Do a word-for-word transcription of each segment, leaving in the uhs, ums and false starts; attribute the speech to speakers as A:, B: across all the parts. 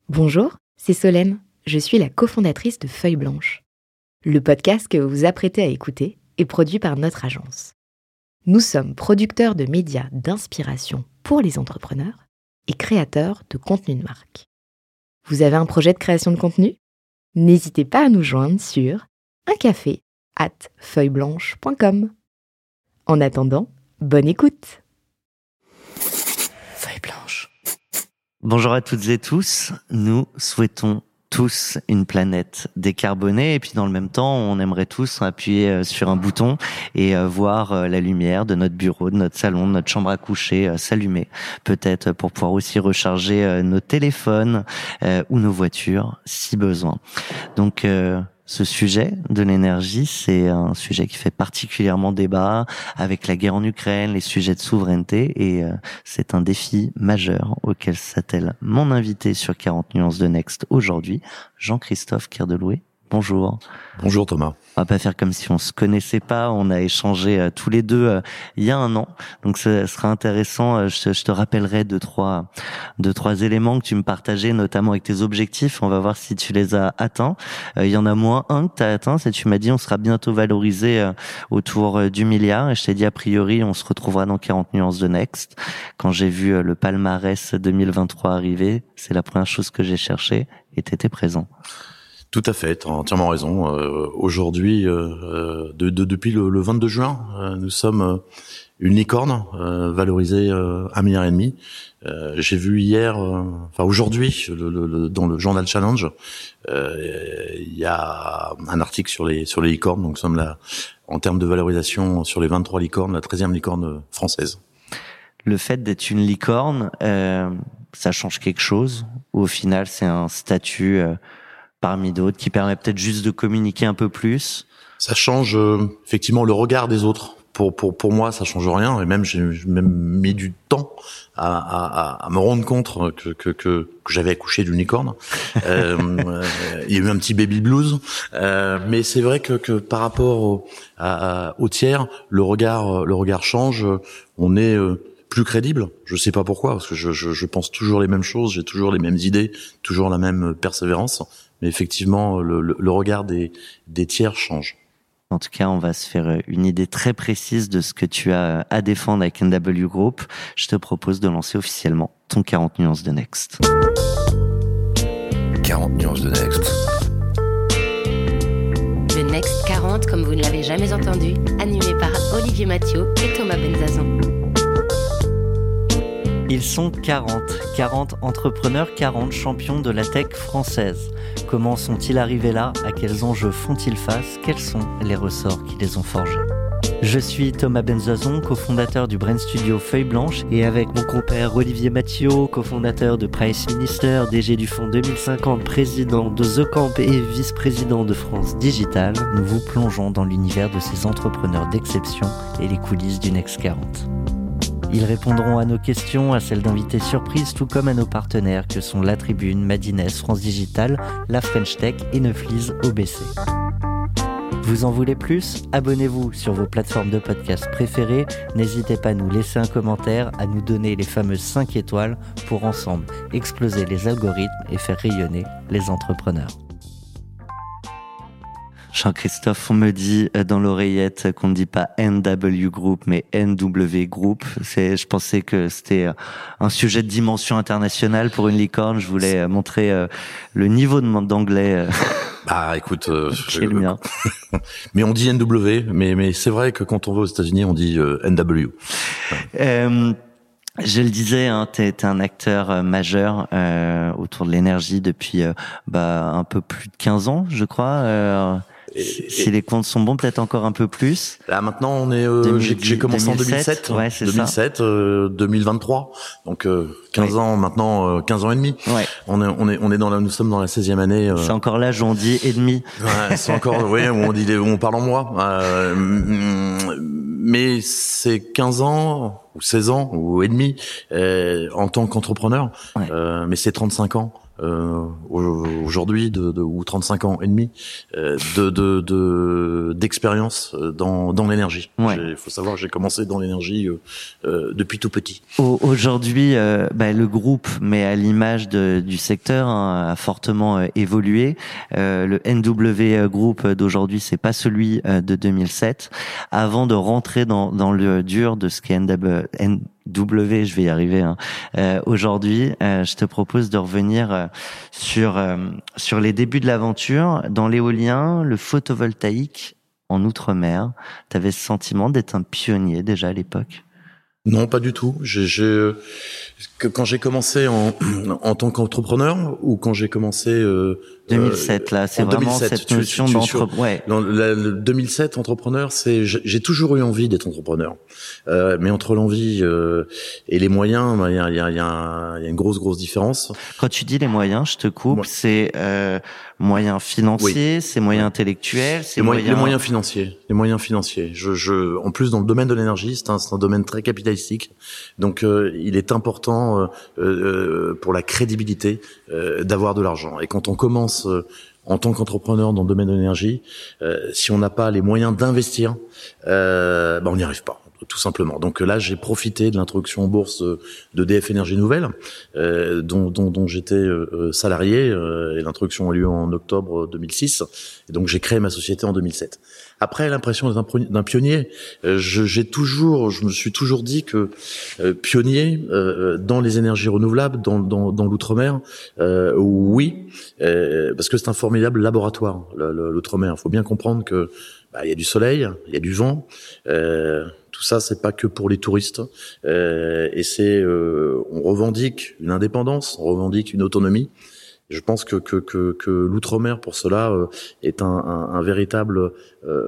A: Bonjour, c'est Solène. Je suis la cofondatrice de Feuille Blanche. Le podcast que vous vous apprêtez à écouter est produit par notre agence. Nous sommes producteurs de médias d'inspiration pour les entrepreneurs et créateurs de contenu de marque. Vous avez un projet de création de contenu ? N'hésitez pas à nous joindre sur un café arobase feuille blanche point com. En attendant, bonne écoute.
B: Feuille blanche. Bonjour à toutes et tous. Nous souhaitons tous une planète décarbonée et puis dans le même temps, on aimerait tous appuyer sur un bouton et voir la lumière de notre bureau, de notre salon, de notre chambre à coucher s'allumer. Peut-être pour pouvoir aussi recharger nos téléphones euh, ou nos voitures si besoin. Donc euh, ce sujet de l'énergie, c'est un sujet qui fait particulièrement débat avec la guerre en Ukraine, les sujets de souveraineté, et euh, c'est un défi majeur auquel s'attelle mon invité sur quarante nuances de Next aujourd'hui, Jean-Christophe Kerdeloué. Bonjour.
C: Bonjour Thomas.
B: On va pas faire comme si on se connaissait pas. On a échangé euh, tous les deux euh, il y a un an. Donc ce sera intéressant. Euh, je, je te rappellerai deux trois deux trois éléments que tu me partageais, notamment avec tes objectifs. On va voir si tu les as atteints. Euh, il y en a moins un que tu as atteint. C'est tu m'as dit on sera bientôt valorisé euh, autour euh, du milliard. Et je t'ai dit a priori on se retrouvera dans quarante nuances de Next. Quand j'ai vu euh, le palmarès deux mille vingt-trois arriver, c'est la première chose que j'ai cherché et t'étais présent.
C: Tout à fait, tu as entièrement raison. Euh, aujourd'hui, euh, de, de, depuis le, le vingt-deux juin, euh, nous sommes euh, une licorne euh, valorisée euh, un milliard et demi. Euh, j'ai vu hier, euh, enfin aujourd'hui, le, le, le, dans le journal Challenge, euh, il y a un article sur les sur les licornes. Donc nous sommes là, en termes de valorisation, sur les vingt-trois licornes, la treizième licorne française.
B: Le fait d'être une licorne, euh, ça change quelque chose ou au final c'est un statut euh, parmi d'autres, qui permet peut-être juste de communiquer un peu plus?
C: Ça change euh, effectivement le regard des autres. Pour pour pour moi, ça change rien. Et même j'ai, j'ai même mis du temps à à, à me rendre compte que que que, que j'avais accouché d'une licorne. euh, euh, il y a eu un petit baby blues, euh, mais c'est vrai que que par rapport au, à, à, au tiers, le regard le regard change. On est euh, plus crédible. Je sais pas pourquoi, parce que je, je je pense toujours les mêmes choses, j'ai toujours les mêmes idées, toujours la même persévérance. Mais effectivement, le, le, le regard des, des tiers change.
B: En tout cas, on va se faire une idée très précise de ce que tu as à défendre avec N W Group. Je te propose de lancer officiellement ton quarante nuances de Next.
D: quarante nuances de Next.
E: Le Next quarante, comme vous ne l'avez jamais entendu, animé par Olivier Mathieu et Thomas Benzazon.
B: Ils sont quarante, quarante entrepreneurs, quarante champions de la tech française. Comment sont-ils arrivés là? À quels enjeux font-ils face? Quels sont les ressorts qui les ont forgés? Je suis Thomas Benzazon, cofondateur du brand studio Feuille Blanche, et avec mon compère Olivier Mathieu, cofondateur de Price Minister, D G du fonds deux mille cinquante, président de The Camp et vice-président de France Digital, nous vous plongeons dans l'univers de ces entrepreneurs d'exception et les coulisses du Next quarante. Ils répondront à nos questions, à celles d'invités surprises, tout comme à nos partenaires que sont La Tribune, Madines, France Digital, La French Tech et Neuflis O B C. Vous en voulez plus? Abonnez-vous sur vos plateformes de podcast préférées. N'hésitez pas à nous laisser un commentaire, à nous donner les fameuses cinq étoiles pour ensemble exploser les algorithmes et faire rayonner les entrepreneurs. Jean-Christophe, on me dit dans l'oreillette qu'on ne dit pas N W Group, mais N W Group. C'est, je pensais que c'était un sujet de dimension internationale pour une licorne. Je voulais montrer le niveau d'anglais.
C: Bah, écoute, euh,
B: c'est le mien.
C: Mais on dit N W, mais mais c'est vrai que quand on va aux États-Unis, on dit euh, N W.
B: Euh, Je le disais, hein, t'es, t'es un acteur euh, majeur euh, autour de l'énergie depuis euh, bah un peu plus de quinze ans, je crois. Euh, Et, si et les comptes sont bons, peut-être encore un peu plus.
C: Là maintenant, on est. Euh, deux mille dix, j'ai, j'ai commencé deux mille sept, en deux mille sept,
B: ouais, c'est
C: deux mille sept,
B: ça.
C: euh, deux mille vingt-trois, donc euh, quinze ouais. ans maintenant, euh, quinze ans et demi.
B: Ouais.
C: On est, on est, on est dans la, nous sommes dans la seizième année. Euh...
B: C'est encore l'âge où on dit et demi.
C: Ouais, c'est encore, oui, où on dit, où on parle en mois. Euh, mais c'est quinze ans ou seize ans ou et demi euh, en tant qu'entrepreneur. Ouais. Euh, mais c'est trente-cinq ans euh, aujourd'hui de, de ou trente-cinq ans et demi euh, de de de d'expérience dans dans l'énergie. Il ouais. faut savoir que j'ai commencé dans l'énergie euh, euh, depuis tout petit.
B: Aujourd'hui, euh, bah, le groupe, mais à l'image de, du secteur, hein, a fortement euh, évolué. Euh, le N W Group d'aujourd'hui, c'est pas celui euh, de deux mille sept. Avant de rentrer dans dans le dur de ce qu'est N W, je vais y arriver. Hein. Euh, aujourd'hui, euh, je te propose de revenir euh, sur euh, sur les débuts de l'aventure dans l'éolien, le photovoltaïque en Outre-mer. Tu avais ce sentiment d'être un pionnier déjà à l'époque?
C: Non, pas du tout. J'ai, j'ai que quand j'ai commencé en en tant qu'entrepreneur ou quand j'ai commencé euh,
B: deux mille sept là, c'est vraiment deux mille sept, cette notion d'entrepreneur. Ouais.
C: Dans le, le deux mille sept, entrepreneur, c'est j'ai toujours eu envie d'être entrepreneur, euh, mais entre l'envie euh, et les moyens, il y a il y a il y a, y a une grosse grosse différence.
B: Quand tu dis les moyens, je te coupe, ouais. c'est euh, moyens financiers, oui. c'est moyens intellectuels, c'est
C: les
B: moyens
C: les moyens financiers, les moyens financiers. Je je en plus dans le domaine de l'énergie, c'est un c'est un domaine très capitalistique, donc euh, il est important euh, euh, pour la crédibilité euh, d'avoir de l'argent. Et quand on commence euh, en tant qu'entrepreneur dans le domaine de l'énergie, euh, si on n'a pas les moyens d'investir, euh, ben on n'y arrive pas, tout simplement. Donc là, j'ai profité de l'introduction en bourse de D F Énergie Nouvelle, euh, dont, dont, dont j'étais euh, salarié, euh, et l'introduction a lieu en octobre deux mille six. Et donc j'ai créé ma société en deux mille sept. Après, l'impression d'être d'un pionnier, euh, je, j'ai toujours, je me suis toujours dit que euh, pionnier euh, dans les énergies renouvelables, dans, dans, dans l'outre-mer, euh, oui, euh, parce que c'est un formidable laboratoire, l'outre-mer. Il faut bien comprendre que bah, il y a du soleil, il y a du vent. Euh, tout ça, c'est pas que pour les touristes. Euh, et c'est, euh, on revendique une indépendance, on revendique une autonomie. Je pense que que que, que l'outre-mer pour cela euh, est un, un, un véritable euh,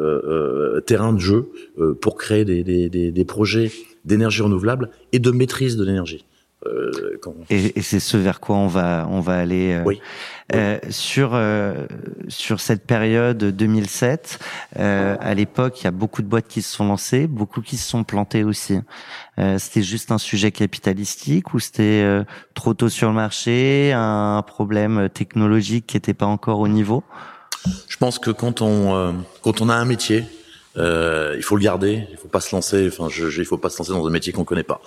C: euh, terrain de jeu euh, pour créer des, des, des, des projets d'énergie renouvelable et de maîtrise de l'énergie.
B: Euh, quand... et, et c'est ce vers quoi on va on va aller. Euh,
C: oui.
B: Euh, sur euh, sur cette période deux mille sept, euh, à l'époque, il y a beaucoup de boîtes qui se sont lancées, beaucoup qui se sont plantées aussi. Euh, c'était juste un sujet capitalistique ou c'était euh, trop tôt sur le marché, un problème technologique qui n'était pas encore au niveau?
C: Je pense que quand on euh, quand on a un métier, Euh, il faut le garder, il faut pas se lancer. Enfin, je, je, il faut pas se lancer dans un métier qu'on connaît pas.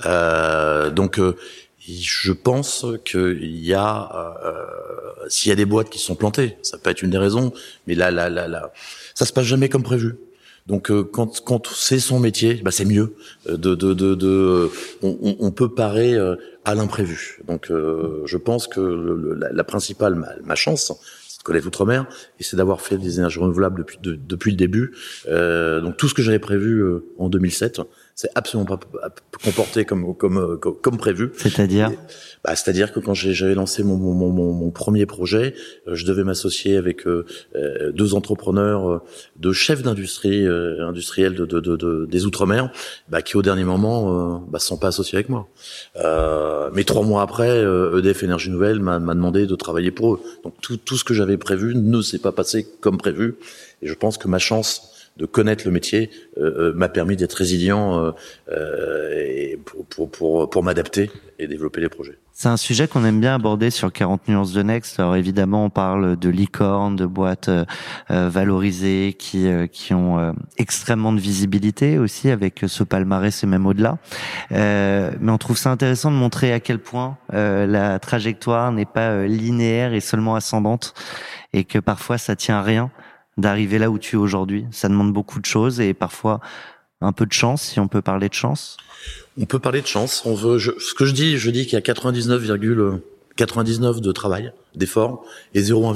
C: Euh, donc, euh, je pense qu'il y a, euh, s'il y a des boîtes qui sont plantées, ça peut être une des raisons. Mais là, là, là, là, ça se passe jamais comme prévu. Donc, euh, quand quand c'est son métier, bah c'est mieux. De de de, de on, on peut parer à l'imprévu. Donc, euh, je pense que le, la, la principale, ma, ma chance, connaître l'outre-mer, et c'est d'avoir fait des énergies renouvelables depuis de, depuis le début. Euh, donc tout ce que j'avais prévu euh, en deux mille sept, c'est absolument pas comporté comme comme comme, comme prévu.
B: C'est-à-dire,
C: et, bah, c'est-à-dire que quand j'ai, j'avais lancé mon, mon mon mon premier projet, euh, je devais m'associer avec euh, deux entrepreneurs, euh, deux chefs d'industrie euh, industriels de, de, de, de des outre-mer, bah, qui au dernier moment euh, bah, se sont pas associés avec moi. Euh, mais trois mois après, euh, E D F Énergie Nouvelle m'a, m'a demandé de travailler pour eux. Donc tout tout ce que j'avais prévu ne s'est pas passé comme prévu, et je pense que ma chance de connaître le métier euh, m'a permis d'être résilient euh, euh, et pour, pour, pour, pour m'adapter et développer les projets.
B: C'est un sujet qu'on aime bien aborder sur quarante nuances de Next. Alors évidemment, on parle de licornes, de boîtes euh, valorisées qui euh, qui ont euh, extrêmement de visibilité aussi avec ce palmarès et même au-delà. Euh, mais on trouve ça intéressant de montrer à quel point euh, la trajectoire n'est pas euh, linéaire et seulement ascendante, et que parfois ça tient à rien d'arriver là où tu es aujourd'hui. Ça demande beaucoup de choses et parfois un peu de chance, si on peut parler de chance.
C: On peut parler de chance. On veut. Je, ce que je dis, je dis qu'il y a quatre-vingt-dix-neuf virgule quatre-vingt-dix-neuf de travail, d'effort, et zéro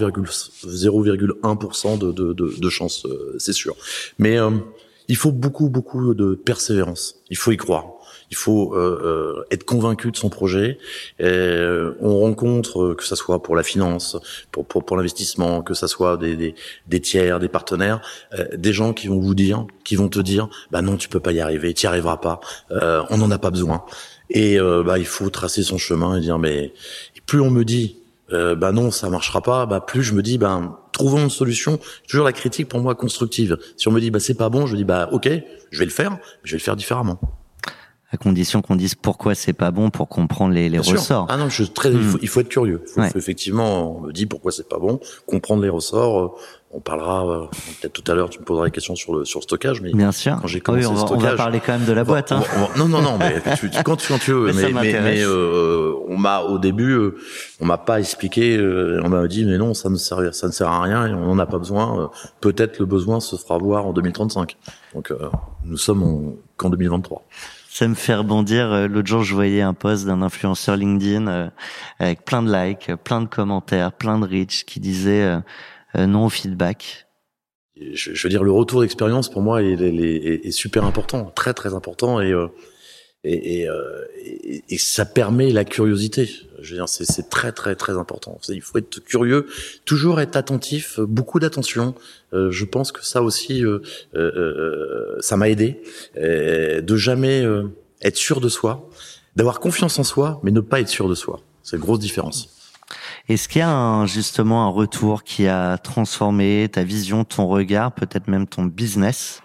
C: virgule un pour cent de, de, de, de chance, euh, c'est sûr. Mais euh, il faut beaucoup, beaucoup de persévérance. Il faut y croire. Il faut euh, euh, être convaincu de son projet. Et, euh, on rencontre, que ça soit pour la finance, pour pour, pour l'investissement, que ça soit des, des, des tiers, des partenaires, euh, des gens qui vont vous dire, qui vont te dire, bah non, tu peux pas y arriver, tu y arriveras pas, euh, on n'en a pas besoin. Et euh, bah il faut tracer son chemin et dire, mais et plus on me dit, euh, bah non, ça marchera pas, bah plus je me dis, bah trouvons une solution. Toujours la critique pour moi constructive. Si on me dit, bah c'est pas bon, je dis, bah ok, je vais le faire, mais je vais le faire différemment.
B: À condition qu'on dise pourquoi c'est pas bon pour comprendre les, les
C: Bien
B: ressorts.
C: Sûr. Ah non, je suis très, mmh. il, faut, il faut être curieux. Il faut,
B: ouais.
C: faut effectivement, on me dit pourquoi c'est pas bon, comprendre les ressorts. On parlera euh, peut-être tout à l'heure. Tu me poseras des questions sur le sur le stockage, mais
B: bien sûr.
C: Quand j'ai commencé
B: oui, on va,
C: le stockage,
B: on va parler quand même de la boîte. Hein.
C: On va, on va, non, non, non, mais tu, tu, quand, tu, quand tu veux. mais mais, mais, mais euh, on m'a au début, euh, on m'a pas expliqué. Euh, on m'a dit mais non, ça ne sert, ça ne sert à rien et on n'en a pas besoin. Euh, peut-être le besoin se fera voir en deux mille trente-cinq. Donc euh, nous sommes en, qu'en deux mille vingt-trois.
B: Ça me fait rebondir. L'autre jour, je voyais un post d'un influenceur LinkedIn euh, avec plein de likes, plein de commentaires, plein de reach qui disait euh, euh, non au feedback.
C: Je, je veux dire, le retour d'expérience pour moi est, est, est super important, très très important, et euh, et, et, euh, et et ça permet la curiosité. Je veux dire, c'est, c'est très très très important. Il faut être curieux, toujours être attentif, beaucoup d'attention. Euh, je pense que ça aussi, euh, euh, ça m'a aidé, euh, de jamais euh, être sûr de soi, d'avoir confiance en soi, mais ne pas être sûr de soi. C'est une grosse différence.
B: Est-ce qu'il y a un, justement un retour qui a transformé ta vision, ton regard, peut-être même ton business?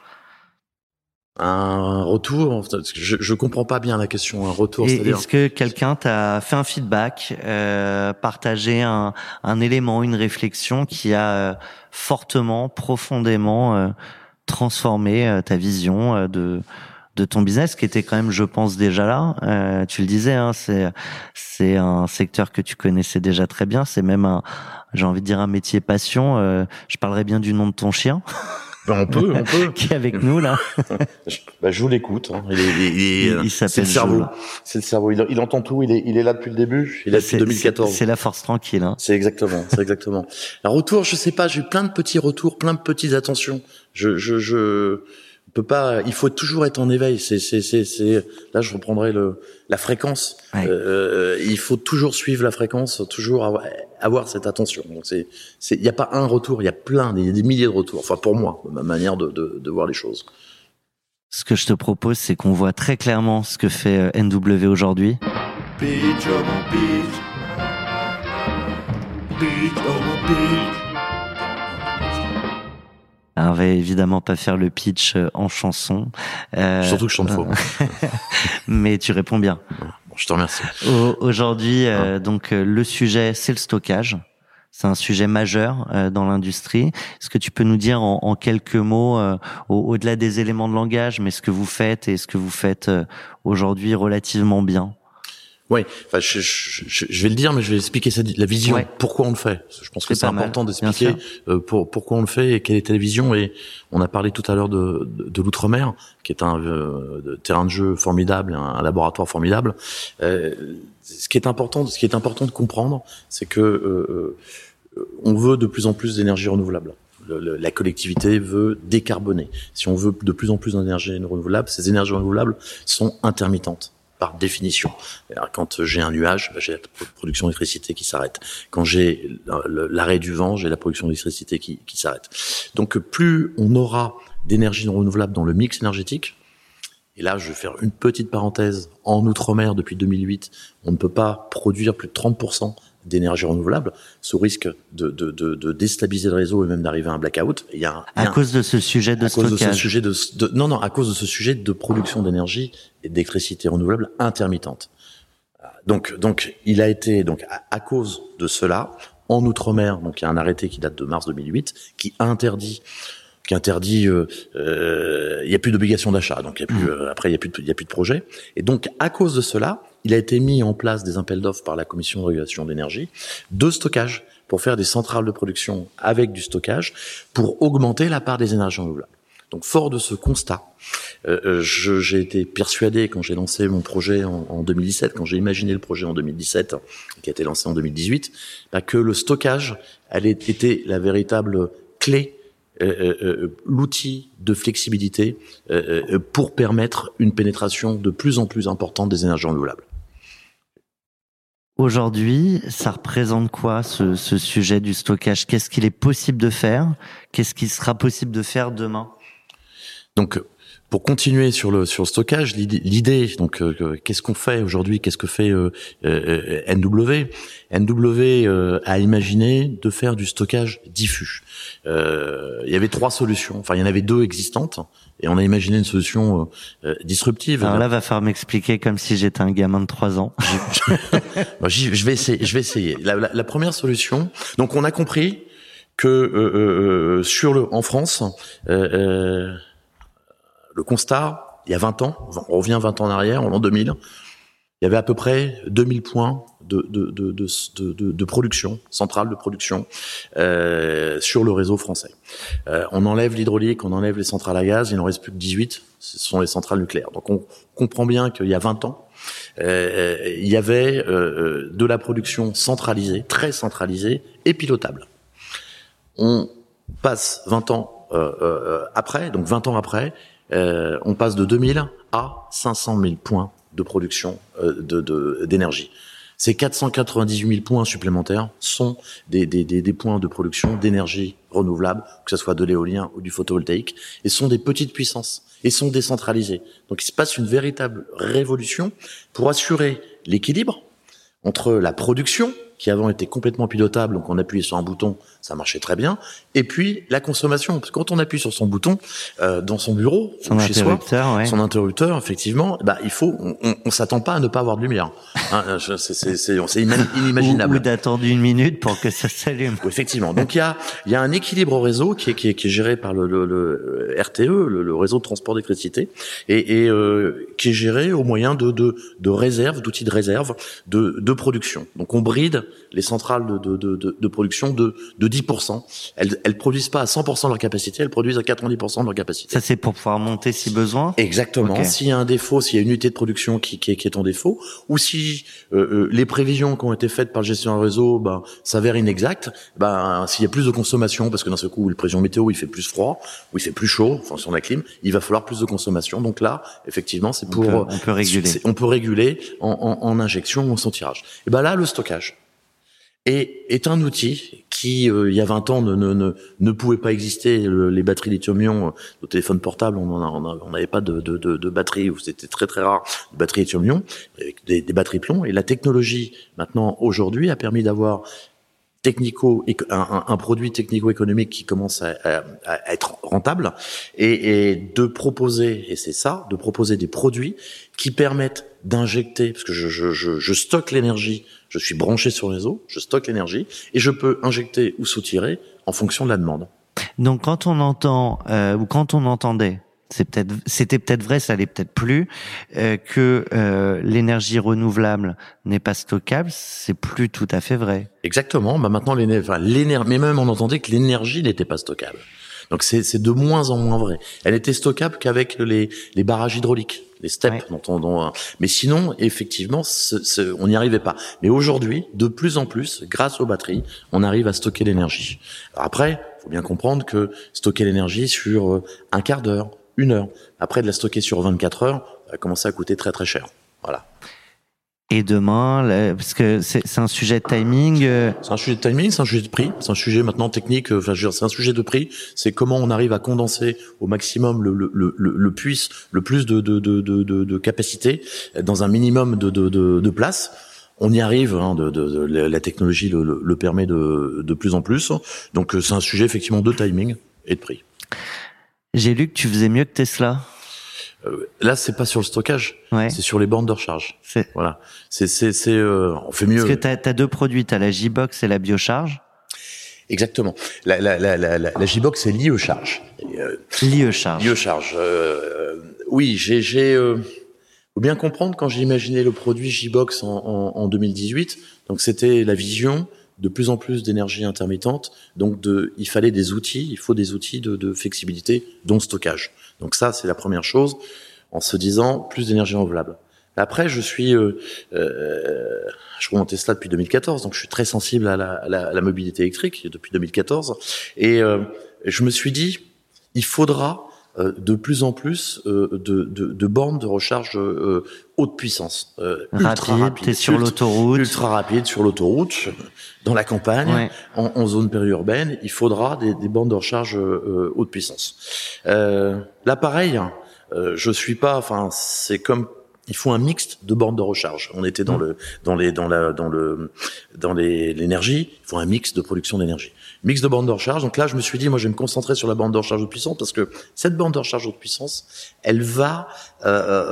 C: Un retour, je, je comprends pas bien la question. Un retour,
B: Et
C: c'est-à-dire...
B: Est-ce que quelqu'un t'a fait un feedback, euh, partagé un, un élément, une réflexion qui a euh, fortement, profondément euh, transformé euh, ta vision euh, de de ton business, qui était quand même, je pense, déjà là. Euh, tu le disais, hein, c'est c'est un secteur que tu connaissais déjà très bien. C'est même un, j'ai envie de dire, un métier passion. Euh, je parlerai bien du nom de ton chien.
C: Ben on peut, on peut.
B: Qui est avec nous là.
C: je, ben je vous l'écoute. Hein. Il, est, il, est,
B: il, il s'appelle
C: c'est le cerveau.
B: Jules.
C: C'est le cerveau. Il, il entend tout. Il est, il est là depuis le début. Il est là depuis deux mille quatorze.
B: C'est, c'est la force tranquille. Hein.
C: C'est exactement, c'est exactement. Un retour, je sais pas. J'ai eu plein de petits retours, plein de petites attentions. Je, je, je peux pas. Il faut toujours être en éveil. C'est, c'est, c'est, c'est. Là, je reprendrai le la fréquence. Ouais. Euh, il faut toujours suivre la fréquence, toujours avoir, avoir cette attention. Donc c'est, c'est. Il y a pas un retour. Il y a plein, il y a des milliers de retours. Enfin, pour moi, ma manière de, de, de voir les choses.
B: Ce que je te propose, c'est qu'on voit très clairement ce que fait N W aujourd'hui. Beach, oh mon beach. Beach, oh mon beach. Alors, on va évidemment pas faire le pitch en chanson.
C: Euh, Surtout que je chante faux.
B: Mais tu réponds bien.
C: Bon, je te remercie.
B: Au, aujourd'hui, euh, donc le sujet, c'est le stockage. C'est un sujet majeur euh, dans l'industrie. Est-ce que tu peux nous dire en, en quelques mots, euh, au, au-delà des éléments de langage, mais ce que vous faites et ce que vous faites euh, aujourd'hui relativement bien?
C: Oui, enfin, je, je, je, je vais le dire, mais je vais expliquer ça, la vision. Ouais. Pourquoi on le fait. Je pense que c'est, c'est important mal, d'expliquer euh, pour, pourquoi on le fait et quelle était la vision. Et on a parlé tout à l'heure de, de, de l'Outre-mer, qui est un euh, de terrain de jeu formidable, un, un laboratoire formidable. Euh, ce qui est important, ce qui est important de comprendre, c'est que euh, on veut de plus en plus d'énergie renouvelable. Le, le, la collectivité veut décarboner. Si on veut de plus en plus d'énergie renouvelable, ces énergies renouvelables sont intermittentes. Par définition. Alors, quand j'ai un nuage, ben, j'ai la production d'électricité qui s'arrête. Quand j'ai l'arrêt du vent, j'ai la production d'électricité qui, qui s'arrête. Donc, plus on aura d'énergie renouvelable dans le mix énergétique, et là, je vais faire une petite parenthèse. En Outre-mer, depuis deux mille huit, on ne peut pas produire plus de trente pour cent d'énergie renouvelable, sous risque de, de, de, de déstabiliser le réseau et même d'arriver à un blackout. Il y a un,
B: à
C: il y a un,
B: cause de ce sujet de
C: à
B: stockage.
C: Cause de ce sujet de, de, non, non, à cause de ce sujet de production d'énergie et d'électricité renouvelable intermittente. Donc, donc, il a été, donc, à, à cause de cela, en Outre-mer, donc, il y a un arrêté qui date de mars deux mille huit, qui interdit qui interdit, euh, euh, il y a plus d'obligation d'achat, donc il y a plus, euh, après il y a plus de, il y a plus de projet. Et donc à cause de cela, il a été mis en place des appels d'offres par la Commission de régulation de l'énergie de stockage pour faire des centrales de production avec du stockage pour augmenter la part des énergies renouvelables. Donc fort de ce constat, euh, je, j'ai été persuadé quand j'ai lancé mon projet en, en deux mille dix-sept, quand j'ai imaginé le projet en deux mille dix-sept, qui a été lancé en deux mille dix-huit, bah, que le stockage allait était la véritable clé. Euh, euh, l'outil de flexibilité euh, pour permettre une pénétration de plus en plus importante des énergies renouvelables.
B: Aujourd'hui, ça représente quoi ce, ce sujet du stockage? Qu'est-ce qu'il est possible de faire? Qu'est-ce qu'il sera possible de faire demain?
C: Donc, pour continuer sur le sur le stockage, l'idée, l'idée donc euh, qu'est-ce qu'on fait aujourd'hui, qu'est-ce que fait euh, euh, N W N W euh, a imaginé de faire du stockage diffus. Euh, il y avait trois solutions, enfin il y en avait deux existantes, et on a imaginé une solution euh, disruptive.
B: Alors là, va falloir m'expliquer comme si j'étais un gamin de trois ans.
C: je, je vais essayer. Je vais essayer. La, la, la première solution. Donc on a compris que euh, euh, sur le en France. Euh, euh, Le constat, il y a vingt ans, on revient vingt ans en arrière, en l'an deux mille, il y avait à peu près deux mille points de, de, de, de, de, de production, centrale de production, euh, sur le réseau français. Euh, on enlève l'hydraulique, on enlève les centrales à gaz, il n'en reste plus que dix-huit, ce sont les centrales nucléaires. Donc on comprend bien qu'il y a vingt ans, euh, il y avait euh, de la production centralisée, très centralisée et pilotable. On passe vingt ans euh, euh, après, donc vingt ans après, Euh, on passe de deux mille à cinq cent mille points de production euh, de, de, d'énergie. Ces quatre cent quatre-vingt-dix-huit mille points supplémentaires sont des, des, des, des points de production d'énergie renouvelable, que ce soit de l'éolien ou du photovoltaïque, et sont des petites puissances, et sont décentralisées. Donc il se passe une véritable révolution pour assurer l'équilibre entre la production, qui avant était complètement pilotable, donc on appuyait sur un bouton, ça marchait très bien, et puis la consommation, parce que quand on appuie sur son bouton euh, dans son bureau,
B: son
C: ou chez
B: interrupteur,
C: soi,
B: ouais.
C: son interrupteur, effectivement, bah il faut, on, on, on s'attend pas à ne pas avoir de lumière, hein, c'est, c'est, c'est, c'est inimaginable.
B: Ou, ou d'attendre une minute pour que ça s'allume.
C: Oui, effectivement. Donc il y a, il y a un équilibre au réseau qui est, qui est, qui est géré par le, le, le R T E, le, le réseau de transport d'électricité, et, et euh, qui est géré au moyen de, de, de réserves, d'outils de réserve, de, de production. Donc on bride les centrales de, de, de, de production de, de dix pour cent. Elles, elles produisent pas à cent pour cent de leur capacité, elles produisent à quatre-vingt-dix pour cent de leur capacité.
B: Ça, c'est pour pouvoir monter si besoin?
C: Exactement. Okay. S'il y a un défaut, s'il y a une unité de production qui, qui, est, qui est en défaut, ou si euh, euh, les prévisions qui ont été faites par le gestionnaire réseau ben, s'avèrent inexactes, ben, s'il y a plus de consommation, parce que d'un seul coup, le prévision météo, il fait plus froid, ou il fait plus chaud, en fonction de la clim, il va falloir plus de consommation. Donc là, effectivement, c'est pour...
B: On peut, on peut réguler.
C: C'est, on peut réguler en, en, en injection ou en tirage. Et ben là, le stockage est, est un outil qui, euh, il y a vingt ans, ne, ne, ne, ne pouvait pas exister. Le, les batteries lithium-ion, euh, nos téléphones portables, on n'avait pas de, de, de, de batteries, ou c'était très très rare, de batteries lithium-ion, avec des, des batteries plomb. Et la technologie, maintenant, aujourd'hui, a permis d'avoir technico, un, un produit technico-économique qui commence à, à, à être rentable, et, et de proposer, et c'est ça, de proposer des produits qui permettent d'injecter, parce que je, je, je, je stocke l'énergie, je suis branché sur le réseau, je stocke l'énergie, et je peux injecter ou soutirer en fonction de la demande.
B: Donc quand on entend, euh, ou quand on entendait, c'est peut-être, c'était peut-être vrai, ça l'est peut-être plus, euh, que euh, l'énergie renouvelable n'est pas stockable, c'est plus tout à fait vrai.
C: Exactement. Bah maintenant, l'énergie, enfin, l'énergie, mais même on entendait que l'énergie n'était pas stockable. Donc c'est, c'est de moins en moins vrai. Elle était stockable qu'avec les, les barrages hydrauliques, les steps, ouais. dont on, dont, mais sinon, effectivement, ce, ce, on n'y arrivait pas. Mais aujourd'hui, de plus en plus, grâce aux batteries, on arrive à stocker l'énergie. Alors après, faut bien comprendre que stocker l'énergie sur un quart d'heure, une heure, après de la stocker sur vingt-quatre heures, ça va commencer à coûter très très cher. Voilà.
B: Et demain, là, parce que c'est, c'est un sujet de timing. Euh...
C: C'est un sujet de timing, c'est un sujet de prix, c'est un sujet maintenant technique. Enfin, je veux dire, c'est un sujet de prix. C'est comment on arrive à condenser au maximum le le le, le puisse, le plus de de de de de, de capacité dans un minimum de de de, de place. On y arrive, hein, de, de, de, la technologie le, le, le permet de de plus en plus. Donc c'est un sujet effectivement de timing et de prix.
B: J'ai lu que tu faisais mieux que Tesla.
C: Euh, là, c'est pas sur le stockage,
B: ouais.
C: c'est sur les bornes de recharge.
B: C'est...
C: Voilà, c'est c'est c'est euh, on fait mieux.
B: Parce que t'as t'as deux produits, t'as la J-Box et la Biocharge.
C: Exactement. La la la la la, la J-Box c'est l'I E-Charge.
B: Euh, L'I E-Charge.
C: L'I E-Charge. Euh, oui, j'ai j'ai. Euh, faut bien comprendre quand j'ai imaginé le produit J-Box en, en en deux mille dix-huit. Donc c'était la vision de plus en plus d'énergie intermittente. Donc de, il fallait des outils, il faut des outils de, de flexibilité, dont stockage. Donc ça, c'est la première chose, en se disant plus d'énergie renouvelable. Après, je suis, euh, euh, je roule en Tesla depuis deux mille quatorze, donc je suis très sensible à la, à la, à la mobilité électrique depuis deux mille quatorze, et euh, je me suis dit, il faudra euh, de plus en plus euh, de, de, de bornes de recharge euh, haute puissance, euh, ultra rapide,
B: t'es sur
C: ultra,
B: l'autoroute,
C: ultra rapide sur l'autoroute, dans la campagne, ouais. en, en zone périurbaine, il faudra des, des bornes de recharge euh, haute puissance. Euh, là, pareil. euh, je suis pas, enfin, c'est comme, il faut un mix de bornes de recharge. On était dans mmh. le, dans les, dans la, dans le, dans les, l'énergie. Il faut un mix de production d'énergie. Mix de bornes de recharge. Donc là, je me suis dit, moi, je vais me concentrer sur la borne de recharge haute puissance parce que cette borne de recharge haute puissance, elle va, euh,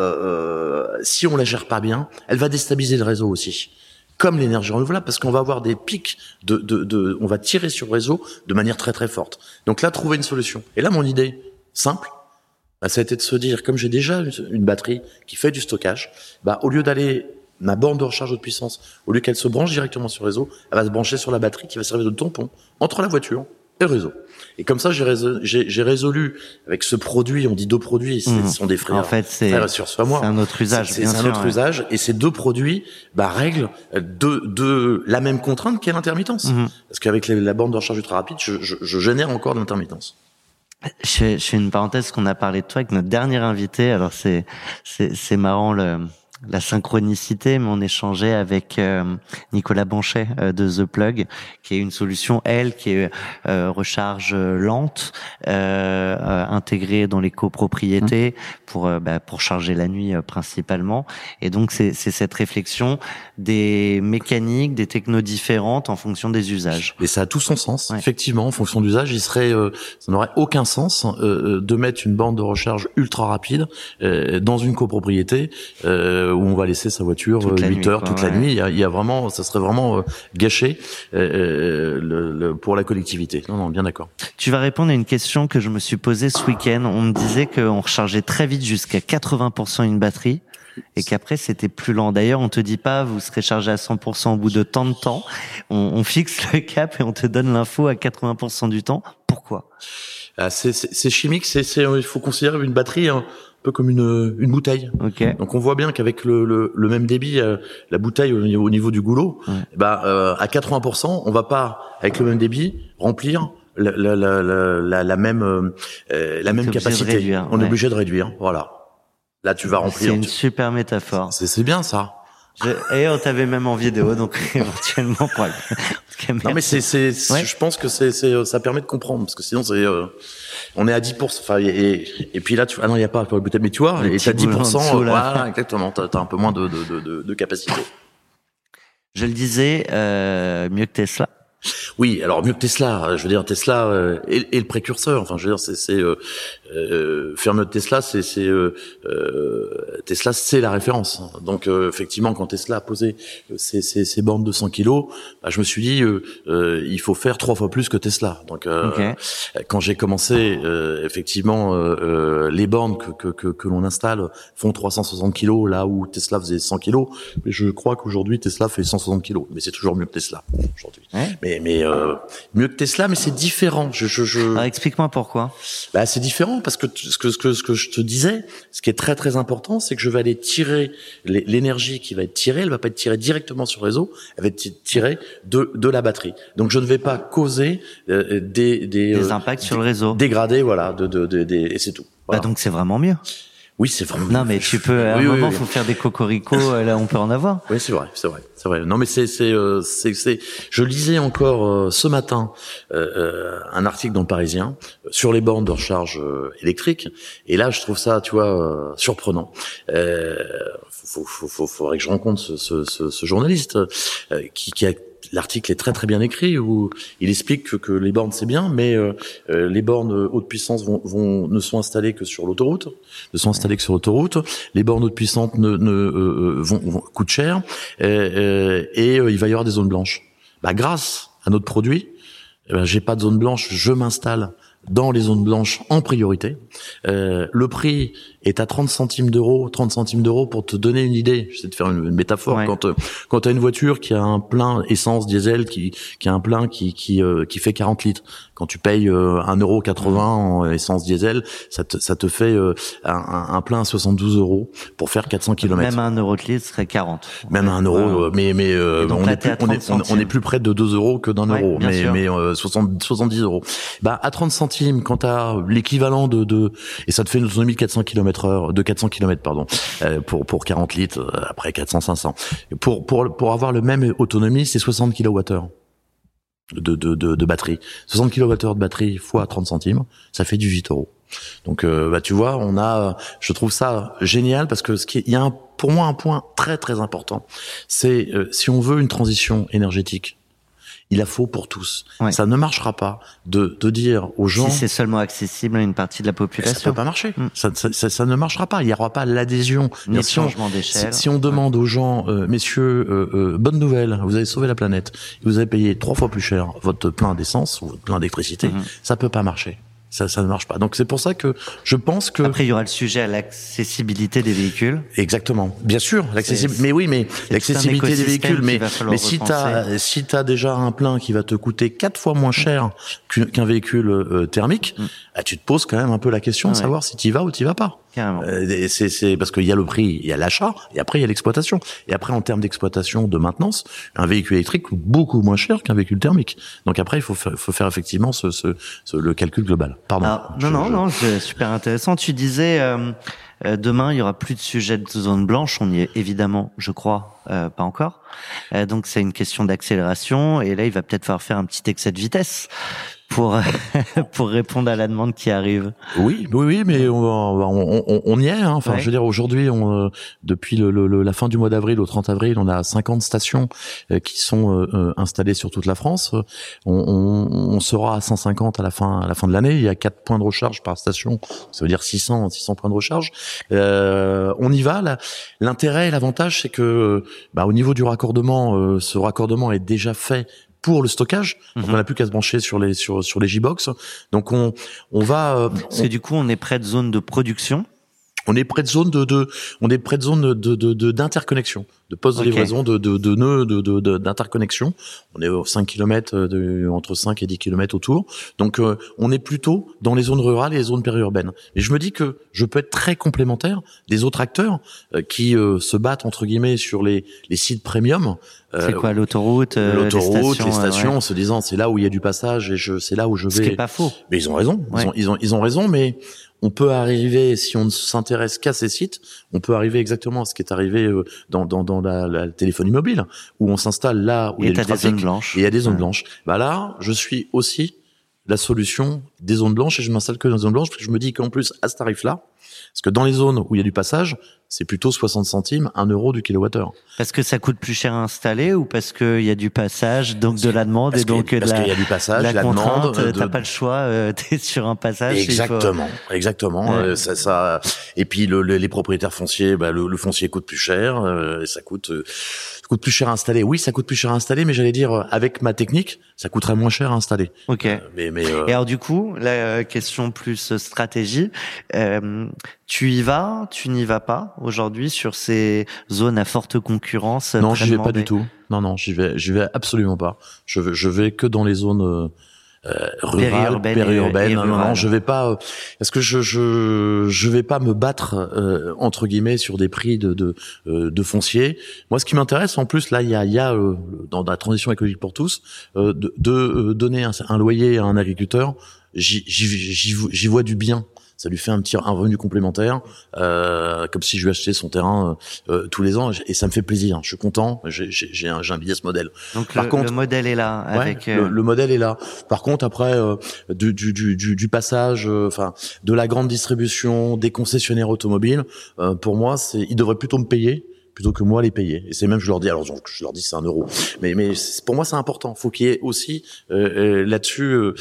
C: euh, si on la gère pas bien, elle va déstabiliser le réseau aussi. Comme l'énergie renouvelable, parce qu'on va avoir des pics de, de, de, on va tirer sur le réseau de manière très très forte. Donc là, trouver une solution. Et là, mon idée simple, bah, ça a été de se dire, comme j'ai déjà une batterie qui fait du stockage, bah, au lieu d'aller ma borne de recharge haute puissance, au lieu qu'elle se branche directement sur le réseau, elle va se brancher sur la batterie qui va servir de tampon entre la voiture et le réseau. Et comme ça, j'ai résolu, j'ai, j'ai résolu avec ce produit, on dit deux produits, ce mmh. sont des frères.
B: En fait, c'est,
C: sur soi, moi.
B: c'est un autre usage.
C: C'est,
B: bien
C: c'est
B: sûr,
C: un autre
B: ouais.
C: usage, et ces deux produits, bah, règlent de, de la même contrainte qu'est l'intermittence. Mmh. Parce qu'avec les, la borne de recharge ultra rapide, je, je, je génère encore de l'intermittence.
B: Je fais, je fais une parenthèse qu'on a parlé de toi avec notre dernier invité. Alors c'est, c'est, c'est marrant le, la synchronicité, mais on échangeait avec euh, Nicolas Banchet euh, de The Plug, qui est une solution, elle, qui est euh, recharge lente, euh, euh, intégrée dans les copropriétés mmh. pour euh, bah, pour charger la nuit euh, principalement. Et donc c'est, c'est cette réflexion des mécaniques, des technos différentes en fonction des usages.
C: Et ça a tout son sens. Ouais. Effectivement, en fonction d'usage, il serait, euh, ça n'aurait aucun sens euh, de mettre une borne de recharge ultra rapide euh, dans une copropriété. Euh, où on va laisser sa voiture toute huit heures toute ouais. la nuit. Il y, a, il y a vraiment, ça serait vraiment euh, gâché euh, le, le, pour la collectivité. Non, non, bien d'accord.
B: Tu vas répondre à une question que je me suis posée ce week-end. On me disait qu'on rechargeait très vite jusqu'à quatre-vingts pour cent une batterie et qu'après c'était plus lent. D'ailleurs, on te dit pas vous serez chargé à cent pour cent au bout de tant de temps. On, on fixe le cap et on te donne l'info à quatre-vingts pour cent du temps. Pourquoi ?
C: Ah, c'est, c'est, c'est chimique. C'est, c'est, il faut considérer une batterie un peu comme une, une bouteille.
B: Okay.
C: Donc on voit bien qu'avec le, le, le même débit, euh, la bouteille au niveau, au niveau du goulot, ouais. bah euh, à quatre-vingts pour cent, on va pas avec le même débit remplir la, la, la, la, la même euh, la même capacité.
B: Réduire,
C: on
B: ouais.
C: est obligé de réduire. Voilà. Là tu vas remplir.
B: C'est une
C: tu...
B: super métaphore.
C: C'est, c'est bien ça.
B: Je, et on t'avait même en vidéo, donc éventuellement pour le...
C: Non mais c'est, c'est,
B: ouais.
C: je pense que c'est, c'est, ça permet de comprendre parce que sinon c'est, euh, on est à dix pour cent. Enfin et, et puis là tu, ah non il y a pas, peut-être mais tu vois, et t'as dix pour cent, dessous, voilà exactement, t'as, t'as un peu moins de, de, de, de capacité.
B: Je le disais, euh, mieux que Tesla.
C: Oui, alors mieux que Tesla. Je veux dire, Tesla euh, est, est le précurseur. Enfin, je veux dire, c'est, c'est euh, euh, faire mieux que Tesla, c'est, c'est euh, euh, Tesla, c'est la référence. Donc, euh, effectivement, quand Tesla a posé ses, ses, ses bornes de cent kilos, bah, je me suis dit, euh, euh, il faut faire trois fois plus que Tesla. Donc, euh, okay. quand j'ai commencé, euh, effectivement, euh, euh, les bornes que, que, que, que l'on installe font trois cent soixante kilos, là où Tesla faisait cent kilos. Mais je crois qu'aujourd'hui, Tesla fait cent soixante kilos. Mais c'est toujours mieux que Tesla aujourd'hui. Ouais. Mais mais euh, mieux que Tesla, mais c'est différent. Je, je, je...
B: Alors, explique-moi pourquoi.
C: Bah c'est différent parce que ce que ce que ce que je te disais, ce qui est très très important, c'est que je vais aller tirer l'énergie qui va être tirée, elle va pas être tirée directement sur le réseau, elle va être tirée de de la batterie. Donc je ne vais pas causer euh, des des,
B: des
C: euh,
B: impacts
C: des,
B: sur le réseau,
C: dégradés, voilà, de de, de, de et c'est tout. Voilà.
B: Bah donc c'est vraiment mieux.
C: Oui, c'est vraiment.
B: Non, mais tu peux. À oui, un oui, moment, oui. faut faire des cocoricots. Là, on peut en avoir.
C: Oui, c'est vrai, c'est vrai, c'est vrai. Non, mais c'est, c'est, euh, c'est, c'est. Je lisais encore euh, ce matin euh, un article dans le Parisien sur les bornes de recharge euh, électrique. Et là, je trouve ça, tu vois, euh, surprenant. Euh, faut, faut, faut, faudrait que je rencontre ce, ce, ce, ce journaliste euh, qui, qui a. L'article est très très bien écrit où il explique que, que les bornes c'est bien, mais euh, les bornes haute puissance vont, vont ne sont installées que sur l'autoroute, ne sont installées que sur l'autoroute. Les bornes haute puissance ne, ne euh, vont, vont coûtent cher euh, et euh, il va y avoir des zones blanches. Bah grâce à notre produit, eh ben, j'ai pas de zone blanche, je m'installe dans les zones blanches en priorité. Euh, le prix est à trente centimes d'euros, trente centimes d'euros pour te donner une idée. J'essaie de faire une, une métaphore. Ouais. Quand, euh, quand t'as une voiture qui a un plein essence diesel, qui, qui a un plein qui, qui, euh, qui fait quarante litres. Quand tu payes euh, un euro quatre-vingts en essence diesel, ça te, ça te fait euh, un, un plein à soixante-douze euros pour faire quatre cents kilomètres.
B: Même un euro de litre serait quarante.
C: Même à un euro, ouais. euh, mais, mais, euh, on,
B: là,
C: est plus, on, est, on, on est plus près de deux euros que d'un ouais, euro. Mais, sûr. mais, euh, soixante, soixante-dix euros. Bah, à trente centimes, quand t'as l'équivalent de, de, et ça te fait une autonomie de quatre cents kilomètres heure, de quatre cents kilomètres, pardon, euh, pour, pour quarante litres, après quatre cents, cinq cents. Pour, pour, pour avoir le même autonomie, c'est soixante kilowattheures de, de, de, de batterie. soixante kilowattheures de batterie fois trente centimes, ça fait dix-huit euros. Donc, euh, bah, tu vois, on a, je trouve ça génial parce que ce qui, est, il y a un, pour moi un point très très important, c'est euh, si on veut une transition énergétique, il la faut pour tous. Ouais. Ça ne marchera pas de, de dire aux gens...
B: Si c'est seulement accessible à une partie de la population.
C: Ça peut pas marcher. Mm. Ça, ça, ça, ça ne marchera pas. Il n'y aura pas l'adhésion.
B: Ni le changement d'échelle.
C: Si, si on demande ouais. aux gens, euh, messieurs, euh, euh, bonne nouvelle, vous avez sauvé la planète, vous avez payé trois fois plus cher votre plein d'essence ou votre plein d'électricité, mm-hmm. ça peut pas marcher. Ça, ça ne marche pas. Donc c'est pour ça que je pense que...
B: Après, il y aura le sujet à l'accessibilité des véhicules.
C: Exactement. Bien sûr, l'accessibilité. Mais oui, mais l'accessibilité des véhicules. Mais, mais si t'as, si t'as déjà un plein qui va te coûter quatre fois moins cher qu'un véhicule euh, thermique, mm. bah, tu te poses quand même un peu la question ah, de savoir ouais. si t'y vas ou t'y vas pas.
B: Carrément.
C: Euh, c'est, c'est parce qu'il y a le prix, il y a l'achat, et après il y a l'exploitation. Et après, en termes d'exploitation, de maintenance, un véhicule électrique coûte beaucoup moins cher qu'un véhicule thermique. Donc après, il faut faire, faut faire effectivement ce, ce, ce, le calcul global. Pardon.
B: Alors, non,
C: je,
B: non,
C: je...
B: non, c'est super intéressant. Tu disais euh, euh, demain il y aura plus de sujet de zone blanche. On y est évidemment, je crois, euh, pas encore. Euh, donc c'est une question d'accélération. Et là, il va peut-être falloir faire un petit excès de vitesse pour pour répondre à la demande qui arrive.
C: Oui, oui, oui, mais on, on, on, on y est. Hein. Enfin, ouais. je veux dire, aujourd'hui, on, euh, depuis le, le, la fin du mois d'avril au trente avril, on a cinquante stations euh, qui sont euh, installées sur toute la France. On, on, on sera à cent cinquante à la fin à la fin de l'année. Il y a quatre points de recharge par station. Ça veut dire six cents points de recharge. Euh, on y va. Là. L'intérêt et l'avantage, c'est que, bah, au niveau du raccordement, euh, ce raccordement est déjà fait pour le stockage. Donc mm-hmm. on n'a plus qu'à se brancher sur les sur sur les J-Box. Donc on on va euh,
B: parce
C: on,
B: que du coup on est près de zone de production.
C: On est près de zone de, de on est près de zone de de, de d'interconnexion, de postes de okay. livraison, de de de nœuds de, de, de d'interconnexion. On est aux cinq kilomètres de entre cinq et dix kilomètres autour. Donc euh, on est plutôt dans les zones rurales et les zones périurbaines. Et je me dis que je peux être très complémentaire des autres acteurs euh, qui euh, se battent entre guillemets sur les les sites premium.
B: Euh, c'est quoi l'autoroute euh,
C: L'autoroute, les stations, les stations
B: ouais.
C: se disant c'est là où il y a du passage et je c'est là où je vais.
B: Ce qui est pas faux.
C: Mais ils ont raison.
B: Ouais.
C: Ils ont ils ont ils ont raison, mais on peut arriver, si on ne s'intéresse qu'à ces sites, on peut arriver exactement à ce qui est arrivé dans, dans, dans la, la téléphonie mobile, où on s'installe là où
B: et
C: il y a du trafic,
B: des zones blanches.
C: Et il y a des zones
B: ouais.
C: blanches. Bah là, je suis aussi la solution des zones blanches et je m'installe que dans les zones blanches parce que je me dis qu'en plus, à ce tarif-là, parce que dans les zones où il y a du passage, c'est plutôt soixante centimes, un euro du kilowattheure.
B: Parce que ça coûte plus cher à installer ou parce qu'il y a du passage, donc de la demande
C: parce
B: et donc
C: que,
B: de
C: parce
B: la,
C: qu'il y a du passage,
B: la,
C: la
B: contrainte,
C: demande. De...
B: T'as pas le choix, euh, t'es sur un passage.
C: Exactement,
B: faut...
C: exactement. Ouais. Euh, ça, ça. Et puis le, le, les propriétaires fonciers, bah, le, le foncier coûte plus cher, euh, et ça coûte. Euh, Ça coûte plus cher à installer. Oui, ça coûte plus cher à installer, mais j'allais dire, avec ma technique, ça coûterait moins cher à installer.
B: Ok.
C: Euh, mais, mais, euh...
B: Et alors du coup, la question plus stratégie, euh, tu y vas, tu n'y vas pas aujourd'hui sur ces zones à forte concurrence?
C: Non, j'y vais pas du tout. Non, non, j'y vais, j'y vais absolument pas. Je vais, je vais que dans les zones euh, euh, rurales, périurbaines. Non, non, non, je vais pas. Euh, parce que je, je, je vais pas me battre euh, entre guillemets sur des prix de de, euh, de foncier. Moi, ce qui m'intéresse, en plus, là, il y a, il y a euh, dans la transition écologique pour tous, euh, de, de euh, donner un, un loyer à un agriculteur. J'y, j'y, j'y, j'y vois du bien. Ça lui fait un petit un revenu complémentaire, euh, comme si je lui achetais son terrain euh, tous les ans, et ça me fait plaisir. Je suis content. J'ai, j'ai, j'ai, un, j'ai un business model.
B: Donc
C: Par
B: le,
C: contre,
B: le modèle est là. Avec
C: ouais, le, le modèle est là. Par contre, après euh, du, du, du, du passage, enfin euh, de la grande distribution, des concessionnaires automobiles, euh, pour moi, c'est ils devraient plutôt me payer plutôt que moi les payer. Et c'est même, je leur dis, alors je leur dis c'est un euro. Mais, mais pour moi c'est important. Faut qu'il y ait aussi euh, euh, là-dessus euh,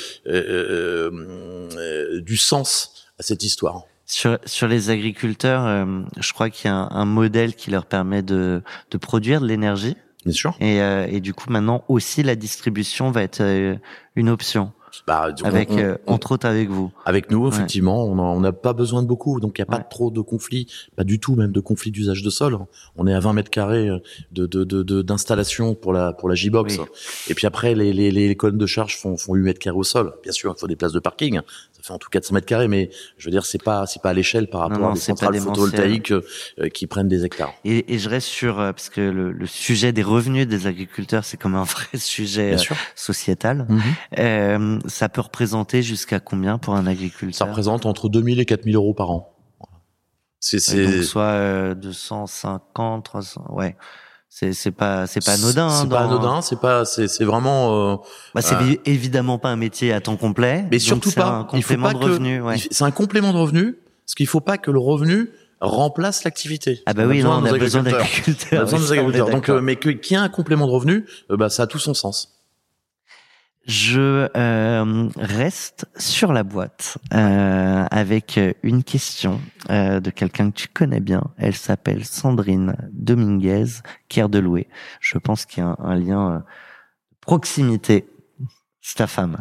C: euh, euh, du sens à cette histoire.
B: Sur, sur les agriculteurs, euh, je crois qu'il y a un, un modèle qui leur permet de, de produire de l'énergie.
C: Bien sûr.
B: Et, euh, et du coup, maintenant aussi, la distribution va être euh, une option.
C: Bah,
B: avec
C: on, on,
B: euh, entre autres avec vous.
C: Avec nous, effectivement, ouais. on n'a pas besoin de beaucoup, donc il n'y a pas ouais. trop de conflits, pas du tout même de conflits d'usage de sol. On est à vingt mètres carrés de, de, de, de d'installation pour la pour la J-Box. Oui. Et puis après, les, les, les colonnes de charge font, font huit mètres carrés au sol. Bien sûr, il faut des places de parking. Ça fait en tout cas quatre mètres carrés, mais je veux dire, c'est pas c'est pas à l'échelle par rapport non, non, à des centrales photovoltaïques euh, qui prennent des hectares.
B: Et, et je reste sur euh, parce que le, le sujet des revenus des agriculteurs, c'est comme un vrai sujet euh, sociétal. Mm-hmm. Euh, ça peut représenter jusqu'à combien pour un agriculteur?
C: Ça représente entre deux mille et quatre mille euros par an.
B: C'est, c'est... Donc soit euh, deux cent cinquante, trois cents, ouais. C'est c'est pas c'est pas anodin.
C: C'est
B: hein,
C: pas
B: dans...
C: anodin, c'est pas c'est c'est vraiment. Euh,
B: bah, c'est
C: euh,
B: évidemment pas un métier à temps complet.
C: Mais surtout
B: c'est
C: pas.
B: un complément
C: il faut pas
B: de revenu.
C: Que,
B: ouais.
C: C'est un complément de revenu, parce qu'il faut pas que le revenu remplace l'activité.
B: Ah bah oui, non, on a besoin d'agriculteurs.
C: On a besoin
B: oui,
C: de agriculteurs. Donc, euh, mais que, qu'il y ait un complément de revenu, euh, bah ça a tout son sens.
B: Je euh, reste sur la boîte euh, avec une question euh, de quelqu'un que tu connais bien. Elle s'appelle Sandrine Dominguez, Kerdeloué. Je pense qu'il y a un, un lien euh, proximité. C'est ta femme.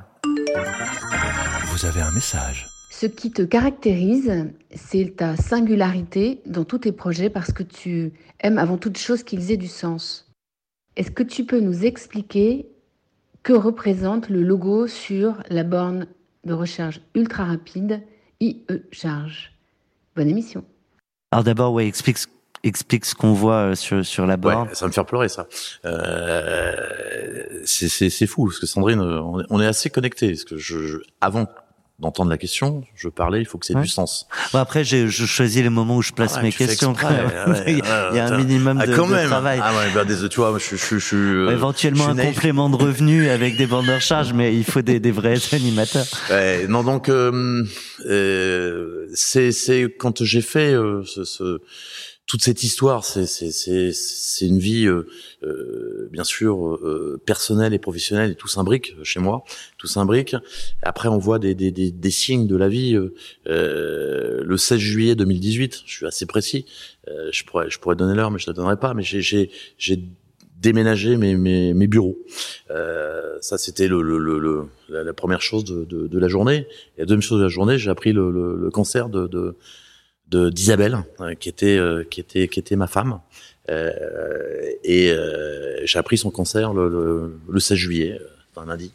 D: Vous avez un message.
F: Ce qui te caractérise, c'est ta singularité dans tous tes projets parce que tu aimes avant toute chose qu'ils aient du sens. Est-ce que tu peux nous expliquer que représente le logo sur la borne de recharge ultra rapide I E Charge? Bonne émission.
B: Alors d'abord, ouais, explique, explique ce qu'on voit sur sur la borne.
C: Ouais, ça va me faire pleurer ça. Euh, c'est c'est c'est fou parce que Sandrine, on est, on est assez connectés. Parce que je, je avant d'entendre la question, je parlais, il faut que c'est
B: ouais.
C: du sens.
B: Bon, après, j'ai, je choisis les moments où je place
C: ah ouais,
B: mes questions.
C: Exprès, ouais, ouais,
B: il y a, il y a un minimum de,
C: ah, quand
B: de
C: même.
B: travail.
C: Ah ouais, bah, des, tu vois, je, je, je, je euh,
B: éventuellement
C: je
B: un
C: naïf.
B: complément de revenu avec des bandes de recharge, mais il faut des, des vrais animateurs.
C: Ouais, non, donc euh, euh, c'est c'est quand j'ai fait euh, ce, ce toute cette histoire, c'est c'est c'est c'est une vie euh, euh, bien sûr euh, personnelle et professionnelle et tout s'imbrique chez moi, tout s'imbrique. Après on voit des des des, des signes de la vie. Euh, euh, le seize juillet deux mille dix-huit, je suis assez précis. Euh, je pourrais je pourrais donner l'heure, mais je la donnerai pas. Mais j'ai j'ai j'ai déménagé mes mes mes bureaux. Euh, ça c'était le le le, le la, la première chose de, de de la journée. Et la deuxième chose de la journée, j'ai appris le le, le cancer de de de d'Isabelle euh, qui était euh, qui était qui était ma femme euh, et euh, j'ai appris son cancer le, le, le seize juillet, un lundi,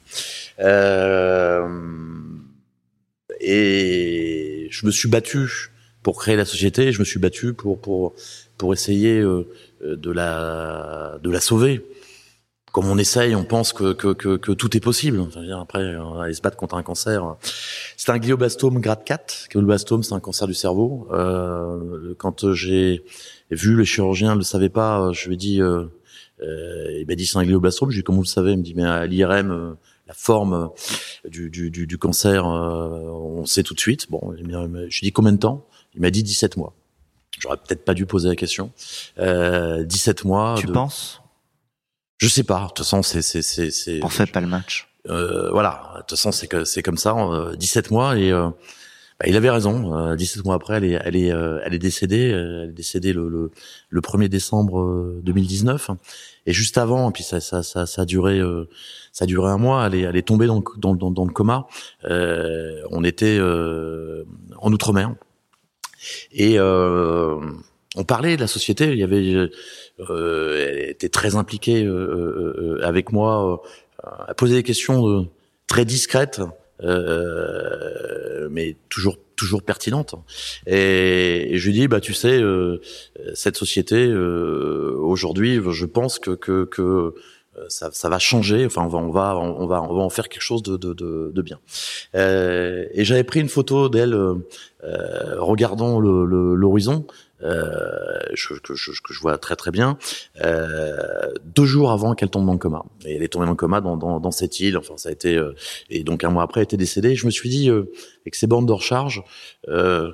C: euh, et je me suis battu pour créer la société, je me suis battu pour pour pour essayer euh, de la de la sauver. Comme on essaye, on pense que que que, que tout est possible. C'est-à-dire après, on va aller se battre contre un cancer. C'est un glioblastome grade quatre. Glioblastome, c'est un cancer du cerveau. Euh, quand j'ai vu le chirurgien, ne le savait pas. Je lui ai dit, euh, euh, il m'a dit c'est un glioblastome. Je lui ai dit comment vous le savez? Il me dit mais à l'I R M, euh, la forme du du du, du cancer, euh, on sait tout de suite. Bon, je lui ai dit combien de temps? Il m'a dit dix-sept mois. J'aurais peut-être pas dû poser la question. Euh, dix-sept mois.
B: Tu
C: de...
B: penses?
C: Je sais pas. De toute façon, c'est c'est c'est c'est.
B: On fait pas le match.
C: Euh, voilà. De toute façon, c'est que c'est comme ça. Euh, dix-sept mois et euh, bah, il avait raison. Euh, dix-sept mois après, elle est elle est euh, elle est décédée. Elle est décédée le le, le premier décembre deux mille dix-neuf. Et juste avant, et puis ça ça ça ça a duré euh, ça a duré un mois. Elle est elle est tombée dans le, dans dans, dans le coma. Euh, on était euh, en Outre-mer et euh, on parlait de la société. Il y avait Euh, elle était très impliquée euh, euh, avec moi, euh, à poser des questions euh, très discrètes, euh, mais toujours toujours pertinentes. Et, et je lui dis, bah tu sais, euh, cette société euh, aujourd'hui, je pense que que que ça, ça va changer. Enfin, on va on va on va on va en faire quelque chose de de de, de bien. Euh, et j'avais pris une photo d'elle euh, regardant le, le, l'horizon. Euh, je, que, je, que je vois très très bien, euh, deux jours avant qu'elle tombe dans le coma. Et elle est tombée dans le coma dans, dans, dans cette île. Enfin, ça a été euh, et donc un mois après, elle était décédée. Et je me suis dit, euh, avec ces bornes de recharge, euh,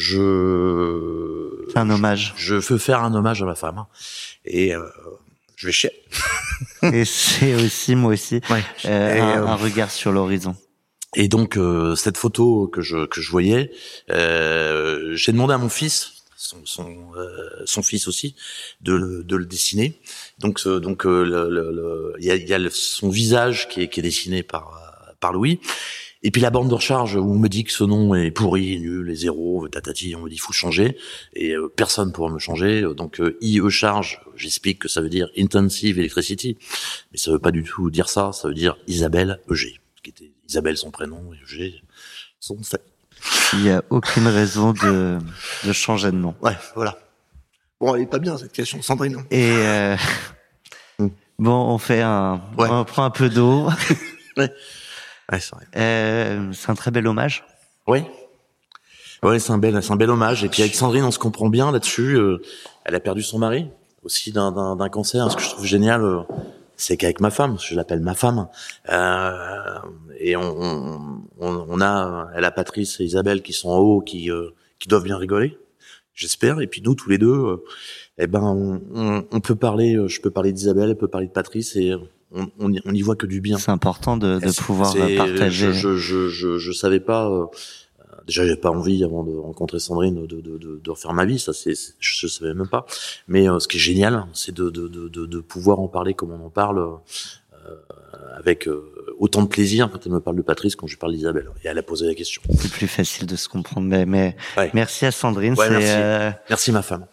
C: je
B: c'est un hommage.
C: Je, je veux faire un hommage à ma femme. Et euh, je vais chier.
B: Et c'est aussi moi aussi
C: ouais.
B: euh,
C: et,
B: un,
C: euh,
B: un regard sur l'horizon.
C: Et donc euh, cette photo que je que je voyais, euh, j'ai demandé à mon fils. Son son euh, son fils aussi de le, de le dessiner. Donc euh, donc euh, le le il y a il y a le, son visage qui est qui est dessiné par par Louis. Et puis la borne de recharge où on me dit que ce nom est pourri, nul, les zéros, tatati, on me dit faut changer et euh, personne pourra me changer. Donc euh, I E Charge, j'explique que ça veut dire Intensive Electricity, mais ça veut pas du tout dire ça, ça veut dire Isabelle E G, qui était Isabelle son prénom et E G son fait.
B: Il n'y a aucune raison de, de changer de nom.
C: Ouais, voilà. Bon, elle est pas bien, cette question, Sandrine.
B: Et euh, mm. bon, on fait un... Ouais. On prend un peu d'eau.
C: ouais. Ouais, c'est vrai.
B: Euh, c'est un très bel hommage.
C: Oui. Ouais, c'est un bel, c'est un bel hommage. Et puis avec Sandrine, on se comprend bien là-dessus. Euh, elle a perdu son mari. aussi d'un, d'un, d'un cancer. Ce que je trouve génial, euh, c'est qu'avec ma femme, je l'appelle ma femme, euh, et on, on, on a, elle a Patrice et Isabelle qui sont en haut, qui, euh, qui doivent bien rigoler, j'espère. Et puis nous, tous les deux, euh, eh ben, on, on, on peut parler. Je peux parler d'Isabelle, elle peut parler de Patrice, et on, on, y, on y voit que du bien.
B: C'est important de, de pouvoir
C: c'est,
B: partager.
C: Je, je, je, je savais pas. Euh, déjà, j'avais pas envie avant de rencontrer Sandrine de, de, de, de refaire ma vie. Ça, c'est, c'est je savais même pas. Mais euh, ce qui est génial, c'est de, de, de, de, de pouvoir en parler comme on en parle, euh, avec euh, autant de plaisir quand elle me parle de Patrice, quand je parle d'Isabelle. Et elle a posé la question.
B: C'est plus facile de se comprendre. Mais, mais
C: ouais.
B: Merci à Sandrine.
C: Ouais,
B: c'est,
C: merci.
B: Euh...
C: merci ma femme.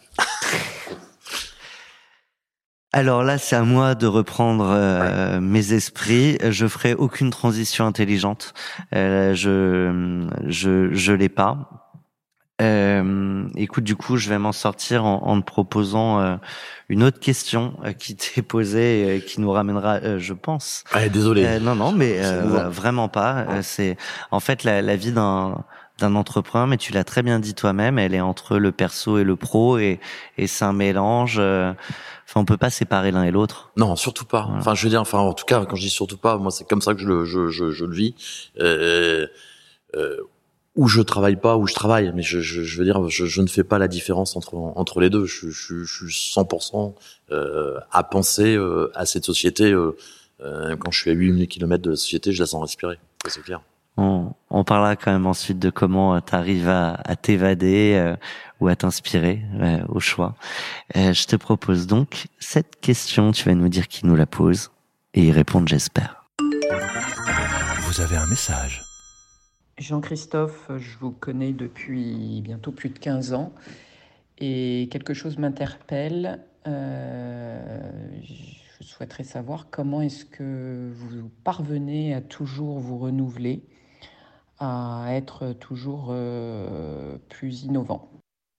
B: Alors là, c'est à moi de reprendre euh, ouais. mes esprits. Je ferai aucune transition intelligente. Euh, je je je l'ai pas. Euh, écoute, du coup, je vais m'en sortir en, en te proposant euh, une autre question euh, qui t'est posée, et qui nous ramènera, euh, je pense.
C: Ouais, désolé.
B: Euh, non, non, mais euh, vraiment pas. Euh, c'est en fait la, la vie d'un d'un entrepreneur, mais tu l'as très bien dit toi-même, elle est entre le perso et le pro, et et c'est un mélange. Euh, Enfin, on peut pas séparer l'un et l'autre.
C: Non, surtout pas. Voilà. Enfin, je veux dire, enfin, en tout cas, quand je dis surtout pas, moi, c'est comme ça que je le, je, je, je le vis. Euh, euh, où je travaille pas, où je travaille, mais je, je, je veux dire, je, je ne fais pas la différence entre entre les deux. Je, je, je suis cent pour cent euh, à penser euh, à cette société. Euh, euh, quand je suis à huit mille kilomètres de la société, je la sens respirer. Ça, c'est clair.
B: On, on parlera quand même ensuite de comment tu arrives à, à t'évader euh, ou à t'inspirer euh, au choix. Euh, je te propose donc cette question. Tu vas nous dire qui nous la pose et y répondre, j'espère.
D: Vous avez un message.
G: Jean-Christophe, je vous connais depuis bientôt plus de quinze ans et quelque chose m'interpelle. Euh, je souhaiterais savoir comment est-ce que vous parvenez à toujours vous renouveler, à être toujours euh, plus innovant.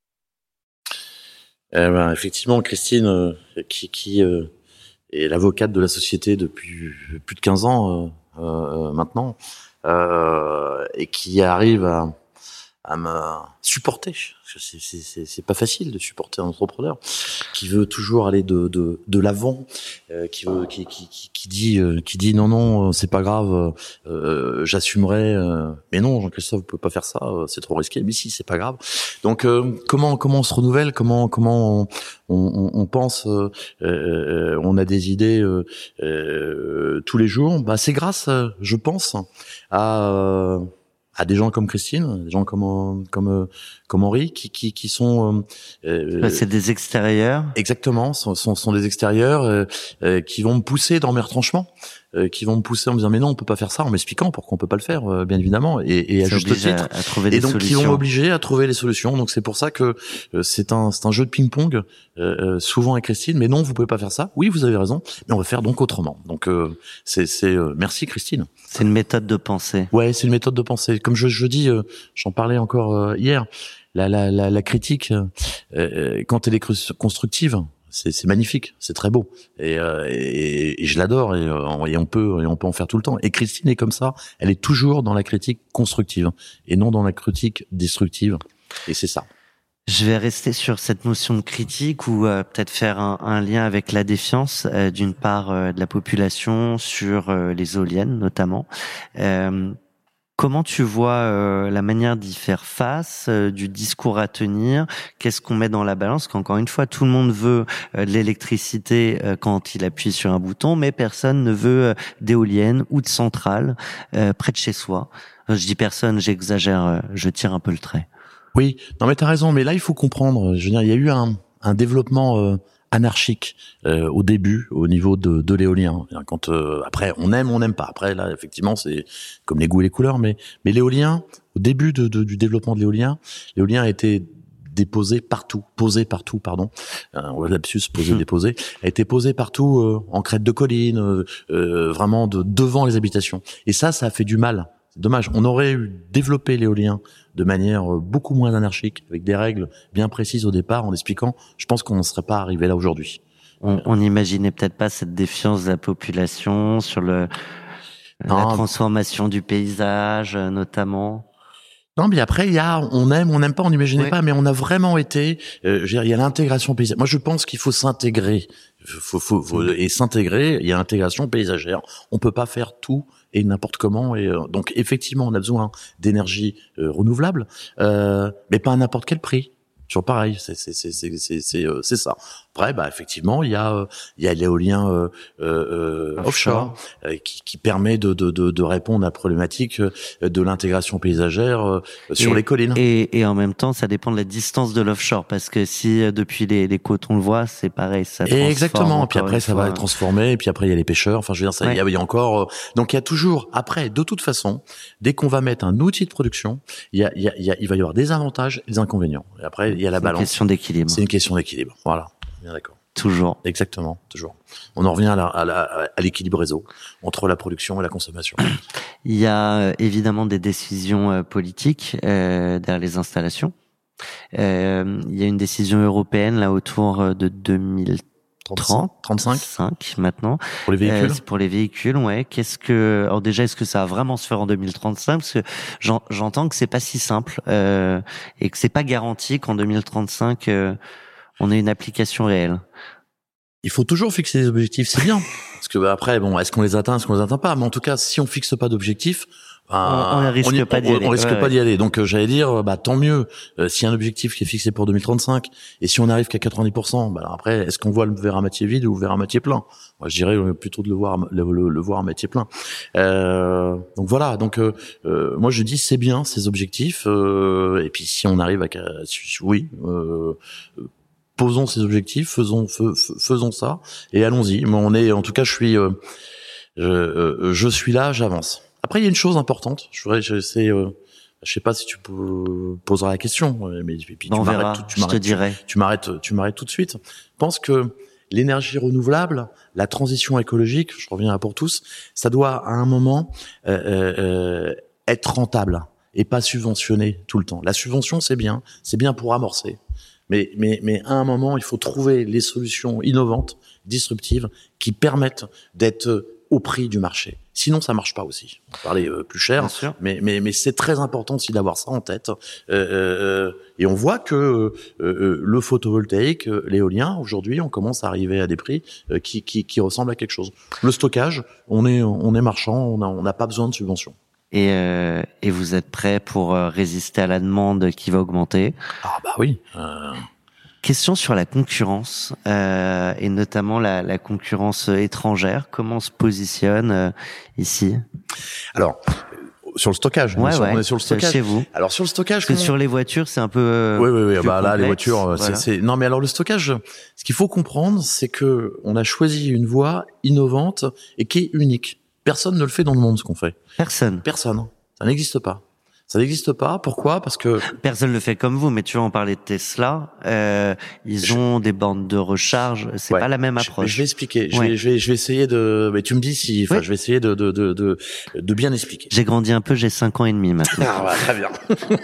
C: Eh ben, effectivement, Christine, euh, qui, qui euh, est l'avocate de la société depuis plus de quinze ans euh, euh, maintenant, euh, et qui arrive à, à me supporter. C'est, c'est, c'est, c'est pas facile de supporter un entrepreneur qui veut toujours aller de, de, de l'avant, euh, qui veut, qui, qui, qui, qui dit, euh, qui dit non, non, c'est pas grave, euh, j'assumerai. Euh, mais non, Jean-Christophe, vous pouvez pas faire ça, c'est trop risqué. Mais si, c'est pas grave. Donc, euh, comment, comment on se renouvelle, comment, comment on, on, on pense, euh, euh, on a des idées euh, euh, tous les jours. Bah, c'est grâce, je pense, à euh, à des gens comme Christine, des gens comme comme comme Henri, qui qui qui sont
B: euh, c'est des extérieurs.
C: Exactement, sont sont, sont des extérieurs euh, euh, qui vont me pousser dans mes retranchements, euh, qui vont me pousser en me disant mais non, on peut pas faire ça, en m'expliquant pourquoi on peut pas le faire, euh, bien évidemment, et, et à juste titre.
B: À, à trouver des
C: et donc
B: solutions.
C: Qui vont m'obliger à trouver les solutions. Donc c'est pour ça que euh, c'est un c'est un jeu de ping-pong, euh, souvent avec Christine. Mais non, vous pouvez pas faire ça. Oui, vous avez raison, mais on va faire donc autrement. Donc euh, c'est c'est euh, merci Christine.
B: C'est une méthode de pensée.
C: Ouais, c'est une méthode de pensée. Comme je je dis, euh, j'en parlais encore euh, hier. La, la, la, la critique, euh, quand elle est constructive, c'est, c'est magnifique, c'est très beau, et, euh, et, et je l'adore, et, euh, et on peut, et on peut en faire tout le temps. Et Christine est comme ça, elle est toujours dans la critique constructive et non dans la critique destructive. Et c'est ça.
B: Je vais rester sur cette notion de critique ou euh, peut-être faire un, un lien avec la défiance euh, d'une part euh, de la population sur euh, les éoliennes notamment. Euh, Comment tu vois euh, la manière d'y faire face, euh, du discours à tenir? Qu'est-ce qu'on met dans la balance? Qu'encore une fois, tout le monde veut euh, de l'électricité euh, quand il appuie sur un bouton, mais personne ne veut euh, d'éoliennes ou de centrales euh, près de chez soi. Je dis personne, j'exagère, euh, je tire un peu le trait.
C: Oui, non mais t'as raison, mais là il faut comprendre. Je veux dire, il y a eu un, un développement euh, anarchique euh, au début au niveau de, de l'éolien. Quand euh, après on aime, on n'aime pas. Après là effectivement c'est comme les goûts et les couleurs, mais mais l'éolien au début de, de, du développement de l'éolien, l'éolien a été déposé partout, posé partout, pardon. Euh, ouais, lapsus, posé, mmh. déposé, a été posé partout euh, en crête de colline, euh, euh, vraiment de devant les habitations. Et ça, ça a fait du mal. C'est dommage. On aurait eu développé l'éolien de manière beaucoup moins anarchique, avec des règles bien précises au départ, en expliquant. Je pense qu'on ne serait pas arrivé là aujourd'hui.
B: On, on n'imaginait peut-être pas cette défiance de la population sur le
C: non.
B: la transformation du paysage, notamment.
C: Non, mais après, il y a, on aime, on n'aime pas, on n'imaginait ouais. pas, mais on a vraiment été, euh, je veux dire, il y a l'intégration paysagère. Moi, je pense qu'il faut s'intégrer. Faut, faut, faut, mmh. Et s'intégrer, il y a l'intégration paysagère. On peut pas faire tout et n'importe comment. Et euh, donc, effectivement, on a besoin d'énergie euh, renouvelable, euh, mais pas à n'importe quel prix. Toujours pareil, c'est c'est c'est c'est c'est c'est, euh, c'est ça. Après, bah effectivement, il y a euh, il y a l'éolien euh, euh, offshore, offshore euh, qui qui permet de de de, de répondre à la problématique euh, de l'intégration paysagère euh, sur
B: et,
C: les collines.
B: Et et en même temps, ça dépend de la distance de l'offshore, parce que si euh, depuis les les côtes on le voit, c'est pareil, ça transforme.
C: Exactement. Et puis après, ça fois. va être transformé. Et puis après, il y a les pêcheurs. Enfin, je veux dire, ça, ouais. il, y a, il y a encore. Euh, donc, il y a toujours. Après, de toute façon, dès qu'on va mettre un outil de production, il y a il y a il, y a, il va y avoir des avantages et des inconvénients. Et après, il y a la
B: c'est
C: balance.
B: C'est une question d'équilibre.
C: C'est une question d'équilibre. Voilà. Bien d'accord.
B: Toujours.
C: Exactement. Toujours. On en revient à, la, à, la, à l'équilibre réseau entre la production et la consommation.
B: Il y a euh, évidemment des décisions euh, politiques euh, derrière les installations. Euh, il y a une décision européenne là autour de deux mille trente, trente-cinq maintenant.
C: Pour les véhicules.
B: Euh, pour les véhicules, ouais. Qu'est-ce que, alors déjà, est-ce que ça va vraiment se faire en deux mille trente-cinq? Parce que j'en, j'entends que c'est pas si simple euh, et que c'est pas garanti qu'en deux mille trente-cinq euh, on ait une application réelle.
C: Il faut toujours fixer des objectifs, c'est bien. Parce que bah, après, bon, est-ce qu'on les atteint, est-ce qu'on les atteint pas? Mais en tout cas, si on fixe pas d'objectifs,
B: bah, on, on risque
C: on y,
B: pas d'y
C: on,
B: aller.
C: On risque
B: ouais,
C: pas
B: ouais.
C: d'y aller. Donc, euh, j'allais dire, bah tant mieux. Euh, s'il y a un objectif qui est fixé pour deux mille trente-cinq, et si on arrive qu'à quatre-vingt-dix pour cent, bah après, est-ce qu'on voit le verre à moitié vide ou le verre à moitié plein? Moi, je dirais plutôt de le voir, le, le, le voir à moitié plein. Euh, donc voilà. Donc, euh, euh, moi, je dis c'est bien ces objectifs. Euh, et puis, si on arrive à, oui. Euh, posons ces objectifs, faisons fais, faisons ça et allons-y. Mais on est, en tout cas, je suis, euh, je, euh, je suis là, j'avance. Après, il y a une chose importante. Je voudrais, je sais, euh, je sais pas si tu poseras la question, mais puis tu
B: on
C: m'arrêtes,
B: verra,
C: tout, tu
B: je
C: m'arrêtes,
B: te dirai.
C: Tu, tu m'arrêtes, tu m'arrêtes tout de suite. Je pense que l'énergie renouvelable, la transition écologique, je reviens à pour tous, ça doit à un moment euh, euh, être rentable et pas subventionné tout le temps. La subvention, c'est bien, c'est bien pour amorcer. Mais, mais, mais à un moment, il faut trouver les solutions innovantes, disruptives, qui permettent d'être au prix du marché. Sinon, ça marche pas aussi. On va parler euh, plus cher, mais, mais, mais c'est très important aussi d'avoir ça en tête. Euh, euh, et on voit que euh, euh, le photovoltaïque, euh, l'éolien, aujourd'hui, on commence à arriver à des prix euh, qui, qui, qui ressemblent à quelque chose. Le stockage, on est, on est marchand, on n'a on n'a pas besoin de subventions.
B: Et, euh, et vous êtes prêt pour euh, résister à la demande qui va augmenter?
C: Ah bah oui. Euh...
B: Question sur la concurrence euh, et notamment la, la concurrence étrangère. Comment on se positionne euh, ici?
C: Alors, sur le stockage.
B: Ouais,
C: on,
B: ouais,
C: on est sur le stockage.
B: Chez vous.
C: Alors sur le stockage.
B: Parce que sur les voitures, c'est un peu. Euh,
C: oui, oui, oui. Bah là,
B: complexe.
C: les voitures,
B: voilà.
C: c'est, c'est. Non, mais alors le stockage, ce qu'il faut comprendre, c'est que on a choisi une voie innovante et qui est unique. Personne ne le fait dans le monde, ce qu'on fait.
B: Personne.
C: Personne. Ça n'existe pas. Ça n'existe pas. Pourquoi? Parce que
B: personne le fait comme vous. Mais tu vois, on parlait de Tesla. Euh, ils je... ont des bornes de recharge. C'est ouais. pas la même approche.
C: Je, je vais expliquer. Je, ouais. vais, je vais, je vais essayer de. Mais tu me dis si. Enfin, ouais. je vais essayer de, de, de, de, de bien expliquer.
B: J'ai grandi un peu. J'ai cinq ans et demi maintenant.
C: Ah, ouais, très bien.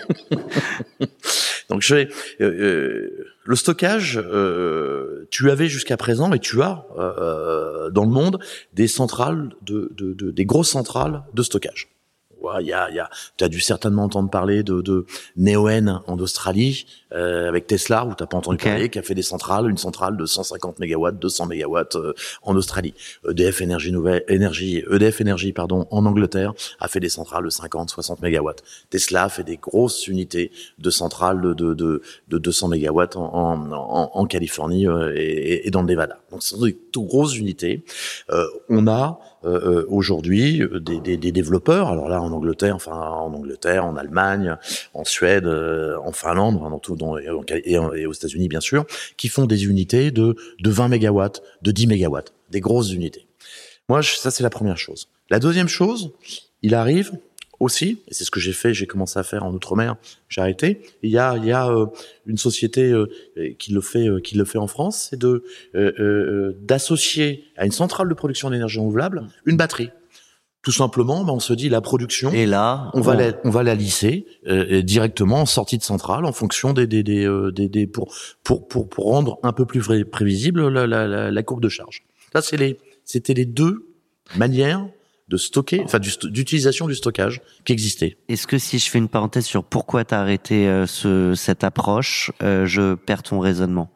C: Donc je vais. Euh, euh, le stockage, euh, tu avais jusqu'à présent et tu as euh, dans le monde des centrales de, de, de des grosses centrales de stockage. Il y a, il y a, tu as dû certainement entendre parler de, de Neoen en Australie, euh, avec Tesla, où t'as pas entendu okay. parler, qui a fait des centrales, une centrale de cent cinquante mégawatts, deux cents mégawatts euh, en Australie. E D F Énergie Nouvelle, énergie, E D F Énergie, pardon, en Angleterre, a fait des centrales de cinquante, soixante mégawatts. Tesla fait des grosses unités de centrales de, de, de, de deux cents mégawatts en, en, en Californie euh, et, et dans le Nevada. Donc, ce sont des tout grosses unités. Euh, on a, Euh, aujourd'hui des, des, des développeurs, alors là en Angleterre, enfin en Angleterre, en Allemagne, en Suède, euh, en Finlande, dans tout, dans, et, et, et aux États-Unis bien sûr, qui font des unités de de vingt mégawatts, de dix mégawatts, des grosses unités. Moi, je, ça c'est la première chose. La deuxième chose, il arrive aussi, et c'est ce que j'ai fait, j'ai commencé à faire en Outre-mer, j'ai arrêté. Il y a, il y a euh, une société euh, qui le fait, euh, qui le fait en France, c'est de euh, euh, d'associer à une centrale de production d'énergie renouvelable une batterie. Tout simplement, ben, on se dit la production.
B: Et là,
C: on va on... la, on va la lisser euh, directement en sortie de centrale en fonction des des des, euh, des, des pour pour pour pour rendre un peu plus prévisible la la la, la courbe de charge. Là, c'est les c'était les deux manières de stocker, enfin du, d'utilisation du stockage qui existait.
B: Est-ce que si je fais une parenthèse sur pourquoi tu as arrêté euh, ce, cette approche, euh, je perds ton raisonnement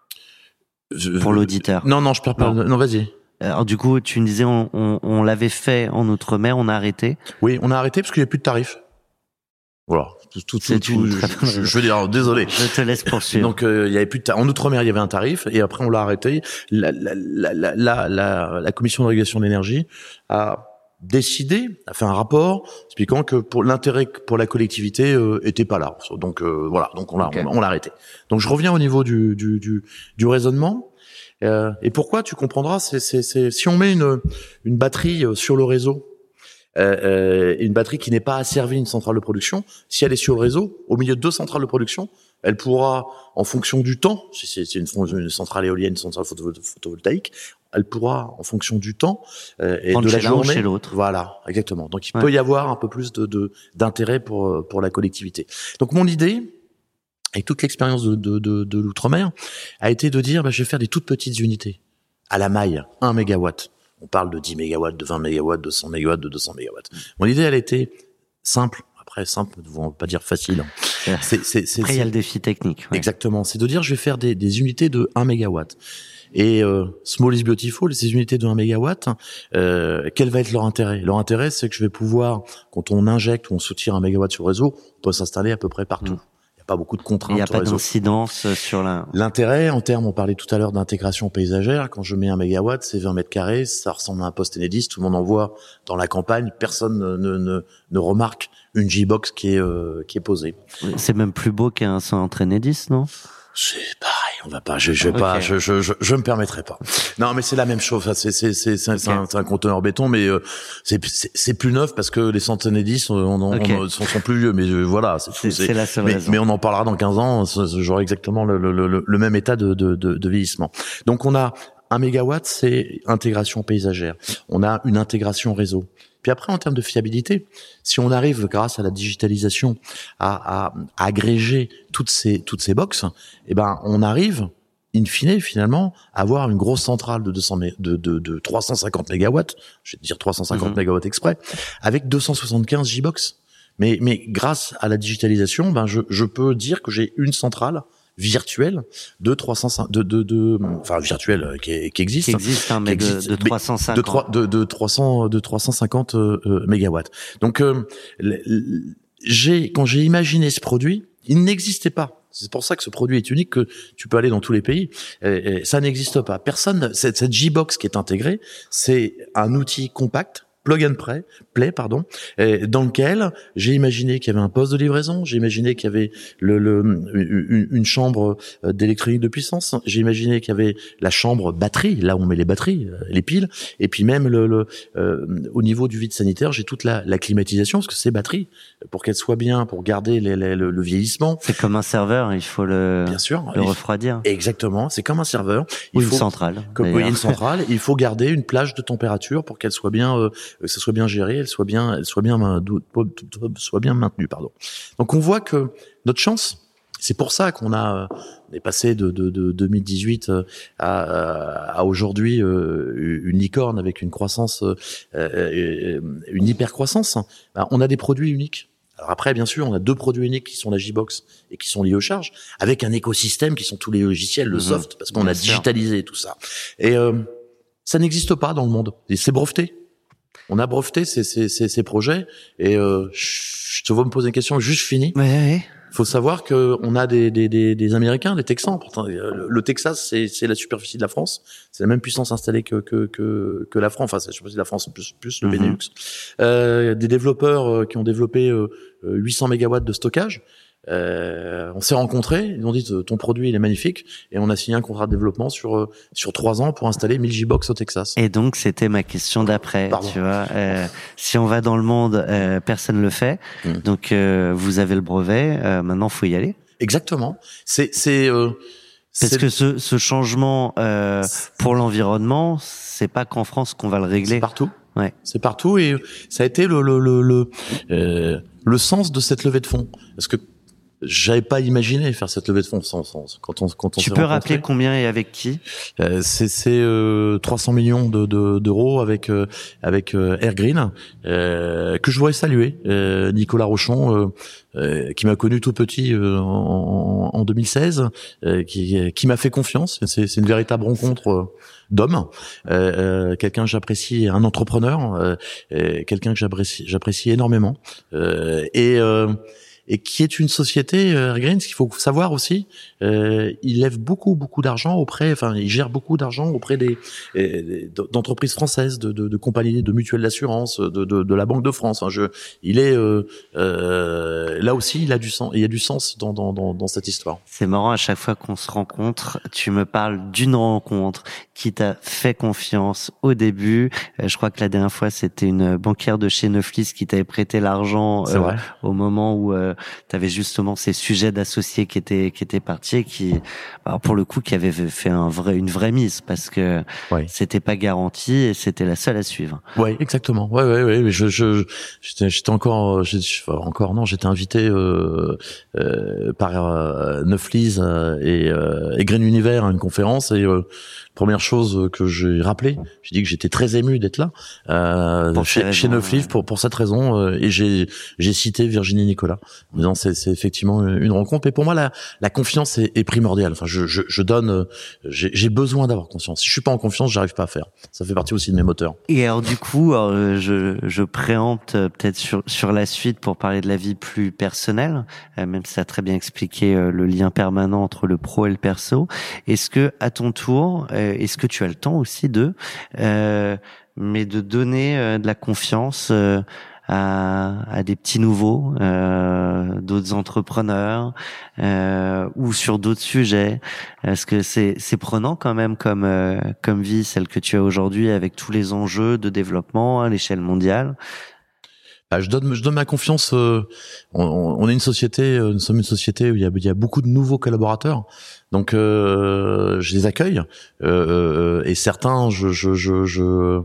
C: je,
B: pour l'auditeur?
C: Non, non, je perds pas. Non, non vas-y.
B: Alors du coup, tu me disais, on, on, on l'avait fait en Outre-mer, on a arrêté.
C: Oui, on a arrêté parce qu'il n'y a plus de tarifs. Voilà. Tout, tout,
B: C'est
C: tout,
B: une
C: tout,
B: très
C: je, je, je veux dire, désolé.
B: Je te laisse poursuivre.
C: Donc, euh, il y avait plus de ta- en Outre-mer, il y avait un tarif, et après on l'a arrêté. La, la, la, la, la, la, la commission de régulation de l'énergie a décidé, a fait un rapport expliquant que pour l'intérêt pour la collectivité euh, était pas là. Donc euh, voilà, donc on l'a,
B: Okay.
C: on, on l'a arrêté. Donc je reviens au niveau du du du, du raisonnement. Euh, et pourquoi, tu comprendras, c'est, c'est, c'est si on met une une batterie sur le réseau. Euh, euh, une batterie qui n'est pas asservie une centrale de production, si elle est sur le réseau, au milieu de deux centrales de production, elle pourra, en fonction du temps, si c'est, c'est une, une centrale éolienne, une centrale photo, photovoltaïque, elle pourra, en fonction du temps euh, et
B: Prendre
C: de la
B: chez l'un ou
C: journée,
B: chez l'autre.
C: Voilà, exactement. Donc il
B: Ouais.
C: peut y avoir un peu plus de, de d'intérêt pour pour la collectivité. Donc mon idée, avec toute l'expérience de, de, de, de l'outre-mer, a été de dire, bah, je vais faire des toutes petites unités à la maille, un mégawatt. On parle de dix mégawatts, de vingt mégawatts, de cent mégawatts, de deux cents mégawatts. Mon idée, elle était simple. Après, simple, on va pas dire facile. C'est, c'est, c'est,
B: Après, il y a
C: c'est-
B: le défi technique. Ouais.
C: Exactement. C'est de dire, je vais faire des, des unités de un mégawatt. Et euh, small is beautiful, ces unités de un mégawatt, euh, quel va être leur intérêt? Leur intérêt, c'est que je vais pouvoir, quand on injecte ou on soutire un mégawatt sur le réseau, on peut s'installer à peu près partout.
B: Mm.
C: Il n'y a pas beaucoup de
B: Il
C: contraintes
B: n'y a
C: au
B: pas
C: réseau.
B: d'incidence sur la...
C: L'intérêt, en termes, on parlait tout à l'heure d'intégration paysagère, quand je mets un mégawatt, c'est vingt mètres carrés, ça ressemble à un poste Enedis, tout le monde en voit dans la campagne, personne ne, ne, ne, ne remarque une J-box qui est, euh, qui est posée.
B: C'est même plus beau qu'un centre Enedis, non?
C: C'est pareil, on va pas, je, je vais pas,
B: Ok.
C: je, je, je, je me permettrai pas. Non, mais c'est la même chose. Enfin, c'est, c'est, c'est, c'est, c'est un, c'est un conteneur béton, mais euh, c'est, c'est, c'est plus neuf parce que les centres Enedis, on, on,
B: Ok.
C: on- sont, sont plus vieux. Mais euh, voilà, c'est,
B: C'est,
C: tout, c'est-
B: c'est la seule
C: mais,
B: raison.
C: mais on en parlera dans quinze ans. ça- ça- J'aurai exactement le, le, le, le même état de, de, de, de vieillissement. Donc on a un mégawatt, c'est intégration paysagère. On a une intégration réseau. Puis après, en termes de fiabilité, si on arrive, grâce à la digitalisation, à, à, à agréger toutes ces toutes ces boxes, eh ben, on arrive, in fine, finalement, à avoir une grosse centrale de deux cents mé- de, de, de trois cent cinquante mégawatts, je vais dire trois cent cinquante
B: Mhm.
C: mégawatts exprès, avec deux cent soixante-quinze J-box. Mais mais grâce à la digitalisation, ben je je peux dire que j'ai une centrale virtuelle de trois cents de de, de enfin virtuelle euh, qui, qui existe.
B: Qui existe, hein, mais
C: qui
B: de,
C: existe,
B: de
C: mais
B: trois cent cinquante.
C: de trois de de trois cents de trois cent cinquante euh, euh, mégawatts. Donc euh, l- l- j'ai quand j'ai imaginé ce produit, il n'existait pas. C'est pour ça que ce produit est unique, que tu peux aller dans tous les pays. Et, et ça n'existe pas. Personne, cette, cette J-box qui est intégrée, c'est un outil compact, plug and play, play pardon, et dans lequel j'ai imaginé qu'il y avait un poste de livraison, j'ai imaginé qu'il y avait le, le une, une chambre d'électronique de puissance, j'ai imaginé qu'il y avait la chambre batterie, là où on met les batteries, les piles, et puis même le, le euh, au niveau du vide sanitaire, j'ai toute la, la climatisation parce que c'est batterie pour qu'elle soit bien, pour garder les, les, le, le vieillissement.
B: C'est comme un serveur, il faut le,
C: Bien sûr,
B: le
C: il-
B: refroidir.
C: exactement, c'est comme un serveur.
B: Ou
C: Il
B: une
C: faut
B: centrale.
C: Comme
B: d'ailleurs.
C: oui, une centrale, il faut garder une plage de température pour qu'elle soit bien, euh, que ça soit bien géré, elle soit bien, elle soit bien, main- dou- soit bien maintenue, pardon. Donc on voit que notre chance, c'est pour ça qu'on a, euh, on est passé de, de, de deux mille dix-huit euh, à, à aujourd'hui euh, une licorne avec une croissance, euh, euh, une hyper croissance. Ben, on a des produits uniques. Alors après, bien sûr, on a deux produits uniques qui sont la J-box et qui sont liés aux charges, avec un écosystème qui sont tous les logiciels, le
B: Mhm.
C: soft, parce qu'on
B: Bien
C: a
B: sûr.
C: digitalisé tout ça. Et euh, ça n'existe pas dans le monde. Et c'est breveté. On a breveté ces, ces, ces, ces projets. Et euh, je te vois me poser une question, juste je finis.
B: Ouais, ouais.
C: Il faut savoir que on a des, des, des, des Américains, des Texans. Pourtant, le, le Texas, c'est, c'est la superficie de la France. C'est la même puissance installée que que que, que la France. Enfin, c'est la superficie de la France plus plus le
B: Mhm.
C: Benelux. Euh, des développeurs euh, qui ont développé euh, huit cents mégawatts de stockage. Euh, on s'est rencontrés, ils nous ont dit ton produit il est magnifique et on a signé un contrat de développement sur euh, sur trois ans pour installer mille J-box au Texas.
B: Et donc, c'était ma question d'après.
C: Pardon.
B: Tu vois, euh, si on va dans le monde, euh, personne le fait.
C: Mm.
B: Donc, euh, vous avez le brevet. Euh, maintenant, faut y aller.
C: Exactement. C'est c'est euh,
B: Parce
C: c'est-
B: que ce, ce changement euh, pour l'environnement, c'est pas qu'en France qu'on va le
C: c'est
B: régler.
C: partout.
B: Ouais.
C: C'est partout et ça a été le le le le, euh, le sens de cette levée de fonds parce que j'avais pas imaginé faire cette levée de fonds sans, sans quand on quand on
B: tu
C: s'est
B: peux
C: rencontrés.
B: rappeler combien et avec qui?
C: euh, C'est c'est euh, trois cents millions de, de d'euros avec euh, avec euh, Airgreen euh, que je voudrais saluer. Euh, Nicolas Rochon euh, euh, qui m'a connu tout petit euh, en, en deux mille seize, euh, qui qui m'a fait confiance. C'est c'est une véritable rencontre euh, d'hommes, euh, euh, quelqu'un que j'apprécie, un entrepreneur, euh, euh, quelqu'un que j'apprécie j'apprécie énormément euh, et euh, et qui est une société, euh, Airgreen, ce qu'il faut savoir aussi, euh, il lève beaucoup, beaucoup d'argent auprès, enfin, il gère beaucoup d'argent auprès des, des d'entreprises françaises, de, de, de compagnies, de mutuelles d'assurance, de, de, de la Banque de France. Enfin, je, il est euh, euh, là aussi, il a du sens, il y a du sens dans, dans, dans, dans cette histoire.
B: C'est marrant, à chaque fois qu'on se rencontre, tu me parles d'une rencontre qui t'a fait confiance au début. Euh, je crois que la dernière fois, c'était une banquière de chez Neuflis qui t'avait prêté l'argent euh, au moment où euh, tu avais justement ces sujets d'associés qui étaient qui étaient partis, qui, alors pour le coup, qui avaient fait un vrai une vraie mise parce que
C: ouais.
B: c'était pas garanti et c'était la seule à suivre.
C: Ouais, exactement. Ouais, ouais, ouais. Je, je, j'étais, j'étais encore, j'étais, encore non, j'étais invité euh, euh, par euh, Neuflis euh, et, euh, et Green Univers à une conférence et euh, première chose que j'ai rappelé, j'ai dit que j'étais très ému d'être là euh, chez, chez Neuflis ouais. pour pour cette raison euh, et j'ai j'ai cité Virginie Nicolas. Non, c'est c'est effectivement une rencontre. Mais pour moi, la la confiance est, est primordiale. Enfin, je je, je donne, j'ai j'ai besoin d'avoir confiance. Si je suis pas en confiance, j'arrive pas à faire. Ça fait partie aussi de mes moteurs.
B: Et alors du coup, alors, je je préempte peut-être sur sur la suite pour parler de la vie plus personnelle, euh, même si ça a très bien expliqué euh, le lien permanent entre le pro et le perso. Est-ce que à ton tour euh, est-ce que tu as le temps aussi de, euh, mais de donner euh, de la confiance euh, à, à des petits nouveaux, euh, d'autres entrepreneurs, euh, ou sur d'autres sujets? Est-ce que c'est c'est prenant quand même comme euh, comme vie, celle que tu as aujourd'hui, avec tous les enjeux de développement à l'échelle mondiale?
C: Bah, je donne, je donne ma confiance. Euh, on, on est une société, nous sommes une société où il y a, il y a beaucoup de nouveaux collaborateurs. Donc, euh, je les accueille euh, et certains, je, je, je, je,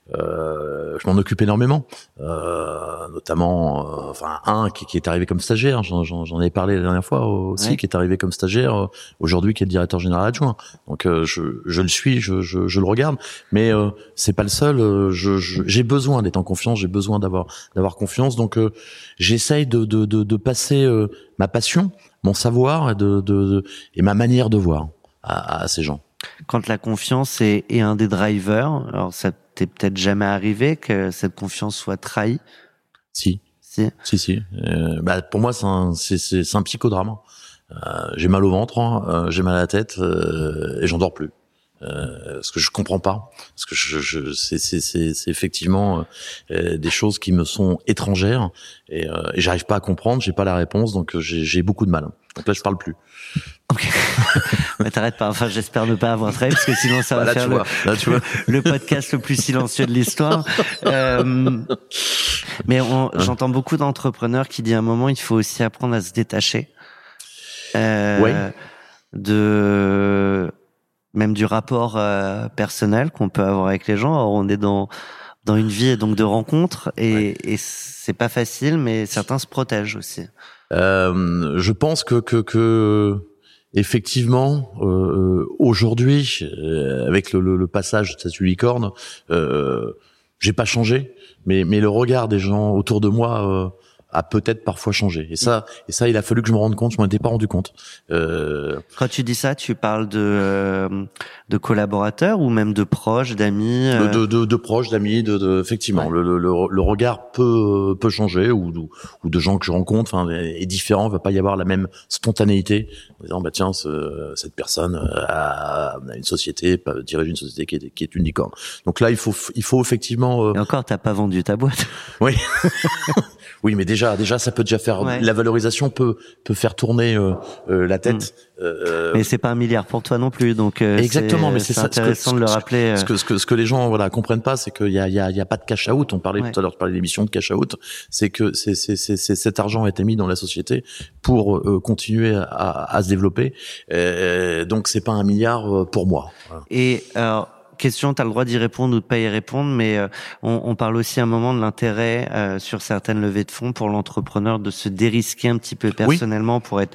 C: euh, je m'en occupe énormément. Euh, notamment, euh, enfin un qui, qui est arrivé comme stagiaire. J'en, j'en, j'en ai parlé la dernière fois aussi, ouais. qui est arrivé comme stagiaire euh, aujourd'hui, qui est le directeur général adjoint. Donc, euh, je, je le suis, je, je, je le regarde, mais euh, c'est pas le seul. Euh, je, je, j'ai besoin d'être en confiance, j'ai besoin d'avoir, d'avoir confiance. Donc, euh, j'essaye de, de, de, de passer euh, ma passion, mon savoir et, de, de, de, et ma manière de voir à, à ces gens.
B: Quand la confiance est, est un des drivers, alors ça t'est peut-être jamais arrivé que cette confiance soit trahie?
C: Si.
B: Si.
C: Si, si. Euh, bah, pour moi, c'est un, c'est, c'est, c'est un psychodrame. Euh, j'ai mal au ventre, hein, euh, j'ai mal à la tête euh, et j'en dors plus. Euh, parce que je comprends pas, parce que je, je c'est, c'est, c'est, c'est effectivement euh, des choses qui me sont étrangères et, euh, et j'arrive pas à comprendre, j'ai pas la réponse, donc j'ai, j'ai beaucoup de mal. Donc là, je parle plus.
B: Ok. Mais t'arrêtes pas. Enfin, j'espère ne pas avoir trahi, parce que sinon ça va
C: bah, là,
B: faire
C: tu
B: le,
C: vois. Là, tu vois.
B: le podcast le plus silencieux de l'histoire. Euh, mais on, hein. j'entends beaucoup d'entrepreneurs qui disent à un moment, il faut aussi apprendre à se détacher. Euh, oui. De même du rapport euh, personnel qu'on peut avoir avec les gens. Alors, on est dans dans une vie donc de rencontres et, ouais. et c'est pas facile, mais certains se protègent aussi.
C: Euh, je pense que que, que effectivement euh, aujourd'hui, euh, avec le, le, le passage de cette licorne, euh, j'ai pas changé, mais mais le regard des gens autour de moi euh, a peut-être parfois changé. Et ça, et ça, il a fallu que je me rende compte. Je m'en étais pas rendu compte. Euh...
B: Quand tu dis ça, tu parles de euh, de collaborateurs ou même de proches, d'amis. Euh...
C: De, de, de, de proches, d'amis. De, de effectivement, ouais. le, le, le regard peut peut changer ou ou de gens que je rencontre. Enfin, est différent. Il va pas y avoir la même spontanéité en disant bah tiens, ce, cette personne a, a une société, dirige une société qui est qui est une licorne. Donc là, il faut il faut effectivement. Euh...
B: Et encore, t'as pas vendu ta boîte.
C: Oui. Oui, mais déjà, déjà, ça peut déjà faire ouais. la valorisation peut peut faire tourner euh, euh, la tête.
B: Mmh. Euh, mais c'est pas un milliard pour toi non plus, donc euh,
C: exactement.
B: C'est,
C: mais c'est,
B: c'est
C: ça,
B: intéressant
C: ce que,
B: de le rappeler.
C: Ce que ce que ce que les gens voilà comprennent pas, c'est qu'il y a il y a il y a pas de cash out. On parlait ouais. tout à l'heure, tu parlais d'émission de cash out. C'est que c'est c'est c'est, c'est cet argent a été mis dans la société pour euh, continuer à, à se développer. Euh, donc c'est pas un milliard pour moi. Voilà.
B: Et alors, question, tu as le droit d'y répondre ou de pas y répondre, mais euh, on, on parle aussi à un moment de l'intérêt euh, sur certaines levées de fonds pour l'entrepreneur de se dérisquer un petit peu personnellement oui. pour être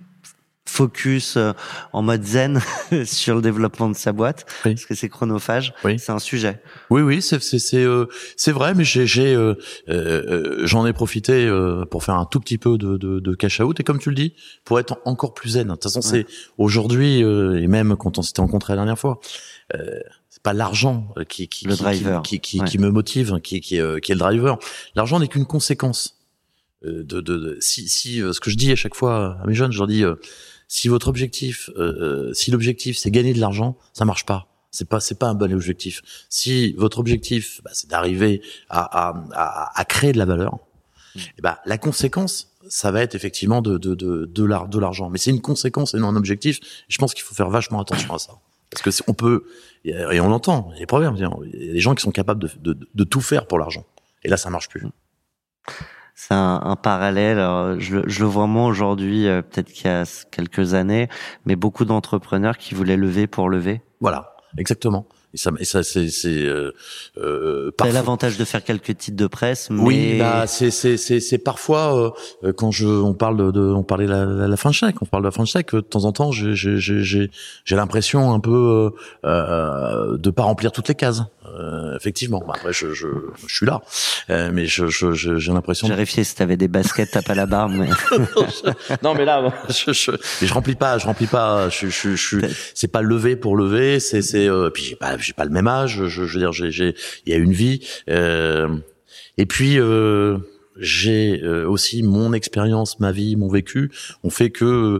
B: focus euh, en mode zen sur le développement de sa boîte, oui. parce que c'est chronophage, oui. c'est un sujet.
C: Oui, oui, c'est c'est c'est euh, c'est vrai, mais j'ai j'ai euh, euh, j'en ai profité euh, pour faire un tout petit peu de de, de cash out et comme tu le dis, pour être encore plus zen. De toute façon, ouais. c'est aujourd'hui euh, et même quand on s'était rencontrés la dernière fois. Euh, c'est pas l'argent qui qui
B: le
C: qui,
B: driver.
C: qui qui,
B: ouais.
C: qui me motive, qui qui euh, qui est le driver. L'argent n'est qu'une conséquence. Euh, de, de de si si euh, ce que je dis à chaque fois à mes jeunes, je leur dis euh, si votre objectif, euh, si l'objectif c'est gagner de l'argent, ça marche pas. C'est pas, c'est pas un bon objectif. Si votre objectif, bah, c'est d'arriver à, à, à, à créer de la valeur, mmh. et bah, la conséquence, ça va être effectivement de, de, de, de, l'ar, de l'argent. Mais c'est une conséquence et non un objectif. Je pense qu'il faut faire vachement attention à ça. Parce que on peut, et on l'entend, il y a des problèmes. Il y a des gens qui sont capables de, de, de tout faire pour l'argent. Et là, ça marche plus.
B: C'est un, un parallèle. Alors, je, je le vois moins aujourd'hui, euh, peut-être qu'il y a quelques années, mais beaucoup d'entrepreneurs qui voulaient lever pour lever.
C: Voilà. Exactement. Et ça, et ça, c'est, c'est, euh, euh,
B: parfois... C'est l'avantage de faire quelques titres de presse, mais...
C: Oui, bah, c'est, c'est, c'est, c'est parfois, euh, quand je, on parle de, de on parlait de la, la, la fin de chèque, on parle de la fin de chèque, de temps en temps, j'ai, j'ai, j'ai, j'ai l'impression un peu, euh, de pas remplir toutes les cases. Euh, effectivement. Bah, après, je, je, je suis là. Euh, mais je, je, je, j'ai l'impression.
B: J'ai vérifié si t'avais des baskets, t'as pas la barbe, mais...
C: non, mais là, je, je, mais je remplis pas, je remplis pas, je, je, je, je c'est pas lever pour lever, c'est, c'est, euh, puis j'ai pas, j'ai pas le même âge, je, je veux dire, j'ai, j'ai, il y a une vie, euh, et puis, euh, j'ai euh, aussi mon expérience, ma vie, mon vécu, on fait que,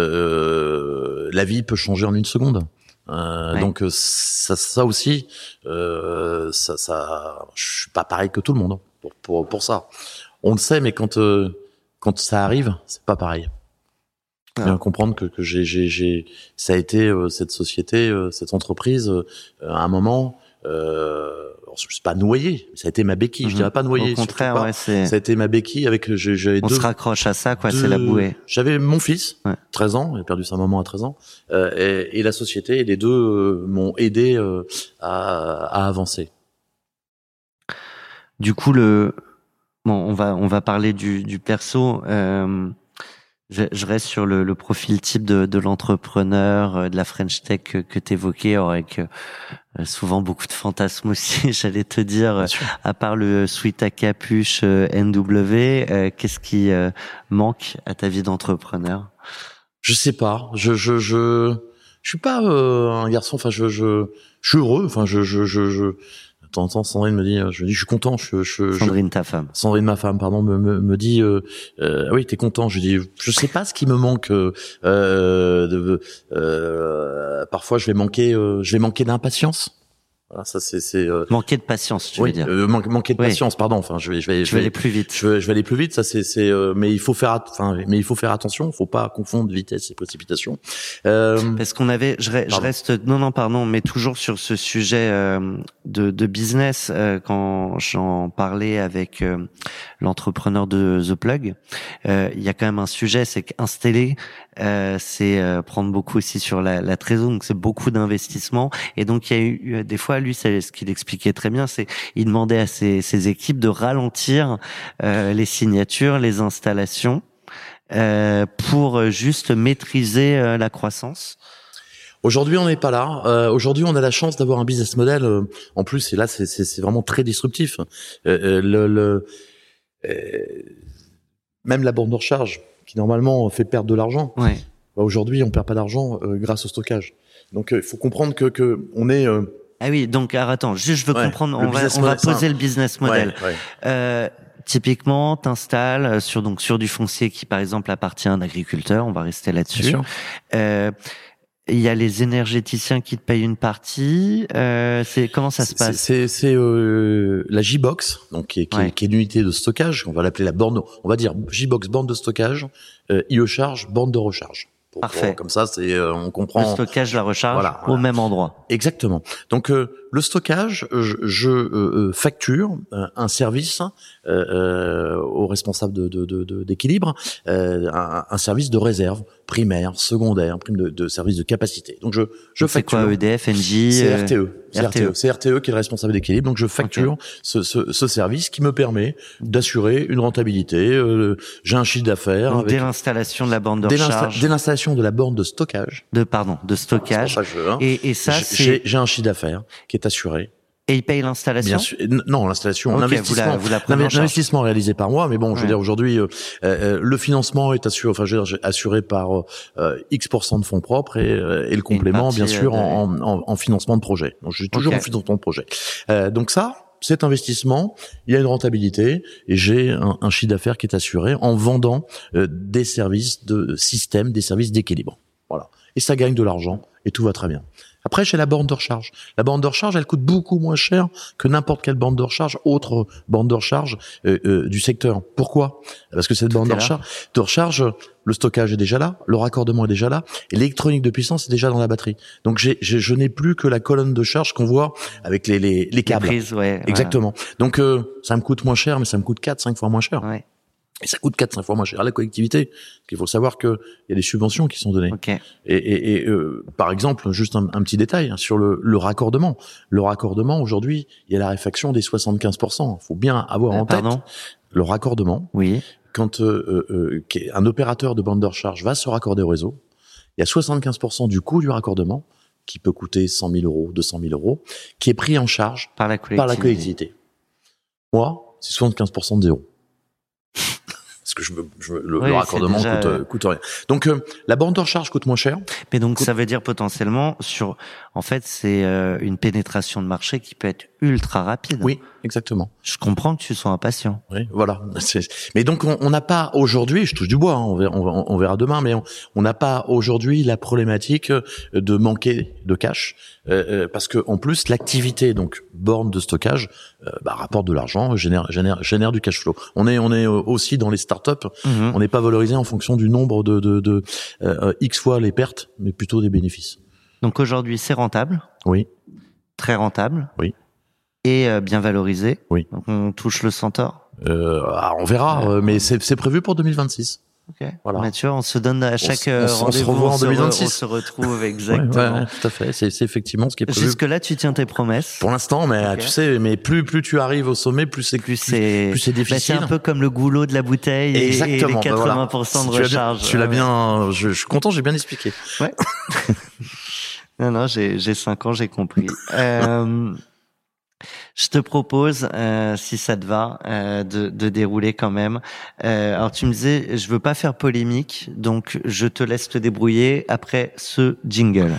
C: euh, la vie peut changer en une seconde. Euh, ouais. Donc ça, ça aussi, euh, ça, ça, je suis pas pareil que tout le monde pour pour pour ça. On le sait, mais quand euh, quand ça arrive, c'est pas pareil. Ah. Bien comprendre que que j'ai j'ai j'ai ça a été euh, cette société, euh, cette entreprise, euh, à un moment. Euh, je suis pas noyé, ça a été ma béquille. Mm-hmm. Je dirais pas noyé.
B: Au contraire,
C: pas.
B: Ouais, c'est.
C: Ça a été ma béquille avec. J'avais
B: On
C: deux,
B: se raccroche à ça, quoi. Deux, c'est la bouée.
C: J'avais mon fils,
B: ouais.
C: treize ans, il a perdu sa maman à treize ans, euh, et, et la société, et les deux euh, m'ont aidé euh, à, à avancer.
B: Du coup, le bon, on va on va parler du du perso. Euh... Je, je reste sur le, le profil type de, de l'entrepreneur, de la French Tech que, que t'évoquais, avec euh, souvent beaucoup de fantasmes aussi, j'allais te dire, à part le suite à capuche euh, N W, euh, qu'est-ce qui euh, manque à ta vie d'entrepreneur?
C: Je sais pas, je je je je suis pas euh, un garçon, enfin je je je suis heureux, enfin je je je je de temps en temps, Sandrine me dit, je dis, je suis content. Je, je,
B: Sandrine,
C: je,
B: ta femme.
C: Sandrine, ma femme, pardon, me, me, me dit, euh, euh, oui, t'es content. Je dis, je sais pas ce qui me manque. Euh, de, euh, parfois, je vais manquer, euh, je vais manquer d'impatience. Voilà, ça c'est c'est euh...
B: manquer de patience, tu
C: oui,
B: veux dire.
C: Euh, man- manquer de
B: oui.
C: patience, pardon. Enfin, je vais je vais
B: je vais aller plus vite.
C: Je vais, je vais aller plus vite, ça c'est c'est euh, mais il faut faire at- enfin mais il faut faire attention, il faut pas confondre vitesse et précipitation.
B: Euh... Parce qu'on avait je, re, je reste non non pardon, mais toujours sur ce sujet euh, de de business euh, quand j'en parlais avec euh, l'entrepreneur de The Plug, euh, il y a quand même un sujet, c'est qu'installer euh, c'est euh, prendre beaucoup aussi sur la la trésorerie, donc c'est beaucoup d'investissement et donc il y a eu des fois lui, c'est ce qu'il expliquait très bien, c'est il demandait à ses, ses équipes de ralentir euh, les signatures, les installations, euh, pour juste maîtriser euh, la croissance.
C: Aujourd'hui, on n'est pas là. Euh, aujourd'hui, on a la chance d'avoir un business model. Euh, en plus, et là, c'est, c'est, c'est vraiment très disruptif. Euh, le, le euh, même la borne de recharge, qui normalement fait perdre de l'argent.
B: Ouais.
C: Bah, aujourd'hui, on perd pas d'argent euh, grâce au stockage. Donc, il euh, faut comprendre que que on est euh,
B: Ah oui, donc alors, attends, juste je veux ouais, comprendre, on va, on va poser le business model.
C: Ouais, ouais.
B: Euh, typiquement, t'installes sur donc sur du foncier qui par exemple appartient à un agriculteur, on va rester là-dessus. Euh, il y a les énergéticiens qui te payent une partie. Euh, c'est comment ça se passe?
C: C'est c'est euh, la J-Box, donc qui est, qui, ouais. est, qui est une unité de stockage. On va l'appeler la borne. On va dire J-Box borne de stockage, euh, I E-Charge borne de recharge. Pour,
B: Parfait.
C: Pour, comme ça, c'est euh, on comprend.
B: Le stockage, la recharge, voilà, voilà. Au même endroit.
C: Exactement. Donc euh, le stockage, je, je euh, facture euh, un service euh, euh, au responsable de, de, de, de d'équilibre, euh, un, un service de réserve primaire, secondaire, prime de, de service de capacité. Donc je je
B: Donc
C: facture.
B: C'est quoi E D F, Engie?
C: C'est R T E. C'est R T E. C'est R T E qui est le responsable d'équilibre. Donc je facture okay. ce, ce, ce service qui me permet d'assurer une rentabilité. Euh, j'ai un chiffre d'affaires.
B: Donc
C: avec
B: dès l'installation de la borne de
C: dès
B: recharge.
C: Dès l'installation de la borne de stockage.
B: De pardon, de stockage.
C: C'est pour ça que je veux, hein.
B: Et, et ça, c'est.
C: J'ai, j'ai un chiffre d'affaires qui est assuré.
B: Et il paye l'installation?
C: Bien sûr. Non, l'installation,
B: okay,
C: l'investissement,
B: vous la, vous la
C: l'investissement réalisé par moi. Mais bon, je veux
B: ouais.
C: dire, aujourd'hui, euh, euh, le financement est assuré, enfin, je veux dire, assuré par euh, X pour cent de fonds propres et, euh, et le complément, bien sûr, de... en, en, en financement de projet. Donc, je suis toujours okay. en financement de projet. Euh, donc ça, cet investissement, il y a une rentabilité et j'ai un, un chiffre d'affaires qui est assuré en vendant euh, des services de système, des services d'équilibre. Voilà. Et ça gagne de l'argent et tout va très bien. Après, j'ai la borne de recharge. La borne de recharge, elle coûte beaucoup moins cher que n'importe quelle borne de recharge, autre borne de recharge euh, euh, du secteur. Pourquoi? Parce que cette borne de recharge, de recharge, le stockage est déjà là, le raccordement est déjà là, et l'électronique de puissance est déjà dans la batterie. Donc, j'ai, j'ai, je n'ai plus que la colonne de charge qu'on voit avec les, les, les câbles.
B: Les prises, ouais,
C: exactement.
B: Ouais.
C: Donc, euh, ça me coûte moins cher, mais ça me coûte quatre, cinq fois moins cher.
B: Ouais.
C: Et ça coûte quatre, cinq fois moins cher à la collectivité. Parce qu'il faut savoir que il y a des subventions qui sont données.
B: Okay.
C: Et, et, et euh, par exemple, juste un, un petit détail hein, sur le, le raccordement. Le raccordement, aujourd'hui, il y a la réfaction des soixante-quinze pour cent. Il faut bien avoir euh, en
B: pardon
C: tête le raccordement.
B: Oui.
C: Quand euh, euh, un opérateur de bande de recharge va se raccorder au réseau, il y a soixante-quinze pour cent du coût du raccordement, qui peut coûter cent mille euros, deux cent mille euros, qui est pris en charge
B: par la collectivité.
C: Par la collectivité. Moi, c'est soixante-quinze pour cent de zéro. Parce que je me, je, le, oui, le raccordement déjà... coûte, euh, coûte rien. Donc euh, la borne de recharge coûte moins cher.
B: Mais donc
C: coûte...
B: ça veut dire potentiellement sur, en fait, c'est euh, une pénétration de marché qui peut être ultra rapide.
C: Oui, exactement.
B: Je comprends que tu sois impatient.
C: Oui, voilà. C'est... Mais donc on n'a pas aujourd'hui, je touche du bois, hein, on, verra, on verra demain, mais on n'a pas aujourd'hui la problématique de manquer de cash, euh, parce que en plus l'activité donc borne de stockage euh, bah, rapporte de l'argent, génère, génère, génère du cash flow. On est on est aussi dans les startups, mmh. on n'est pas valorisé en fonction du nombre de de, de euh, x fois les pertes, mais plutôt des bénéfices.
B: Donc aujourd'hui c'est rentable.
C: Oui.
B: Très rentable.
C: Oui.
B: Et euh, bien valorisé.
C: Oui.
B: Donc on touche le centaure.
C: Euh, ah, on verra, ouais. euh, mais c'est, c'est prévu pour deux mille vingt-six.
B: Ok. Voilà. Mathieu, on se donne à chaque
C: on,
B: on, rendez-vous.
C: On se revoit en deux mille vingt-six.
B: On se retrouve exactement.
C: ouais, ouais, tout à fait. C'est, c'est effectivement ce qui est prévu.
B: Jusque là, tu tiens tes promesses.
C: Pour l'instant, mais okay. tu sais, mais plus plus tu arrives au sommet, plus c'est
B: plus c'est
C: plus c'est difficile.
B: Bah, c'est un peu comme le goulot de la bouteille et, et les quatre-vingts pour cent
C: bah
B: de
C: voilà.
B: recharge.
C: Tu l'as bien. Tu l'as bien je, je suis content, j'ai bien expliqué.
B: Ouais. non, non, j'ai j'ai cinq ans, j'ai compris. euh, Je te propose, euh, si ça te va, euh, de, de dérouler quand même. Euh, alors tu me disais, je veux pas faire polémique, donc je te laisse te débrouiller après ce jingle.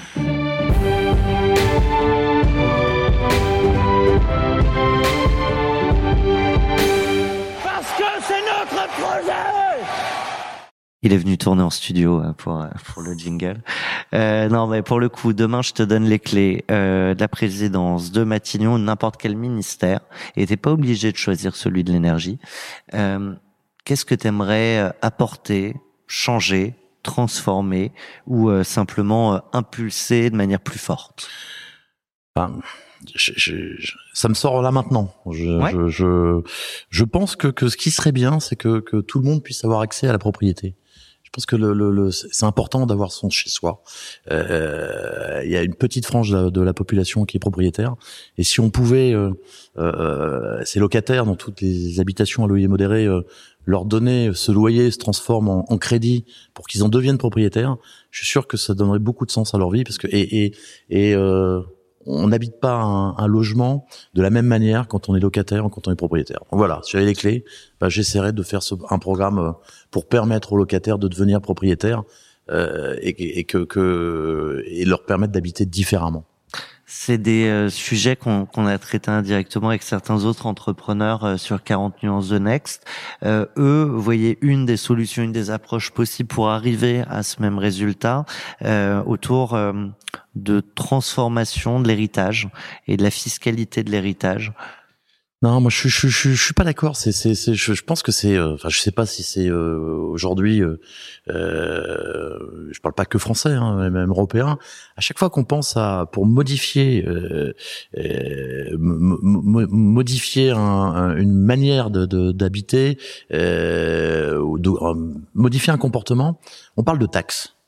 H: Parce que c'est notre projet.
B: Il est venu tourner en studio pour pour le jingle. Euh, non, mais pour le coup, demain, je te donne les clés euh, de la présidence de Matignon, de n'importe quel ministère, et t'es pas obligé de choisir celui de l'énergie. Euh, qu'est-ce que t'aimerais apporter, changer, transformer, ou euh, simplement euh, impulser de manière plus forte?
C: Enfin, je, je, je, ça me sort là maintenant. Je,
B: ouais.
C: je, je, je pense que, que ce qui serait bien, c'est que, que tout le monde puisse avoir accès à la propriété. Je pense que le, le, le, c'est important d'avoir son chez-soi. Euh, il y a une petite frange de la, de la population qui est propriétaire, et si on pouvait, euh, euh, ces locataires dans toutes les habitations à loyer modéré, euh, leur donner ce loyer se transforme en, en crédit pour qu'ils en deviennent propriétaires, je suis sûr que ça donnerait beaucoup de sens à leur vie, parce que et et, et euh, on n'habite pas un, un logement de la même manière quand on est locataire ou quand on est propriétaire. Donc voilà, si j'avais les clés, bah, j'essaierais de faire ce, un programme pour permettre aux locataires de devenir propriétaires euh, et, et que, que et leur permettre d'habiter différemment.
B: C'est des euh, sujets qu'on, qu'on a traités indirectement avec certains autres entrepreneurs euh, sur quarante nuances de Next. Euh, eux, vous voyez, une des solutions, une des approches possibles pour arriver à ce même résultat euh, autour euh, de transformation de l'héritage et de la fiscalité de l'héritage.
C: Non, moi je je je je suis pas d'accord. C'est c'est c'est je, je pense que c'est euh, enfin je sais pas si c'est euh, aujourd'hui euh, euh, je parle pas que français hein, même européen. À chaque fois qu'on pense à pour modifier euh, euh, m- m- modifier un, un, une manière de, de d'habiter euh, ou de, euh, modifier un comportement, on parle de taxes.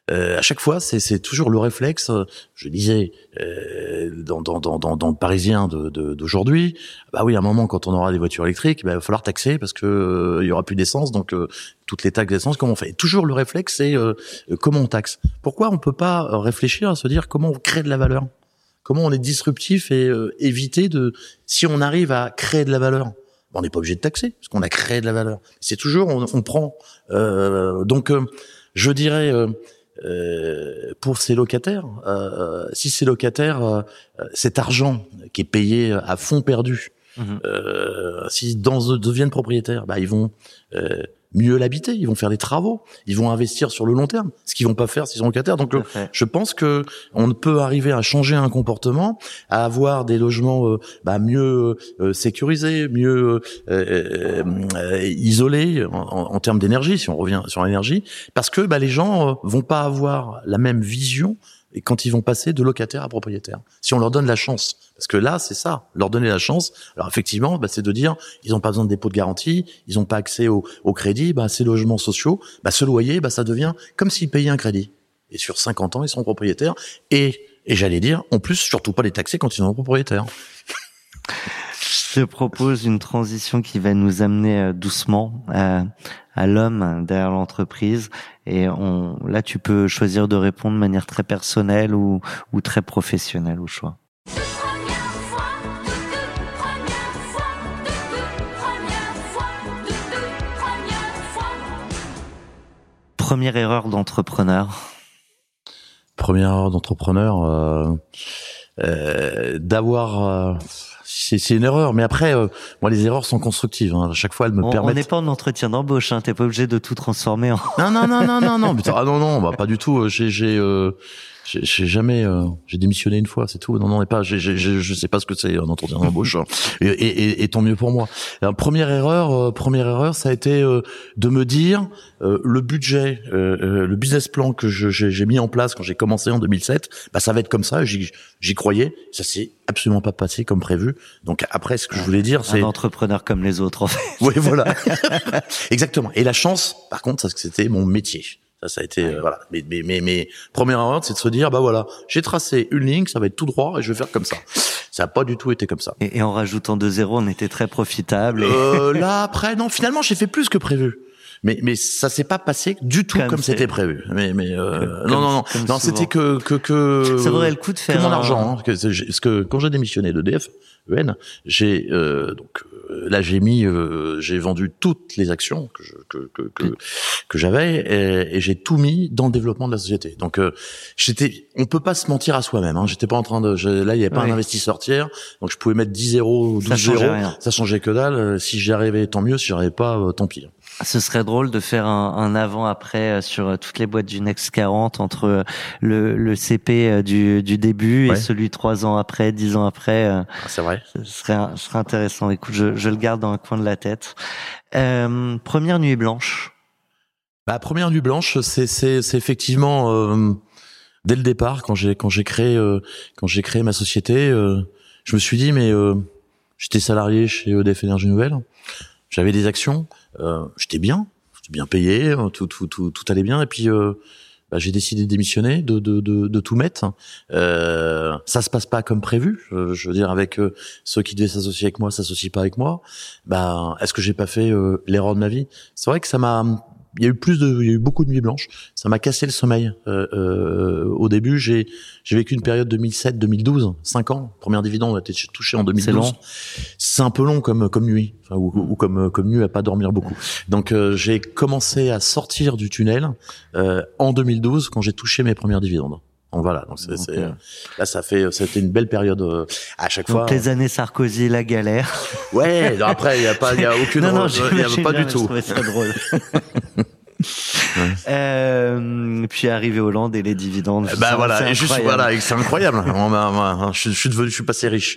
C: Euh, à chaque fois, c'est, c'est toujours le réflexe. Je disais euh, dans, dans, dans, dans, dans le Parisien de, de, d'aujourd'hui, bah oui, à un moment, quand on aura des voitures électriques, bah, il va falloir taxer parce que euh, il y aura plus d'essence, donc euh, toutes les taxes d'essence, comment on fait? Et toujours le réflexe, c'est euh, comment on taxe. Pourquoi on peut pas réfléchir à se dire comment on crée de la valeur? Comment on est disruptif et euh, éviter de, si on arrive à créer de la valeur, on n'est pas obligé de taxer parce qu'on a créé de la valeur. C'est toujours, on, on prend. Euh, donc, euh, je dirais. Euh, Euh, pour ces locataires, euh, si ces locataires, euh, cet argent qui est payé à fond perdu, mmh. euh, s'ils deviennent propriétaires, bah ils vont euh, mieux l'habiter, ils vont faire des travaux, ils vont investir sur le long terme, ce qu'ils vont pas faire s'ils sont locataires. Donc, le, je pense que on peut arriver à changer un comportement, à avoir des logements euh, bah, mieux euh, sécurisés, mieux euh, euh, isolés en, en, en termes d'énergie, si on revient sur l'énergie, parce que bah, les gens euh, vont pas avoir la même vision et quand ils vont passer de locataire à propriétaire. Si on leur donne la chance, parce que là, c'est ça, leur donner la chance. Alors effectivement, bah, c'est de dire, ils n'ont pas besoin de dépôt de garantie, ils n'ont pas accès au, au crédit, bah, ces logements sociaux, bah, ce loyer, bah, ça devient comme s'ils payaient un crédit. Et sur cinquante ans, ils sont propriétaires. Et, et j'allais dire, en plus, surtout pas les taxer quand ils sont propriétaires.
B: Je te propose une transition qui va nous amener doucement à, à l'homme derrière l'entreprise. Et on, là, tu peux choisir de répondre de manière très personnelle ou, ou très professionnelle au choix. Première erreur d'entrepreneur.
C: Première erreur d'entrepreneur, euh, euh, d'avoir... Euh, C'est, c'est une erreur, mais après, euh, moi, les erreurs sont constructives. Hein. À chaque fois, elles me
B: on,
C: permettent.
B: On n'est pas en entretien d'embauche, hein. T'es pas obligé de tout transformer en.
C: Non, non, non, non, non, non. Putain, ah non, non, bah pas du tout. J'ai, j'ai, euh, j'ai, j'ai jamais, euh, j'ai démissionné une fois, c'est tout. Non, non, et pas. J'ai, j'ai, je sais pas ce que c'est un entretien d'embauche. Hein. Et, et, et, et tant mieux pour moi. Alors, première erreur, euh, première erreur, ça a été euh, de me dire euh, le budget, euh, euh, le business plan que je, j'ai, j'ai mis en place quand j'ai commencé en deux mille sept. Bah, ça va être comme ça. J'y, j'y croyais. Ça s'est absolument pas passé comme prévu. Donc après, ce que je voulais dire, c'est
B: un entrepreneur comme les autres, en fait.
C: Oui, voilà, exactement. Et la chance, par contre, ça, c'était mon métier. Ça, ça a été euh, voilà. Mais, mais, mais, mais première erreur, c'est de se dire, bah voilà, j'ai tracé une ligne, ça va être tout droit, et je vais faire comme ça. Ça a pas du tout été comme ça.
B: Et, et en rajoutant deux zéros, on était très profitable. Et...
C: Euh, là, après, non, finalement, j'ai fait plus que prévu. Mais mais ça s'est pas passé du tout comme, comme c'était prévu. Mais mais euh,
B: comme,
C: non non non non c'était que que que
B: ça vaudrait le coup de faire
C: que mon
B: un...
C: argent. Hein, que, parce que quand j'ai démissionné d'E D F E N, j'ai euh, donc là j'ai mis euh, j'ai vendu toutes les actions que je, que que que, que j'avais et, et j'ai tout mis dans le développement de la société. Donc euh, j'étais on peut pas se mentir à soi-même. Hein, j'étais pas en train de je, là il y avait pas oui. un investisseur tiers, donc je pouvais mettre dix zéros, douze zéros, ça changeait que dalle. Si j'y arrivais, tant mieux. Si j'y arrivais pas, euh, tant pis.
B: Ce serait drôle de faire un, un avant-après sur toutes les boîtes du Next quarante entre le, le C P du, du début ouais. et celui trois ans après, dix ans après.
C: Ah, c'est vrai.
B: Ce serait, ce serait intéressant. Écoute, je, je le garde dans un coin de la tête. Euh, première nuit blanche.
C: Bah, première nuit blanche, c'est, c'est, c'est effectivement euh, dès le départ quand j'ai quand j'ai créé euh, quand j'ai créé ma société, euh, je me suis dit mais euh, j'étais salarié chez E D F Énergie Nouvelle. J'avais des actions, euh, j'étais bien, j'étais bien payé, tout, tout, tout, tout allait bien. Et puis, euh, bah, j'ai décidé de démissionner, de, de, de, de tout mettre. Euh, ça se passe pas comme prévu. Je, je veux dire, avec euh, ceux qui devaient s'associer avec moi, s'associent pas avec moi. Bah, est-ce que j'ai pas fait euh, l'erreur de ma vie ? C'est vrai que ça m'a. Il y a eu plus de, il y a eu beaucoup de nuits blanches. Ça m'a cassé le sommeil. Euh, euh, au début, j'ai, j'ai vécu une période deux mille sept deux mille douze, cinq ans. Première dividende a été touchée en deux mille douze.
B: C'est long.
C: C'est un peu long comme comme nuit, enfin, ou, ou comme comme nuit à pas dormir beaucoup. Donc euh, j'ai commencé à sortir du tunnel euh, en deux mille douze quand j'ai touché mes premières dividendes. Donc voilà, donc c'est, okay. c'est là ça fait c'était une belle période euh, à chaque
B: donc
C: fois.
B: Les années Sarkozy, la galère.
C: Ouais, non, après il y a pas il y a aucune
B: non, non,
C: il y a pas
B: bien,
C: du tout.
B: Je trouvais ça drôle. Ouais. Euh, puis arrivé Hollande et les dividendes.
C: Bah ça, voilà, et juste voilà, c'est incroyable. je, je suis devenu, je suis passé riche.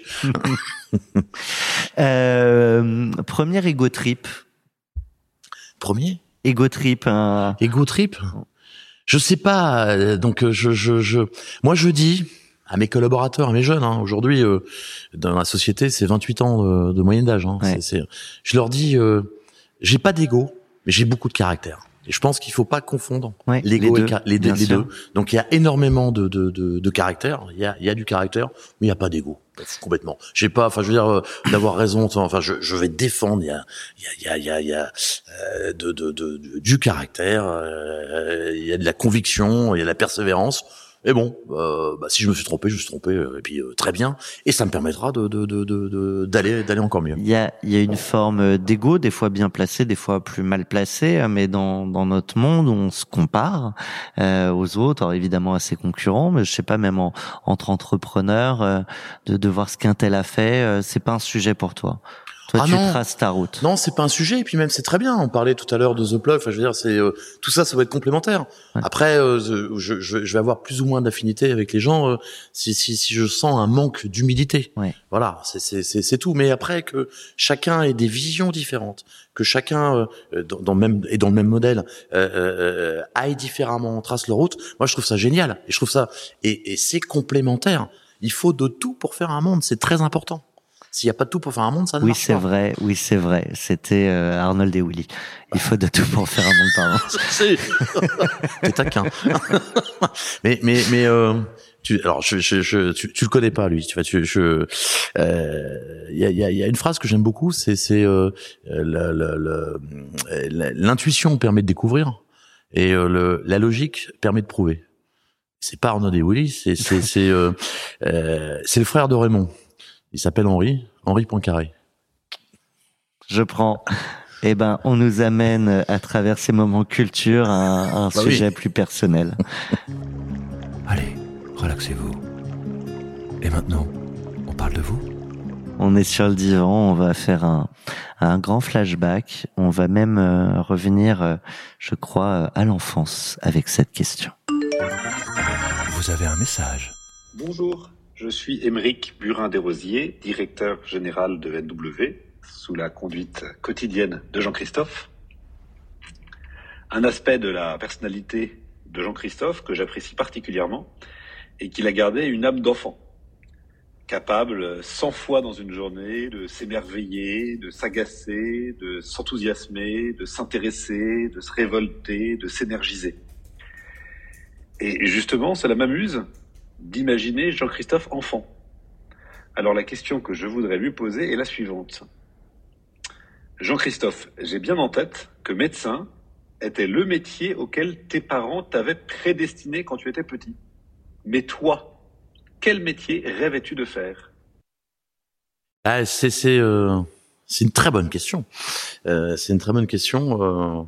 B: euh, première ego trip.
C: Premier.
B: Ego trip. Un...
C: Ego trip. Je sais pas. Donc je je je. Moi je dis à mes collaborateurs, à mes jeunes. Hein, aujourd'hui, euh, dans la société, c'est vingt-huit ans de, de moyenne d'âge. Hein,
B: ouais.
C: c'est, c'est, je leur dis, euh, j'ai pas d'ego, mais j'ai beaucoup de caractère. Et je pense qu'il faut pas confondre
B: ouais,
C: l'ego
B: les
C: et
B: deux,
C: les, deux, les
B: sûr.
C: deux. Donc il y a énormément de, de, de, de caractère. Il y a, il y a du caractère, mais il y a pas d'ego. Complètement. J'ai pas, enfin, je veux dire, euh, d'avoir raison. Enfin, je, je vais défendre. Il y a, il y a, il y a, il y a euh, de, de, de, de, du caractère. Euh, il y a de la conviction. Il y a de la persévérance. Mais bon, euh, bah, si je me suis trompé, je me suis trompé, et puis euh, très bien, et ça me permettra de, de, de, de, d'aller, d'aller encore mieux.
B: Il y a, il y a une forme d'ego, des fois bien placée, des fois plus mal placée, mais dans, dans notre monde, on se compare euh, aux autres, alors évidemment à ses concurrents, mais je sais pas, même en, entre entrepreneurs, euh, de, de voir ce qu'un tel a fait, euh, c'est pas un sujet pour toi. Toi,
C: ah
B: tu
C: non.
B: traces ta route.
C: Non, c'est pas un sujet. Et puis même, c'est très bien. On parlait tout à l'heure de The Plug. Enfin, je veux dire, c'est euh, tout ça, ça va être complémentaire. Ouais. Après, euh, je, je, je vais avoir plus ou moins d'affinité avec les gens euh, si, si, si je sens un manque d'humilité.
B: Ouais.
C: Voilà, c'est, c'est, c'est, c'est tout. Mais après, que chacun ait des visions différentes, que chacun euh, dans, dans le même et dans le même modèle euh, euh, aille différemment, trace leur route. Moi, je trouve ça génial. Et je trouve ça et, et c'est complémentaire. Il faut de tout pour faire un monde. C'est très important. S'il n'y a pas de tout pour faire un monde, ça ne
B: oui,
C: marche
B: c'est
C: pas.
B: Vrai, oui, c'est vrai. C'était euh, Arnold et Willy. Il faut de tout pour faire un monde, pardon.
C: c'est... T'es taquin. mais, mais, mais, euh, tu, alors, je, je, je, tu, tu le connais pas, lui. Tu vois, tu, je, euh, il y a, il y a, il y a une phrase que j'aime beaucoup, c'est, c'est, euh, le, le, le, l'intuition permet de découvrir et euh, le, la logique permet de prouver. C'est pas Arnold et Willy, c'est, c'est, c'est, euh, euh, c'est le frère de Raymond. Il s'appelle Henri, Henri Poincaré.
B: Je prends. Eh ben, on nous amène à travers ces moments culture à un, à un bah sujet oui. plus personnel.
D: Allez, relaxez-vous. Et maintenant, on parle de vous ?
B: On est sur le divan, on va faire un, un grand flashback. On va même euh, revenir, euh, je crois, à l'enfance avec cette question.
D: Vous avez un message.
I: Bonjour. Je suis Émeric Burin-Desrosiers, directeur général de N W, sous la conduite quotidienne de Jean-Christophe. Un aspect de la personnalité de Jean-Christophe que j'apprécie particulièrement est qu'il a gardé une âme d'enfant, capable cent fois dans une journée de s'émerveiller, de s'agacer, de s'enthousiasmer, de s'intéresser, de se révolter, de s'énergiser. Et justement, cela m'amuse d'imaginer Jean-Christophe enfant. Alors la question que je voudrais lui poser est la suivante. Jean-Christophe, j'ai bien en tête que médecin était le métier auquel tes parents t'avaient prédestiné quand tu étais petit. Mais toi, quel métier rêvais-tu de faire ?
C: Ah, c'est c'est euh, c'est une très bonne question. Euh, c'est une très bonne question. Euh,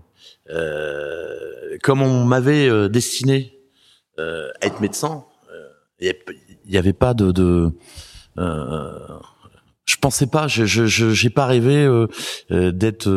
C: euh, comme on m'avait euh, destiné euh, à être médecin. Il y avait pas de, de euh, je pensais pas, je, je, je j'ai pas rêvé euh, d'être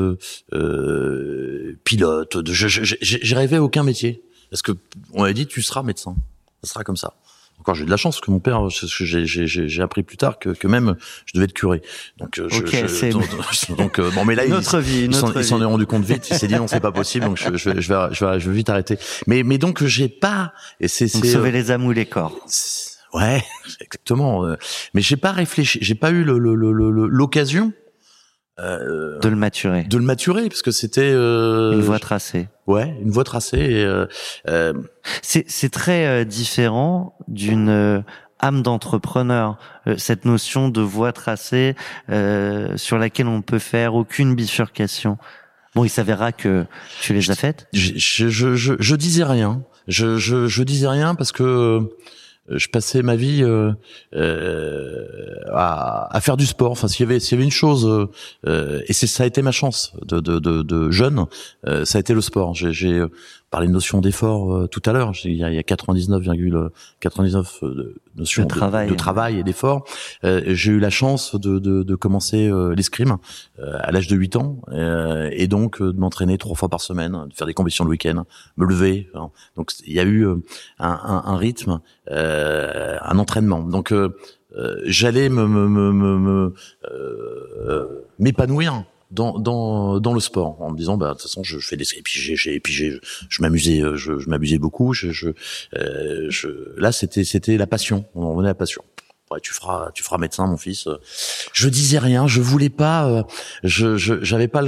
C: euh, pilote. De, je, je, j'ai rêvé à aucun métier parce que on m'a dit tu seras médecin, ça sera comme ça. Encore j'ai de la chance que mon père, j'ai, j'ai, j'ai appris plus tard que, que même je devais être curé. Donc, je,
B: okay,
C: je, donc, donc bon, mais là
B: notre
C: il,
B: vie,
C: il,
B: notre
C: s'en, il s'en est rendu compte vite. Il s'est dit non, c'est pas possible. Donc je, je, vais, je vais, je vais, je vais vite arrêter. Mais, mais donc j'ai pas. Et c'est,
B: donc
C: c'est
B: sauver
C: euh,
B: les âmes ou les corps.
C: Ouais, exactement. Mais j'ai pas réfléchi, j'ai pas eu le, le, le, le, l'occasion.
B: Euh, de le maturer.
C: De le maturer, parce que c'était euh,
B: une voie tracée.
C: Ouais, une voie tracée. Et, euh, euh,
B: c'est, c'est très euh, différent d'une euh, âme d'entrepreneur. Euh, cette notion de voie tracée euh, sur laquelle on ne peut faire aucune bifurcation. Bon, il s'avérera que tu les as faites.
C: Je, je, je, je, je disais rien. Je, je, je disais rien parce que je passais ma vie euh, euh, à, à faire du sport. Enfin, s'il y avait, s'il y avait une chose, euh, et c'est ça a été ma chance de, de, de, de jeune, euh, ça a été le sport. J'ai, j'ai parlé de notion d'effort euh, tout à l'heure. Il y a, il y a quatre-vingt-dix-neuf virgule quatre-vingt-dix-neuf de notion de travail, de, de travail et d'effort. Euh, j'ai eu la chance de, de, de commencer euh, l'escrime euh, à l'âge de huit ans, euh, et donc euh, de m'entraîner trois fois par semaine, de faire des compétitions le week-end, me lever. Hein. Donc il y a eu euh, un, un, un rythme. Euh, un entraînement. Donc euh, euh, j'allais me, me, me, me euh, m'épanouir dans dans dans le sport en me disant bah de toute façon je, je fais des et puis j'ai, j'ai et puis j'ai je m'amusais je, je m'amusais beaucoup je je, euh, je là c'était c'était la passion, on en venait à la passion. Ouais, tu feras tu feras médecin mon fils. Je disais rien, je voulais pas euh, je je j'avais pas le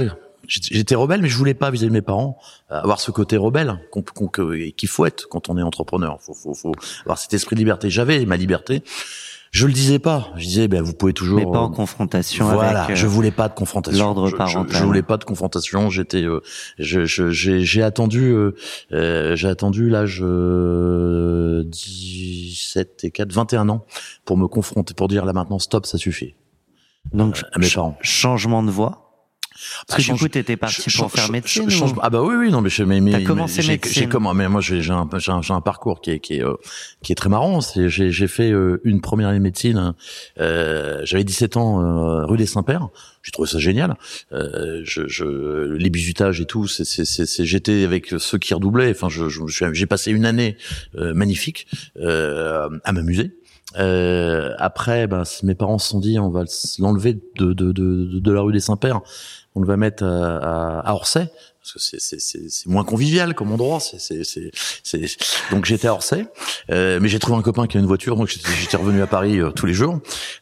C: j'étais rebelle, mais je voulais pas vis-à-vis de mes parents avoir ce côté rebelle qu'on, qu'on, qu'il faut être quand on est entrepreneur. Faut, faut, faut avoir cet esprit de liberté. J'avais ma liberté. Je le disais pas. Je disais, ben, vous pouvez toujours.
B: Mais pas en confrontation
C: voilà,
B: avec.
C: Euh, je voulais pas de confrontation.
B: L'ordre
C: je,
B: parental.
C: Je, je voulais pas de confrontation. J'étais, euh, je, je, j'ai, j'ai attendu, euh, euh, j'ai attendu l'âge euh, dix-sept et quatre, vingt et un ans pour me confronter, pour dire là maintenant stop, ça suffit.
B: Donc,
C: euh, à mes parents.
B: Change-ement de voie. Parce
C: bah,
B: que
C: change,
B: du coup, t'étais parti
C: ch-
B: pour
C: ch-
B: faire
C: ch-
B: médecine.
C: change,
B: ou...
C: Ah bah oui, oui, non, mais je, mais, mais
B: T'as commencé
C: mais j'ai,
B: médecine.
C: j'ai comment, mais moi, j'ai, j'ai un, j'ai un, j'ai un parcours qui est, qui est, euh, qui est très marrant. C'est, j'ai, j'ai fait euh, une première année de médecine. Euh, j'avais dix-sept ans, euh, rue des Saints-Pères. J'ai trouvé ça génial. Euh, je, je, les bizutages et tout, c'est, c'est, c'est, c'est, j'étais avec ceux qui redoublaient. Enfin, je, je, je suis, j'ai passé une année euh, magnifique euh, à m'amuser. Euh, après, bah, mes parents se sont dit, on va l'enlever de, de, de, de la rue des Saints-Pères. On le va mettre à, à Orsay parce que c'est, c'est, c'est, c'est moins convivial comme endroit. C'est, c'est, c'est, c'est... Donc j'étais à Orsay, euh, mais j'ai trouvé un copain qui a une voiture, donc j'étais, j'étais revenu à Paris euh, tous les jours.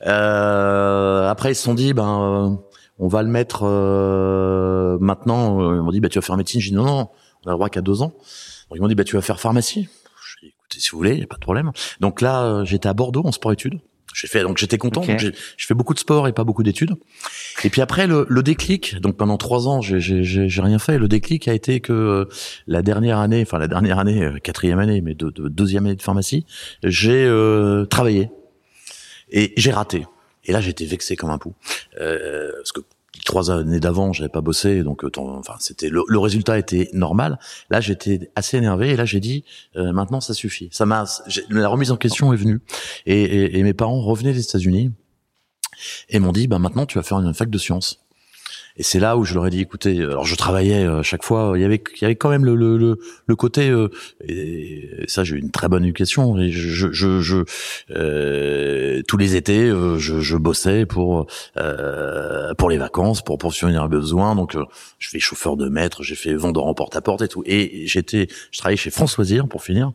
C: Euh, après ils se sont dit, ben, euh, on va le mettre euh, maintenant. Euh, ils m'ont dit, bah tu vas faire médecine. J'ai dit non, non, on a le droit qu'à deux ans. Donc ils m'ont dit, bah tu vas faire pharmacie. J'ai dit, écoutez, si vous voulez, y a pas de problème. Donc là, euh, j'étais à Bordeaux en sport-études. J'ai fait, donc j'étais content.
B: Okay.
C: Donc j'ai, j'ai fait beaucoup de sport et pas beaucoup d'études. Et puis après le, le déclic, donc pendant trois ans, j'ai, j'ai, j'ai, j'ai rien fait. Le déclic a été que euh, la dernière année, enfin la dernière année, euh, quatrième année, mais de, de deuxième année de pharmacie, j'ai euh, travaillé et j'ai raté. Et là j'étais vexé comme un pou, euh, parce que trois années d'avant, j'avais pas bossé, donc enfin c'était le, le résultat était normal. Là, j'étais assez énervé et là j'ai dit euh, maintenant ça suffit. Ça m'a la remise en question est venue et, et, et mes parents revenaient des États-Unis et m'ont dit bah maintenant tu vas faire une fac de sciences. Et c'est là où je leur ai dit, écoutez, alors je travaillais à chaque fois, il y avait, il y avait quand même le, le, le, le côté, euh, et ça j'ai eu une très bonne éducation. Et je, je, je, euh, tous les étés, euh, je, je bossais pour, euh, pour les vacances, pour poursuivre les besoins. Donc, euh, je fais chauffeur de maître, j'ai fait vendeur en porte-à-porte et tout. Et j'étais, je travaillais chez France Loisirs pour finir.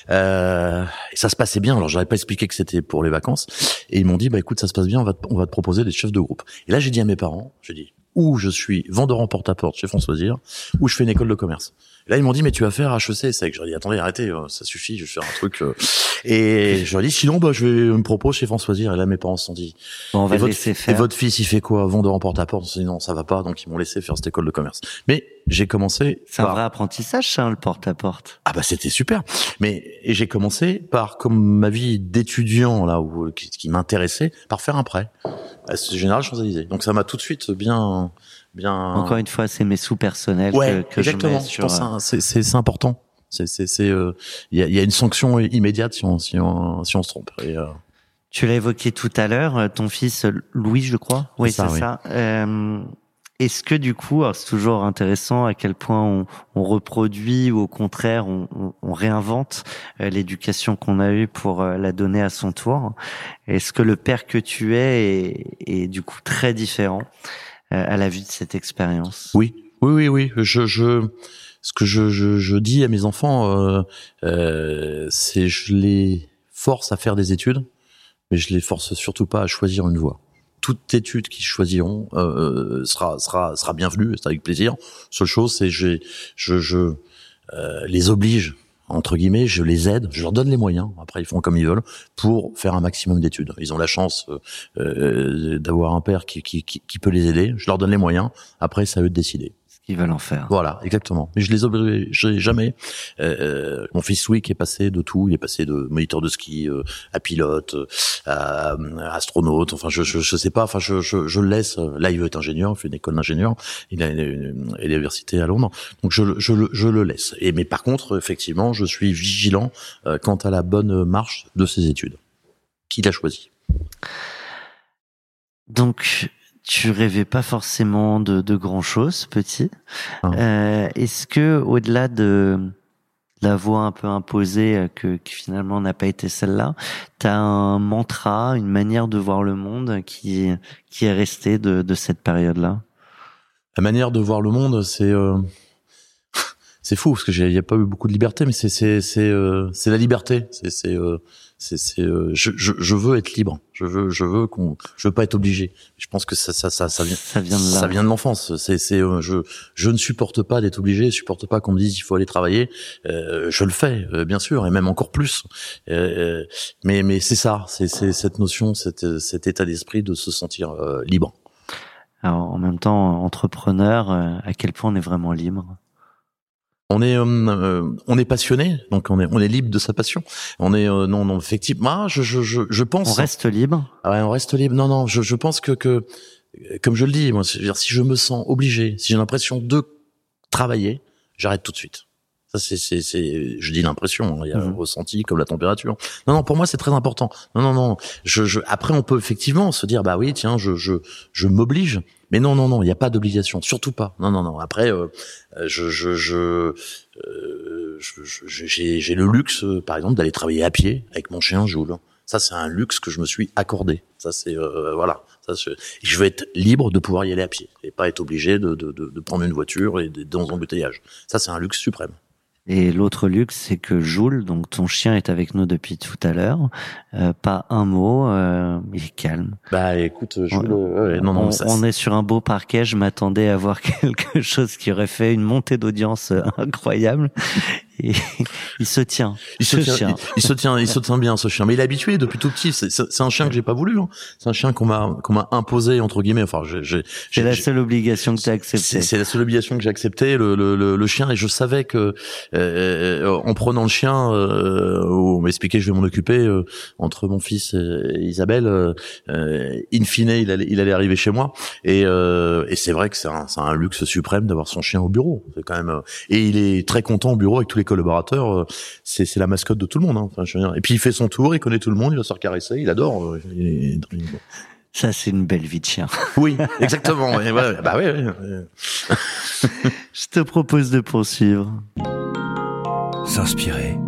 C: Euh, et ça se passait bien. Alors, j'avais pas expliqué que c'était pour les vacances. Et ils m'ont dit, bah écoute, ça se passe bien, on va, te, on va te proposer des chefs de groupe. Et là, j'ai dit à mes parents, j'ai dit. Ou je suis vendeur en porte-à-porte chez France Loisirs, ou je fais une école de commerce. Et là, ils m'ont dit, mais tu vas faire H E C, c'est que je leur ai dit, attendez, arrêtez, ça suffit, je vais faire un truc. Euh... Et je leur ai dit, sinon, bah, je vais me proposer chez France Loisirs. Et là, mes parents se sont dit,
B: bon, on va
C: et, votre,
B: laisser faire.
C: et votre fils, il fait quoi? Vendeur en porte-à-porte? On s'est dit, non, ça va pas, donc ils m'ont laissé faire cette école de commerce. Mais j'ai commencé.
B: C'est
C: par...
B: un vrai apprentissage, ça, le porte-à-porte.
C: Ah bah c'était super. Mais et j'ai commencé par, comme ma vie d'étudiant là, où, qui, qui m'intéressait, par faire un prêt. C'est Général Champs-Élysées. Donc ça m'a tout de suite bien. Bien...
B: Encore une fois, c'est mes sous personnels
C: ouais,
B: que, que
C: exactement.
B: je mets sur...
C: Je pense c'est, c'est, c'est important. C'est, c'est, c'est, euh, il y a, y a une sanction immédiate si on, si on, si on se trompe. Et, euh...
B: Tu l'as évoqué tout à l'heure, ton fils Louis, je crois. Oui, c'est ça. C'est oui. ça. Euh, est-ce que du coup, alors c'est toujours intéressant à quel point on, on reproduit ou au contraire on, on, on réinvente euh, l'éducation qu'on a eue pour euh, la donner à son tour. Est-ce que le père que tu es est, est du coup très différent à la vue de cette expérience?
C: Oui, oui, oui, oui. Je, je, ce que je, je, je dis à mes enfants, euh, euh, c'est je les force à faire des études, mais je les force surtout pas à choisir une voie. Toute étude qu'ils choisiront euh, sera, sera, sera bienvenue, c'est avec plaisir. Seule chose, c'est je, je, je euh, les oblige. Entre guillemets, je les aide, je leur donne les moyens, après ils font comme ils veulent, pour faire un maximum d'études. Ils ont la chance euh, d'avoir un père qui, qui, qui, qui peut les aider, je leur donne les moyens, après c'est à eux de décider.
B: Ce qu'ils veulent en faire.
C: Voilà, exactement. Mais je les oblige jamais. Euh, mon fils Louis qui est passé de tout, il est passé de moniteur de ski euh, à pilote, à, à astronaute, enfin je, je, je sais pas, enfin je, je, je le laisse, là il veut être ingénieur, il fait une école d'ingénieur, il a une, une, une université à Londres, donc je, je, je, je le laisse. Et mais par contre, effectivement, je suis vigilant euh, quant à la bonne marche de ses études. Qui l'a choisi?
B: Donc, tu rêvais pas forcément de, de grand chose, petit. Ah. Euh, est-ce que, au-delà de la voie un peu imposée, que, qui finalement n'a pas été celle-là, t'as un mantra, une manière de voir le monde qui, qui est resté de, de cette période-là?
C: La manière de voir le monde, c'est, euh, c'est fou parce que il y a pas eu beaucoup de liberté, mais c'est c'est c'est euh, c'est la liberté. C'est c'est euh, c'est c'est euh, je, je je veux être libre. Je veux je veux qu'on je veux pas être obligé. Je pense que ça ça ça ça vient
B: ça vient de là.
C: Ça vient de l'enfance. C'est c'est euh, je je ne supporte pas d'être obligé. Je supporte pas qu'on me dise il faut aller travailler. Euh, je le fais euh, bien sûr et même encore plus. Euh, mais mais c'est ça. C'est c'est cette notion, cet cet état d'esprit de se sentir euh, libre.
B: Alors, en même temps, entrepreneur, euh, à quel point on est vraiment libre?
C: On est, euh, euh, on est passionné, donc on est, on est libre de sa passion. On est, euh, non, non, effectivement, je, je, je, je pense.
B: On reste libre.
C: Ah ouais, on reste libre. Non, non, je, je pense que, que, comme je le dis, moi, c'est-à-dire, si je me sens obligé, si j'ai l'impression de travailler, j'arrête tout de suite. Ça, c'est, c'est, c'est, je dis l'impression, hein, il y a mmh. le ressenti comme la température. Non, non, pour moi, c'est très important. Non, non, non. Je, je, après, on peut effectivement se dire, bah oui, tiens, je, je, je m'oblige. Mais non, non, non, il n'y a pas d'obligation, surtout pas. Non, non, non. Après, euh, je, je, je, euh, je, je, j'ai, j'ai le luxe, par exemple, d'aller travailler à pied avec mon chien Joule. Ça, c'est un luxe que je me suis accordé. Ça, c'est euh, voilà. Ça, je, je veux être libre de pouvoir y aller à pied et pas être obligé de, de, de, de prendre une voiture et d'être dans un embouteillage. Ça, c'est un luxe suprême.
B: Et l'autre luxe, c'est que Joule, donc ton chien, est avec nous depuis tout à l'heure. Euh, pas un mot, euh, il est calme.
C: Bah écoute, Joule,
B: on,
C: ouais, non, non,
B: on,
C: ça,
B: on est sur un beau parquet. Je m'attendais à voir quelque chose qui aurait fait une montée d'audience incroyable. Et il se tient.
C: Il se tient, il, il se tient, il se tient bien ce chien. Mais il est habitué depuis tout petit. C'est, c'est, c'est un chien que j'ai pas voulu. Hein. C'est un chien qu'on m'a, qu'on m'a imposé entre guillemets. Enfin, j'ai, j'ai,
B: c'est
C: j'ai,
B: la seule obligation que tu as acceptée.
C: C'est, c'est la seule obligation que j'ai acceptée. Le, le, le, le chien, et je savais que euh, en prenant le chien, euh, on m'expliquait que je vais m'en occuper euh, entre mon fils et Isabelle. Euh, in fine, il allait, il allait arriver chez moi. Et, euh, et c'est vrai que c'est un, c'est un luxe suprême d'avoir son chien au bureau. C'est quand même. Et il est très content au bureau avec tous les collaborateurs, c'est, c'est la mascotte de tout le monde. Hein. Enfin, je veux dire. Et puis il fait son tour, il connaît tout le monde, il va se faire caresser, il adore. Il est...
B: Ça, c'est une belle vie de chien.
C: Oui, exactement. Et voilà. Bah ouais. ouais.
B: Je te propose de poursuivre.
D: S'inspirer.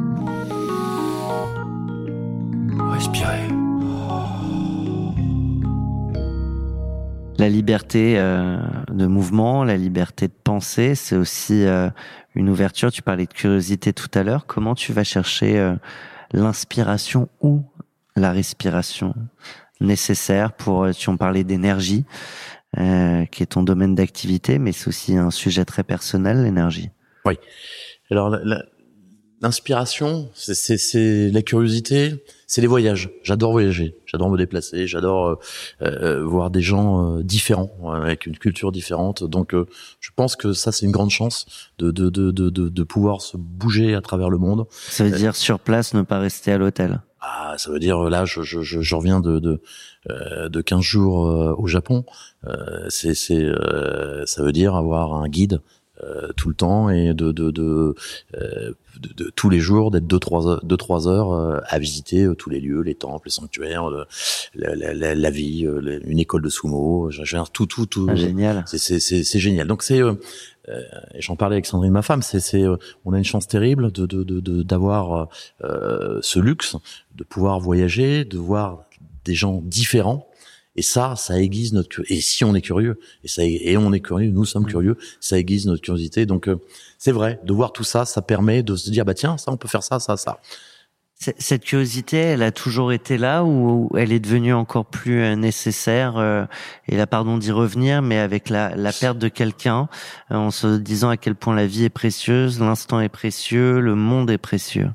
D: Respirer.
B: La liberté euh, de mouvement, la liberté de penser, c'est aussi euh, une ouverture. Tu parlais de curiosité tout à l'heure. Comment tu vas chercher euh, l'inspiration ou la respiration nécessaire pour, tu en parlais d'énergie, euh, qui est ton domaine d'activité, mais c'est aussi un sujet très personnel, l'énergie.
C: Oui. Alors, la, la, l'inspiration, c'est, c'est, c'est la curiosité, c'est les voyages. J'adore voyager, j'adore me déplacer, j'adore euh, euh, voir des gens euh, différents, avec une culture différente. Donc, euh, je pense que ça, c'est une grande chance de de de de de, de pouvoir se bouger à travers le monde.
B: Ça veut dire sur place, ne pas rester à l'hôtel.
C: Ah, ça veut dire là, je je je, je reviens de de euh, de quinze jours euh, au Japon. Euh, c'est c'est euh, ça veut dire avoir un guide Euh, tout le temps et de de de, euh, de, de tous les jours d'être deux trois heures deux trois heures euh, à visiter euh, tous les lieux, les temples, les sanctuaires, le, la, la, la, la vie, euh, une école de sumo, genre tout tout tout.
B: Ah, génial.
C: C'est c'est c'est c'est génial. Donc c'est euh, euh, j'en parlais avec Sandrine, ma femme. C'est c'est euh, on a une chance terrible de de de, de d'avoir euh, ce luxe de pouvoir voyager, de voir des gens différents. Et ça, ça aiguise notre curiosité. Et si on est curieux, et ça, et on est curieux, nous sommes curieux, ça aiguise notre curiosité. Donc, euh, c'est vrai, de voir tout ça, ça permet de se dire, bah tiens, ça, on peut faire ça, ça, ça.
B: Cette curiosité, elle a toujours été là ou elle est devenue encore plus nécessaire euh, et là, pardon d'y revenir, mais avec la, la perte de quelqu'un, euh, en se disant à quel point la vie est précieuse, l'instant est précieux, le monde est précieux.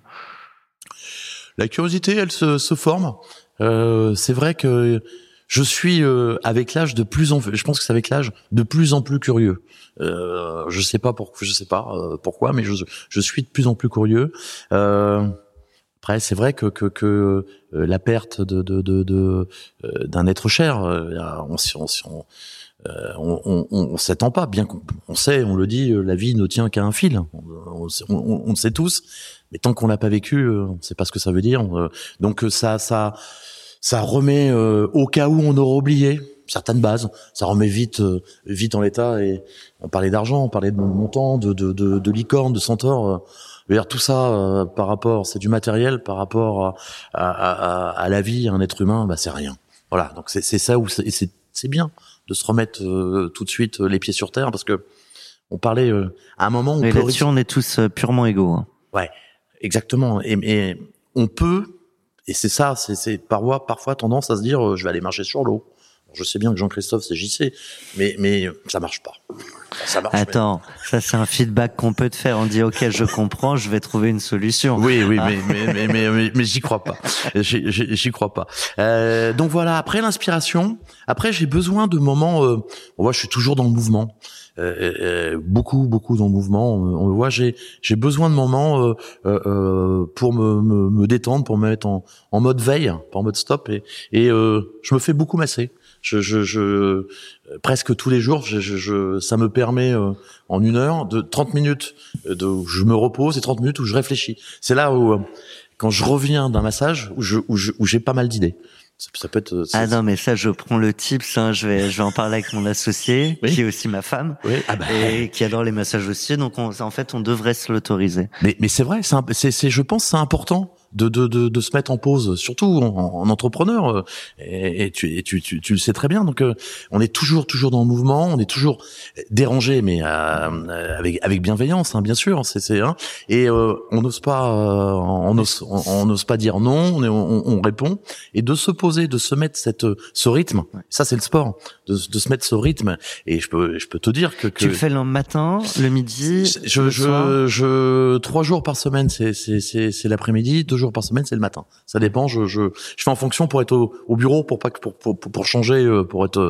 C: La curiosité, elle se, se forme. Euh, c'est vrai que je suis euh, avec l'âge de plus en plus, je pense que c'est avec l'âge de plus en plus curieux. Euh, je sais pas pourquoi, je sais pas euh, pourquoi, mais je je suis de plus en plus curieux. Euh, après, c'est vrai que que que euh, la perte de de de, de euh, d'un être cher, euh, on on on euh, on, on, on s'attend pas, bien qu'on on sait, on le dit, la vie ne tient qu'à un fil. On, on, on, on le sait tous, mais tant qu'on l'a pas vécu, on sait pas ce que ça veut dire. Donc ça ça Ça remet, euh, au cas où on aurait oublié certaines bases, ça remet vite, euh, vite en l'état. Et on parlait d'argent, on parlait de montant, de de de, de licorne, de centaure. Euh, je veux dire, tout ça euh, par rapport, c'est du matériel par rapport à à, à, à la vie, à un être humain, bah c'est rien. Voilà, donc c'est c'est ça où c'est c'est, c'est bien de se remettre euh, tout de suite les pieds sur terre parce que On parlait euh, à un moment. On
B: Mais
C: peut
B: là-dessus, on est tous euh, purement égaux. Hein.
C: Ouais, exactement. Et, et on peut, et c'est ça, c'est, c'est parfois, parfois tendance à se dire, euh, je vais aller marcher sur l'eau. Je sais bien que Jean-Christophe, c'est J C, mais, mais ça marche pas. Ça marche.
B: Attends, mais... ça c'est un feedback qu'on peut te faire. On dit, ok, je comprends, je vais trouver une solution.
C: Oui, oui, ah. mais, mais, mais, mais, mais, mais j'y crois pas. J'y, j'y, j'y crois pas. Euh, donc voilà, après l'inspiration, après j'ai besoin de moments, euh, on voit, je suis toujours dans le mouvement. Euh, euh, beaucoup, beaucoup dans le mouvement. On, on voit, j'ai, j'ai besoin de moments euh, euh, pour me, me, me détendre, pour me mettre en, en mode veille, pas en mode stop. Et, et euh, je me fais beaucoup masser. Je, je, je presque tous les jours, je, je, je ça me permet euh, en une heure de trente minutes de où je me repose et trente minutes où je réfléchis. C'est là où euh, quand je reviens d'un massage où je où, je, où j'ai pas mal d'idées. Ça, ça peut être.
B: Ah non, mais ça, je prends le tips. Hein, je vais, je vais en parler avec mon associé, oui. qui est aussi ma femme,
C: oui. ah bah.
B: et qui adore les massages aussi. Donc, on, en fait, on devrait se l'autoriser.
C: Mais, mais c'est vrai, c'est, c'est, c'est, je pense, c'est important. De, de de de se mettre en pause, surtout en, en entrepreneur, et, et, tu, et tu tu tu le sais très bien. Donc euh, on est toujours toujours dans le mouvement, on est toujours dérangé, mais euh, avec avec bienveillance, hein, bien sûr. C'est c'est hein, et euh, on n'ose pas, euh, on n'ose on, on n'ose pas dire non, on, on, on répond, et de se poser, de se mettre cette ce rythme. Ça c'est le sport, de de se mettre ce rythme. Et je peux je peux te dire que, que
B: tu le fais le matin, le midi,
C: je
B: le
C: je
B: soir.
C: je trois jours par semaine, c'est c'est c'est c'est l'après-midi. Deux jours par semaine, c'est le matin. Ça dépend. Je je je fais en fonction pour être au, au bureau, pour pas pour pour pour changer, pour être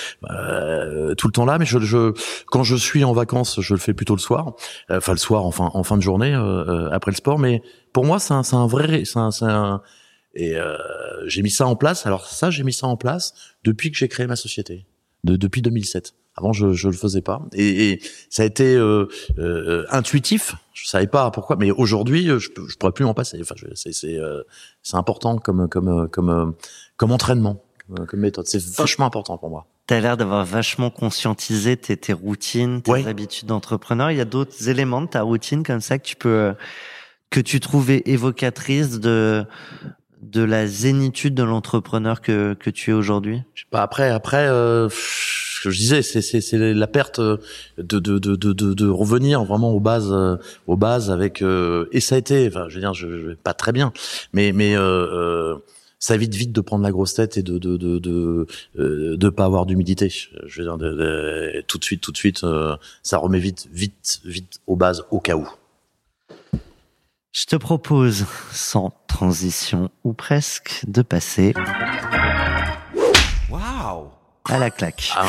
C: euh, tout le temps là. Mais je je quand je suis en vacances, je le fais plutôt le soir. Enfin le soir, enfin en fin de journée euh, après le sport. Mais pour moi, c'est un c'est un vrai c'est un c'est un et euh, j'ai mis ça en place. Alors ça, j'ai mis ça en place depuis que j'ai créé ma société, de depuis deux mille sept. Avant, je je le faisais pas, et, et ça a été euh, euh, intuitif. Je savais pas pourquoi, mais aujourd'hui, je je pourrais plus m'en passer. Enfin, je, c'est c'est euh, c'est important comme comme comme comme entraînement, comme, comme méthode. C'est vachement important pour moi.
B: T'as l'air d'avoir vachement conscientisé tes tes routines, tes
C: ouais.
B: habitudes d'entrepreneur. Il y a d'autres éléments de ta routine comme ça que tu peux que tu trouvais évocatrices de de la zénitude de l'entrepreneur que que tu es aujourd'hui.
C: Je sais pas. Après après. Euh, que je disais, c'est c'est c'est la perte de de de de de, de revenir vraiment aux bases euh, aux bases avec euh, et ça a été, enfin je veux dire, je, je vais pas très bien, mais mais euh, euh, ça évite vite de prendre la grosse tête et de de de de euh, de pas avoir d'humidité. Je veux dire, de, de, tout de suite tout de suite, euh, ça remet vite vite vite aux bases au cas où.
B: Je te propose, sans transition ou presque, de passer
D: Waouh
B: à la claque.
C: Ah.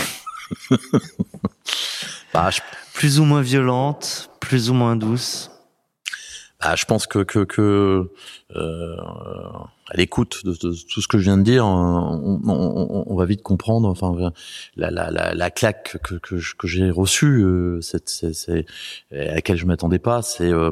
C: bah, je...
B: Plus ou moins violente, plus ou moins douce.
C: Bah, je pense que que que euh, à l'écoute de, de tout ce que je viens de dire, on, on, on va vite comprendre. Enfin, la la la, la claque que que, que j'ai reçue, euh, c'est, c'est, c'est à laquelle je m'attendais pas, c'est euh,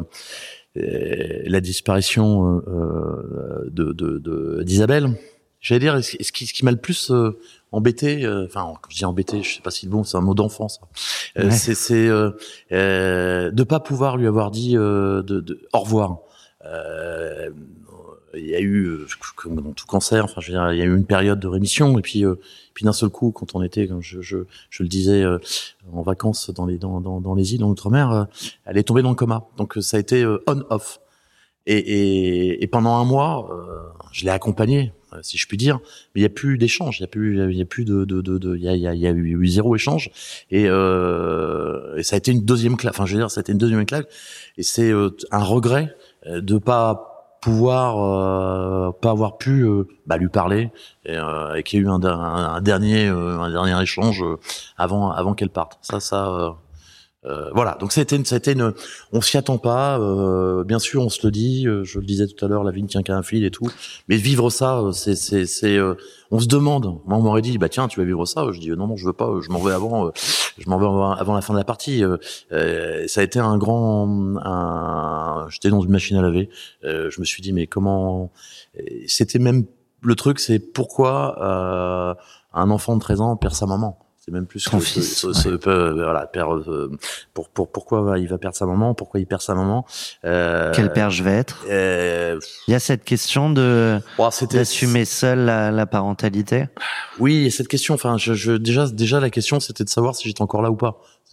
C: la disparition euh, de, de, de d'Isabelle. J'allais dire, ce qui, ce qui m'a le plus euh, embêté, euh, enfin, quand je dis embêté, je sais pas si le bon, c'est un mot d'enfant, ça. Euh, ouais. C'est, c'est euh, euh, de pas pouvoir lui avoir dit euh, de, de au revoir. Euh, il y a eu, comme dans tout cancer, enfin, je veux dire, il y a eu une période de rémission, et puis, euh, puis d'un seul coup, quand on était, comme je, je, je le disais, euh, en vacances dans les, dans, dans, dans les îles, en outre-mer, euh, elle est tombée dans le coma. Donc, ça a été euh, on-off. Et, et, et pendant un mois, euh, je l'ai accompagnée, si je puis dire, mais il y a plus d'échange, il y a plus, il y a plus de, de, de, de, il y a, il y a, il y a eu zéro échange, et, euh, et ça a été une deuxième claque. Enfin, je veux dire, ça a été une deuxième claque, et c'est euh, un regret de pas pouvoir, euh, pas avoir pu euh, bah, lui parler, et, euh, et qu'il y ait eu un, un, un dernier, euh, un dernier échange avant, avant qu'elle parte. Ça, ça. Euh, Euh, voilà, donc ça a été une, ça a été une, on s'y attend pas, euh, bien sûr on se le dit, euh, je le disais tout à l'heure, la vie ne tient qu'à un fil et tout, mais vivre ça, c'est, c'est, c'est, euh, on se demande. Moi on m'aurait dit, bah tiens, tu vas vivre ça, je dis non non je veux pas, je m'en vais avant, euh, je m'en vais avant la fin de la partie. Euh, euh, ça a été un grand, un, j'étais dans une machine à laver, euh, je me suis dit mais comment, c'était même le truc, c'est pourquoi euh, un enfant de treize ans perd sa maman. C'est même plus
B: son
C: que
B: fils.
C: Ce, ce,
B: ouais.
C: ce, voilà, perd, euh, pour, pour, pourquoi il va perdre sa maman, pourquoi il perd sa maman. Euh,
B: Quel père je vais être
C: euh,
B: Il y a cette question de
C: bon, c'était,
B: d'assumer seul la, la parentalité.
C: Oui, cette question. Enfin, je, je, déjà, déjà la question, c'était de savoir si j'étais encore là ou pas.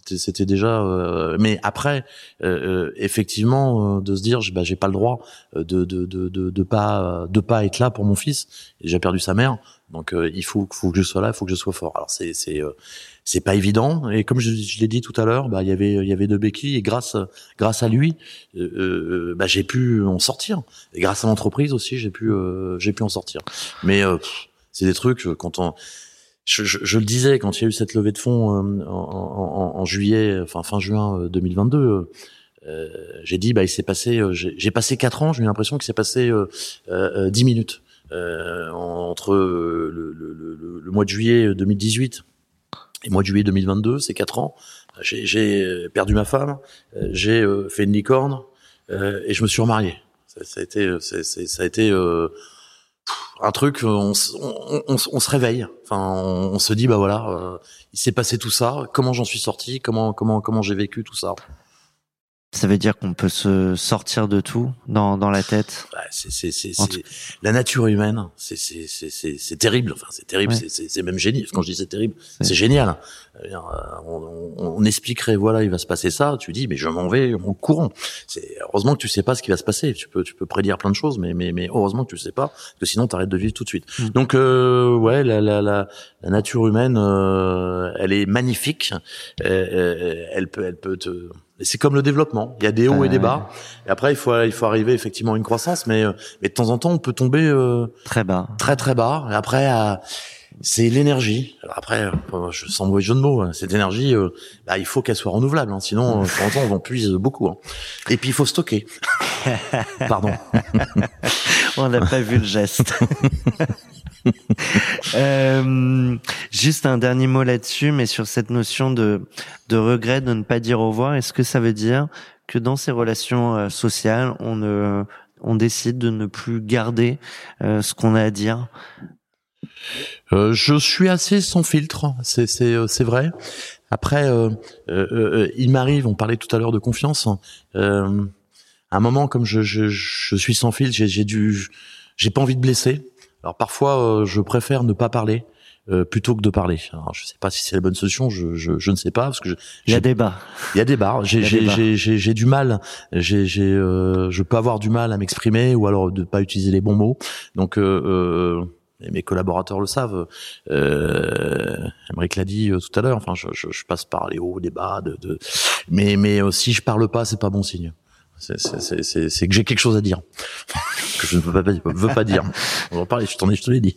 C: C'était, c'était déjà. Euh, mais après, euh, effectivement, euh, de se dire, bah, j'ai pas le droit de de de de, de pas de pas être là pour mon fils. Et j'ai perdu sa mère, donc euh, il faut faut que je sois là, il faut que je sois fort. Alors c'est c'est euh, c'est pas évident. Et comme je, je l'ai dit tout à l'heure, bah il y avait il y avait deux béquilles et grâce grâce à lui, euh, euh, bah j'ai pu en sortir. Et grâce à l'entreprise aussi, j'ai pu euh, j'ai pu en sortir. Mais euh, pff, c'est des trucs quand on Je, je, je le disais quand il y a eu cette levée de fonds euh, en, en, en juillet, enfin fin juin deux mille vingt-deux, euh, j'ai dit bah il s'est passé, euh, j'ai, j'ai passé quatre ans, j'ai eu l'impression qu'il s'est passé euh, euh, dix minutes euh, entre le, le, le, le mois de juillet deux mille dix-huit et le mois de juillet deux mille vingt-deux, c'est quatre ans. J'ai, j'ai perdu ma femme, j'ai euh, fait une licorne euh, et je me suis remarié. Ça, ça a été, c'est, c'est, ça a été euh, un truc, on, on, on, on se réveille. Enfin, on, on se dit bah voilà, euh, il s'est passé tout ça. Comment j'en suis sorti? Comment comment comment j'ai vécu tout ça?
B: Ça veut dire qu'on peut se sortir de tout dans dans la tête.
C: Bah, c'est c'est c'est, c'est tout... la nature humaine. C'est c'est c'est c'est, c'est terrible. Enfin, c'est terrible. Ouais. C'est, c'est c'est même génial. Quand je dis c'est terrible, c'est, c'est génial. On, on, on expliquerait voilà, il va se passer ça. Tu dis mais je m'en vais en courant. C'est heureusement que tu sais pas ce qui va se passer. Tu peux tu peux prédire plein de choses, mais mais mais heureusement que tu sais pas, parce que sinon t'arrêtes de vivre tout de suite. Mmh. Donc euh, ouais, la la la la nature humaine, euh, elle est magnifique. Euh, elle peut elle peut te Et c'est comme le développement, il y a des hauts euh, et des bas. Et après, il faut il faut arriver effectivement à une croissance, mais mais de temps en temps, on peut tomber euh,
B: très bas,
C: très très bas. Et après, euh, c'est l'énergie. Alors après, euh, je sens mauvais jeu de mots. Cette énergie, euh, bah, il faut qu'elle soit renouvelable. Hein, sinon, de temps en temps, on en puise beaucoup. Hein. Et puis, il faut stocker. Pardon.
B: On n'a pas vu le geste. euh, juste un dernier mot là-dessus, mais sur cette notion de de regret de ne pas dire au revoir. Est-ce que ça veut dire que dans ces relations euh, sociales, on ne on décide de ne plus garder euh, ce qu'on a à dire?
C: Euh, je suis assez sans filtre, c'est c'est c'est vrai. Après, euh, euh, euh, il m'arrive, on parlait tout à l'heure de confiance. Euh, à un moment, comme je je je suis sans filtre, j'ai j'ai dû, j'ai pas envie de blesser. Alors parfois, euh, je préfère ne pas parler euh, plutôt que de parler. Alors, je sais pas si c'est la bonne solution, je je, je ne sais pas parce que je,
B: il y a débat.
C: Il y a débat. J'ai j'ai, j'ai j'ai j'ai du mal. J'ai j'ai euh, je peux avoir du mal à m'exprimer ou alors de pas utiliser les bons mots. Donc euh, euh, et mes collaborateurs le savent. Euh, Aymeric l'a dit euh, tout à l'heure. Enfin, je, je je passe par les hauts, les bas. De, de... Mais mais euh, si je parle pas, c'est pas bon signe. C'est, c'est, c'est, c'est que j'ai quelque chose à dire que je ne veux pas, veux pas dire. On va en parler. Je t'en ai, je te l'ai dit.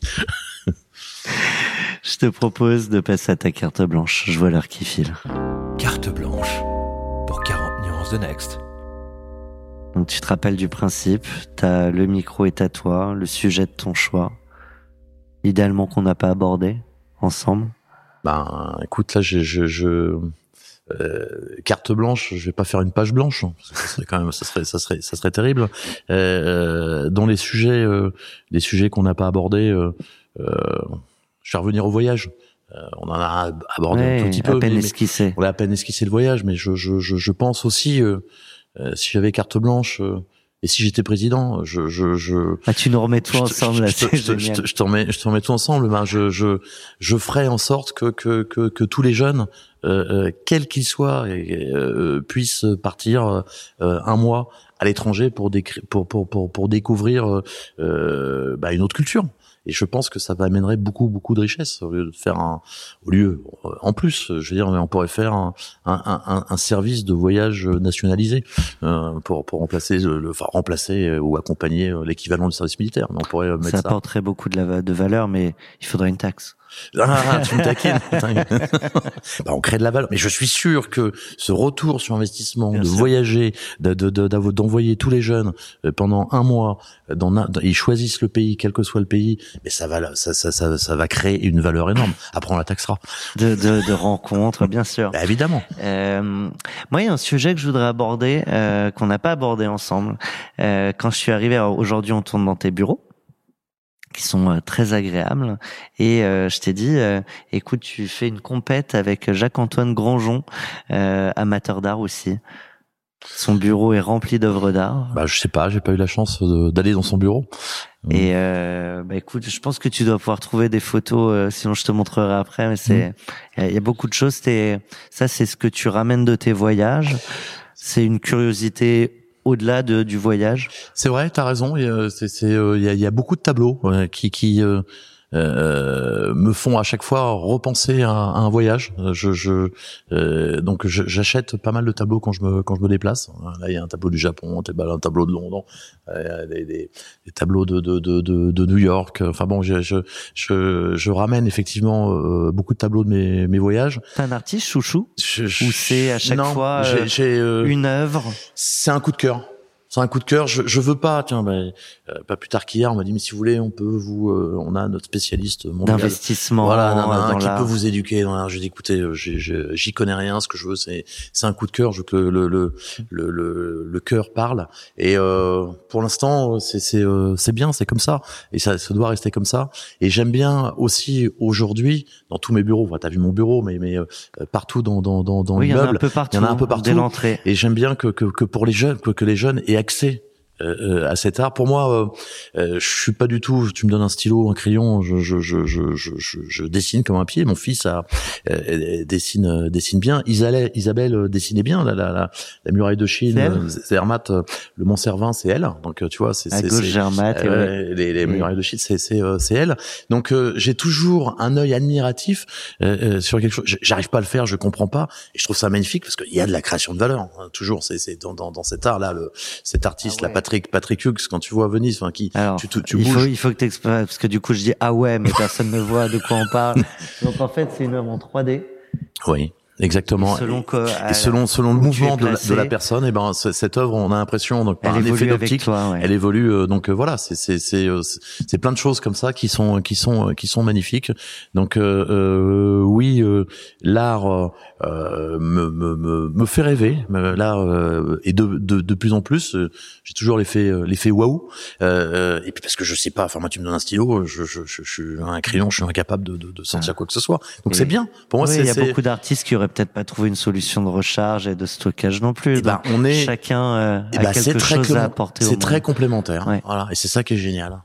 B: Je te propose de passer à ta carte blanche. Je vois l'heure qui file.
D: Carte blanche pour quarante nuances de Next.
B: Donc tu te rappelles du principe. T'as le micro est à toi, le sujet de ton choix. Idéalement qu'on n'a pas abordé ensemble.
C: Ben, écoute, là, je, je, je... Euh, carte blanche, je vais pas faire une page blanche, hein, parce que ça serait quand même, ça serait, ça serait, ça serait terrible. Euh, dans les sujets, euh, les sujets qu'on n'a pas abordés, euh, euh, je vais revenir au voyage. Euh, on en a abordé ouais, un tout petit peu,
B: à peine
C: mais,
B: esquissé.
C: Mais, on a à peine esquissé le voyage, mais je, je, je, je pense aussi, euh, euh, si j'avais carte blanche. Euh, Et si j'étais président, je, je, je.
B: Ah, tu nous remets tout ensemble là, c'est génial.
C: Je te, je te remets, je te remets tout ensemble. Ben, je, je, je ferai en sorte que, que, que, que tous les jeunes, euh, quels qu'ils soient, euh, puissent partir euh, un mois à l'étranger pour, décri- pour, pour, pour, pour découvrir euh, bah, une autre culture. Et je pense que ça va amènerait beaucoup, beaucoup de richesse au lieu de faire un, au lieu, en plus, je veux dire, on pourrait faire un, un, un, un service de voyage nationalisé euh, pour, pour remplacer, le, enfin remplacer ou accompagner l'équivalent du service militaire. Mais on pourrait mettre ça.
B: Ça apporterait beaucoup de, la, de valeur, mais il faudrait une taxe.
C: Ah, tu me taquines. Bah, on crée de la valeur. Mais je suis sûr que ce retour sur investissement, Bien de sûr. voyager, de, de, de, d'envoyer tous les jeunes pendant un mois, dans, dans, ils choisissent le pays, quel que soit le pays, mais ça va, ça, ça, ça, ça va créer une valeur énorme. Après, on la taxera.
B: De, de, de rencontres, bien sûr.
C: Bah, évidemment.
B: Euh, moi, il y a un sujet que je voudrais aborder, euh, qu'on n'a pas abordé ensemble. Euh, quand je suis arrivé, alors, aujourd'hui, on tourne dans tes bureaux, qui sont euh, très agréables, et euh, je t'ai dit euh, écoute, tu fais une compète avec Jacques-Antoine Grandjean, euh, amateur d'art aussi. Son bureau est rempli d'œuvres d'art.
C: Bah, je sais pas, j'ai pas eu la chance de, d'aller dans son bureau.
B: Et euh, bah écoute, je pense que tu dois pouvoir trouver des photos, euh, sinon je te montrerai après. Mais c'est, il mmh. y, y a beaucoup de choses. T'es, ça, c'est ce que tu ramènes de tes voyages. C'est une curiosité au-delà de, du voyage.
C: C'est vrai, t'as raison. Il y a, c'est, c'est, il y a, il y a beaucoup de tableaux ouais, qui, qui euh, euh, me font à chaque fois repenser à, à un voyage. Je, je euh, donc je, j'achète pas mal de tableaux quand je me quand je me déplace. Là, il y a un tableau du Japon, un tableau de Londres, euh, des, des, des tableaux de, de de de de New York. Enfin bon, je je je, je ramène effectivement euh, beaucoup de tableaux de mes mes voyages.
B: T'es un artiste chouchou je, je, ou c'est à chaque
C: non,
B: fois
C: j'ai,
B: euh,
C: j'ai, euh,
B: une œuvre?
C: C'est un coup de cœur. C'est un coup de cœur. Je, je veux pas. Tiens, ben, euh, pas plus tard qu'hier, on m'a dit mais si vous voulez, on peut vous, euh, on a notre spécialiste mondial
B: d'investissement,
C: voilà, nan, nan,
B: dans
C: qui
B: l'art.
C: peut vous éduquer. Dans l'art. J'ai dit écoutez, j'ai, j'ai, j'y connais rien. Ce que je veux, c'est, c'est un coup de cœur. Je veux que le le le le, le, le cœur parle. Et euh, pour l'instant, c'est c'est euh, c'est bien, c'est comme ça. Et ça, ça doit rester comme ça. Et j'aime bien aussi aujourd'hui dans tous mes bureaux. Enfin, t'as vu mon bureau, mais mais euh, partout dans dans dans dans
B: oui,
C: l'immeuble,
B: il y en a un peu partout.
C: Il y en a un peu partout.
B: Dès l'entrée.
C: Et j'aime bien que que que pour les jeunes, que que les jeunes aient accès Euh, à cet art. Pour moi, euh, euh, je suis pas du tout. Tu me donnes un stylo, un crayon, je je je je je, je dessine comme un pied. Mon fils a euh, dessine euh, dessine bien. Isabelle, Isabelle dessinait bien la la la, la muraille de Chine. C'est, c'est Zermatt, euh, le Mont Cervin, c'est elle. Donc tu vois, c'est
B: à
C: c'est,
B: gauche
C: c'est
B: Zermatt
C: euh,
B: ouais.
C: les, les oui. murailles de Chine, c'est c'est euh, c'est elle. Donc euh, j'ai toujours un œil admiratif euh, euh, sur quelque chose. J'arrive pas à le faire, je comprends pas, et je trouve ça magnifique parce qu'il y a de la création de valeur. Hein, toujours, c'est c'est dans dans dans cet art là, le cet artiste ah ouais. là, Patrick Patrick Hughes. Quand tu vois Venise, enfin qui,
B: alors,
C: tu, tu, tu
B: il
C: bouges.
B: faut, il faut que t'expliques parce que du coup je dis ah ouais, mais personne ne voit de quoi on parle. Donc en fait, c'est une œuvre en trois D.
C: Oui. Exactement.
B: Et selon, que,
C: et selon, selon le mouvement de la, de la personne, et ben cette œuvre, on a l'impression donc par
B: elle
C: un effet
B: avec
C: d'optique,
B: toi, ouais.
C: elle évolue. Euh, donc euh, voilà, c'est c'est c'est c'est plein de choses comme ça qui sont qui sont qui sont magnifiques. Donc euh, euh, oui, euh, l'art euh, me, me me me fait rêver. Là euh, et de de de plus en plus, euh, j'ai toujours l'effet l'effet waouh. Euh, et puis parce que je sais pas. Enfin moi, tu me donnes un stylo, je je je, je suis un crayon, je suis incapable de de, de sentir ah. quoi que ce soit. Donc et c'est bien. Pour moi,
B: oui,
C: c'est
B: il y a
C: c'est...
B: beaucoup d'artistes qui auraient peut-être pas trouvé une solution de recharge et de stockage non plus.
C: Et ben, on est
B: chacun euh,
C: et
B: a
C: ben,
B: quelque
C: très
B: chose
C: clé...
B: à apporter.
C: C'est
B: au
C: très
B: monde.
C: complémentaire.
B: Ouais.
C: Voilà, et c'est ça qui est génial.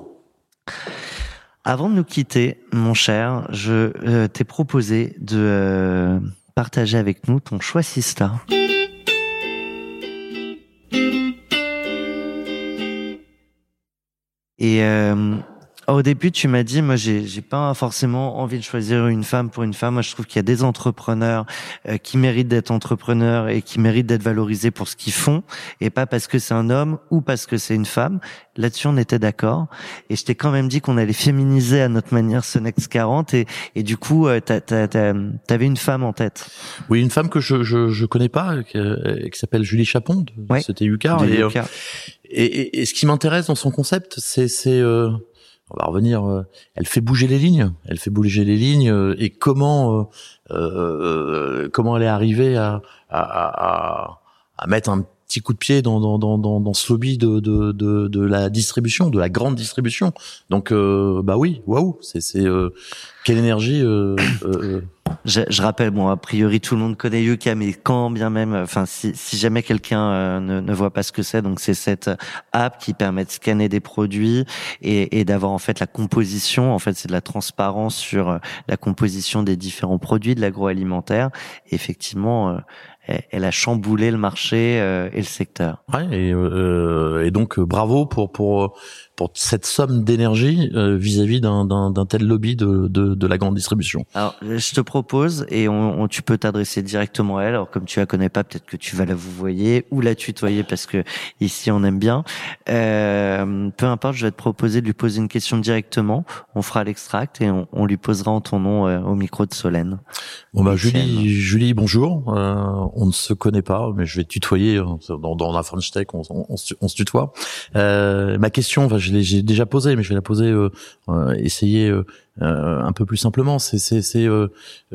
B: Avant de nous quitter, mon cher, je euh, t'ai proposé de euh, partager avec nous ton choix Sista. Et euh, au début, tu m'as dit, moi, j'ai, j'ai pas forcément envie de choisir une femme pour une femme. Moi, je trouve qu'il y a des entrepreneurs euh, qui méritent d'être entrepreneurs et qui méritent d'être valorisés pour ce qu'ils font, et pas parce que c'est un homme ou parce que c'est une femme. Là-dessus, on était d'accord. Et je t'ai quand même dit qu'on allait féminiser à notre manière ce Next quarante, et, et du coup, euh, t'a, t'a, t'a, t'avais une femme en tête.
C: Oui, une femme que je je, je connais pas, qui, qui s'appelle Julie Chapon, de
B: ouais.
C: c'était Ucar. Et, euh, et, et, et ce qui m'intéresse dans son concept, c'est c'est euh, on va revenir. Euh, elle fait bouger les lignes. Elle fait bouger les lignes. Euh, et comment, euh, euh, comment elle est arrivée à, à, à, à mettre un petit coup de pied dans dans dans dans, dans ce lobby de, de de de la distribution, de la grande distribution. Donc euh, bah oui, waouh, c'est c'est euh, quelle énergie. Euh, euh,
B: Je, je rappelle, bon, a priori tout le monde connaît Yuka, mais quand bien même, enfin, si, si jamais quelqu'un euh, ne, ne voit pas ce que c'est, donc c'est cette app qui permet de scanner des produits et, et d'avoir en fait la composition. En fait, c'est de la transparence sur la composition des différents produits de l'agroalimentaire. Et effectivement, euh, elle, elle a chamboulé le marché euh, et le secteur.
C: Ouais, et, euh, et donc bravo pour pour pour cette somme d'énergie euh, vis-à-vis d'un, d'un, d'un tel lobby de, de, de la grande distribution.
B: Alors, je te propose, et on, on, tu peux t'adresser directement à elle. Alors, comme tu la connais pas, peut-être que tu vas la vouvoyer ou la tutoyer parce que ici on aime bien. Euh, peu importe, je vais te proposer de lui poser une question directement. On fera l'extract et on, on lui posera en ton nom euh, au micro de Solène.
C: Bon bah Julie, Julie, bonjour. Euh, on ne se connaît pas, mais je vais te tutoyer. Dans, dans la French Tech, on, on, on, se, on se tutoie. Euh, ma question, enfin, je l'ai j'ai déjà posé, mais je vais la poser, euh, euh, essayer euh, euh, un peu plus simplement. C'est, c'est, c'est euh,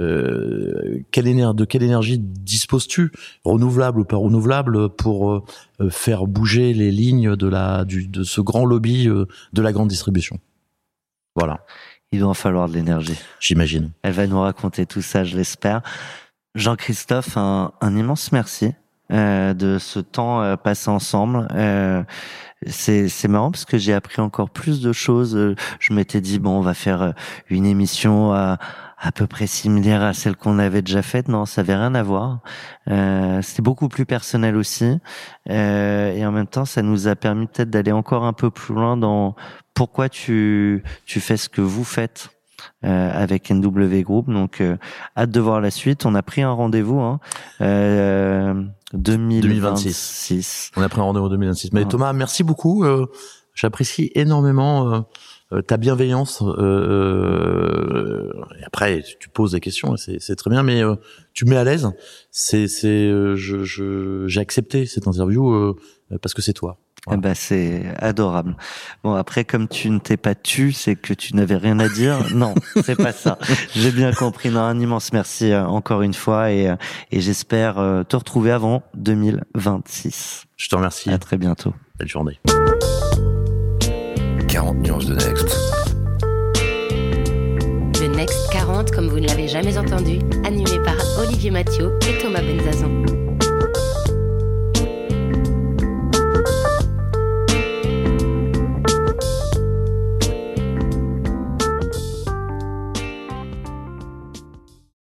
C: euh, quelle énergie, de quelle énergie disposes-tu, renouvelable ou pas renouvelable, pour euh, faire bouger les lignes de la, du, de ce grand lobby euh, de la grande distribution. Voilà.
B: Il doit en falloir de l'énergie.
C: J'imagine.
B: Elle va nous raconter tout ça, je l'espère. Jean-Christophe, un, un immense merci euh, de ce temps euh, passé ensemble. Euh, c'est c'est marrant parce que j'ai appris encore plus de choses. Je m'étais dit bon, on va faire une émission à à peu près similaire à celle qu'on avait déjà faite. Non, ça avait rien à voir. Euh, c'était beaucoup plus personnel aussi. Euh, et en même temps, ça nous a permis peut-être d'aller encore un peu plus loin dans pourquoi tu, tu fais ce que vous faites euh, avec N W Group. Donc, euh, hâte de voir la suite. On a pris un rendez-vous, hein, euh, deux mille vingt-six.
C: On a pris un rendez-vous en deux mille vingt-six. Mais ouais. Thomas, merci beaucoup. Euh, j'apprécie énormément euh, ta bienveillance. Euh, et après, tu poses des questions, c'est, c'est très bien, mais euh, tu me mets à l'aise. C'est, c'est, euh, je, je, j'ai accepté cette interview euh, parce que c'est toi.
B: Voilà. Eh ben, c'est adorable. Bon, après, comme tu ne t'es pas tu, c'est que tu n'avais rien à dire. Non, c'est pas ça. J'ai bien compris. Non, un immense merci euh, encore une fois et, euh, et j'espère euh, te retrouver avant deux mille vingt-six.
C: Je te remercie.
B: À très bientôt.
C: Belle journée.
D: quarante nuances de Next.
E: The Next quarante, comme vous ne l'avez jamais entendu, animé par Olivier Mathieu et Thomas Benzazon.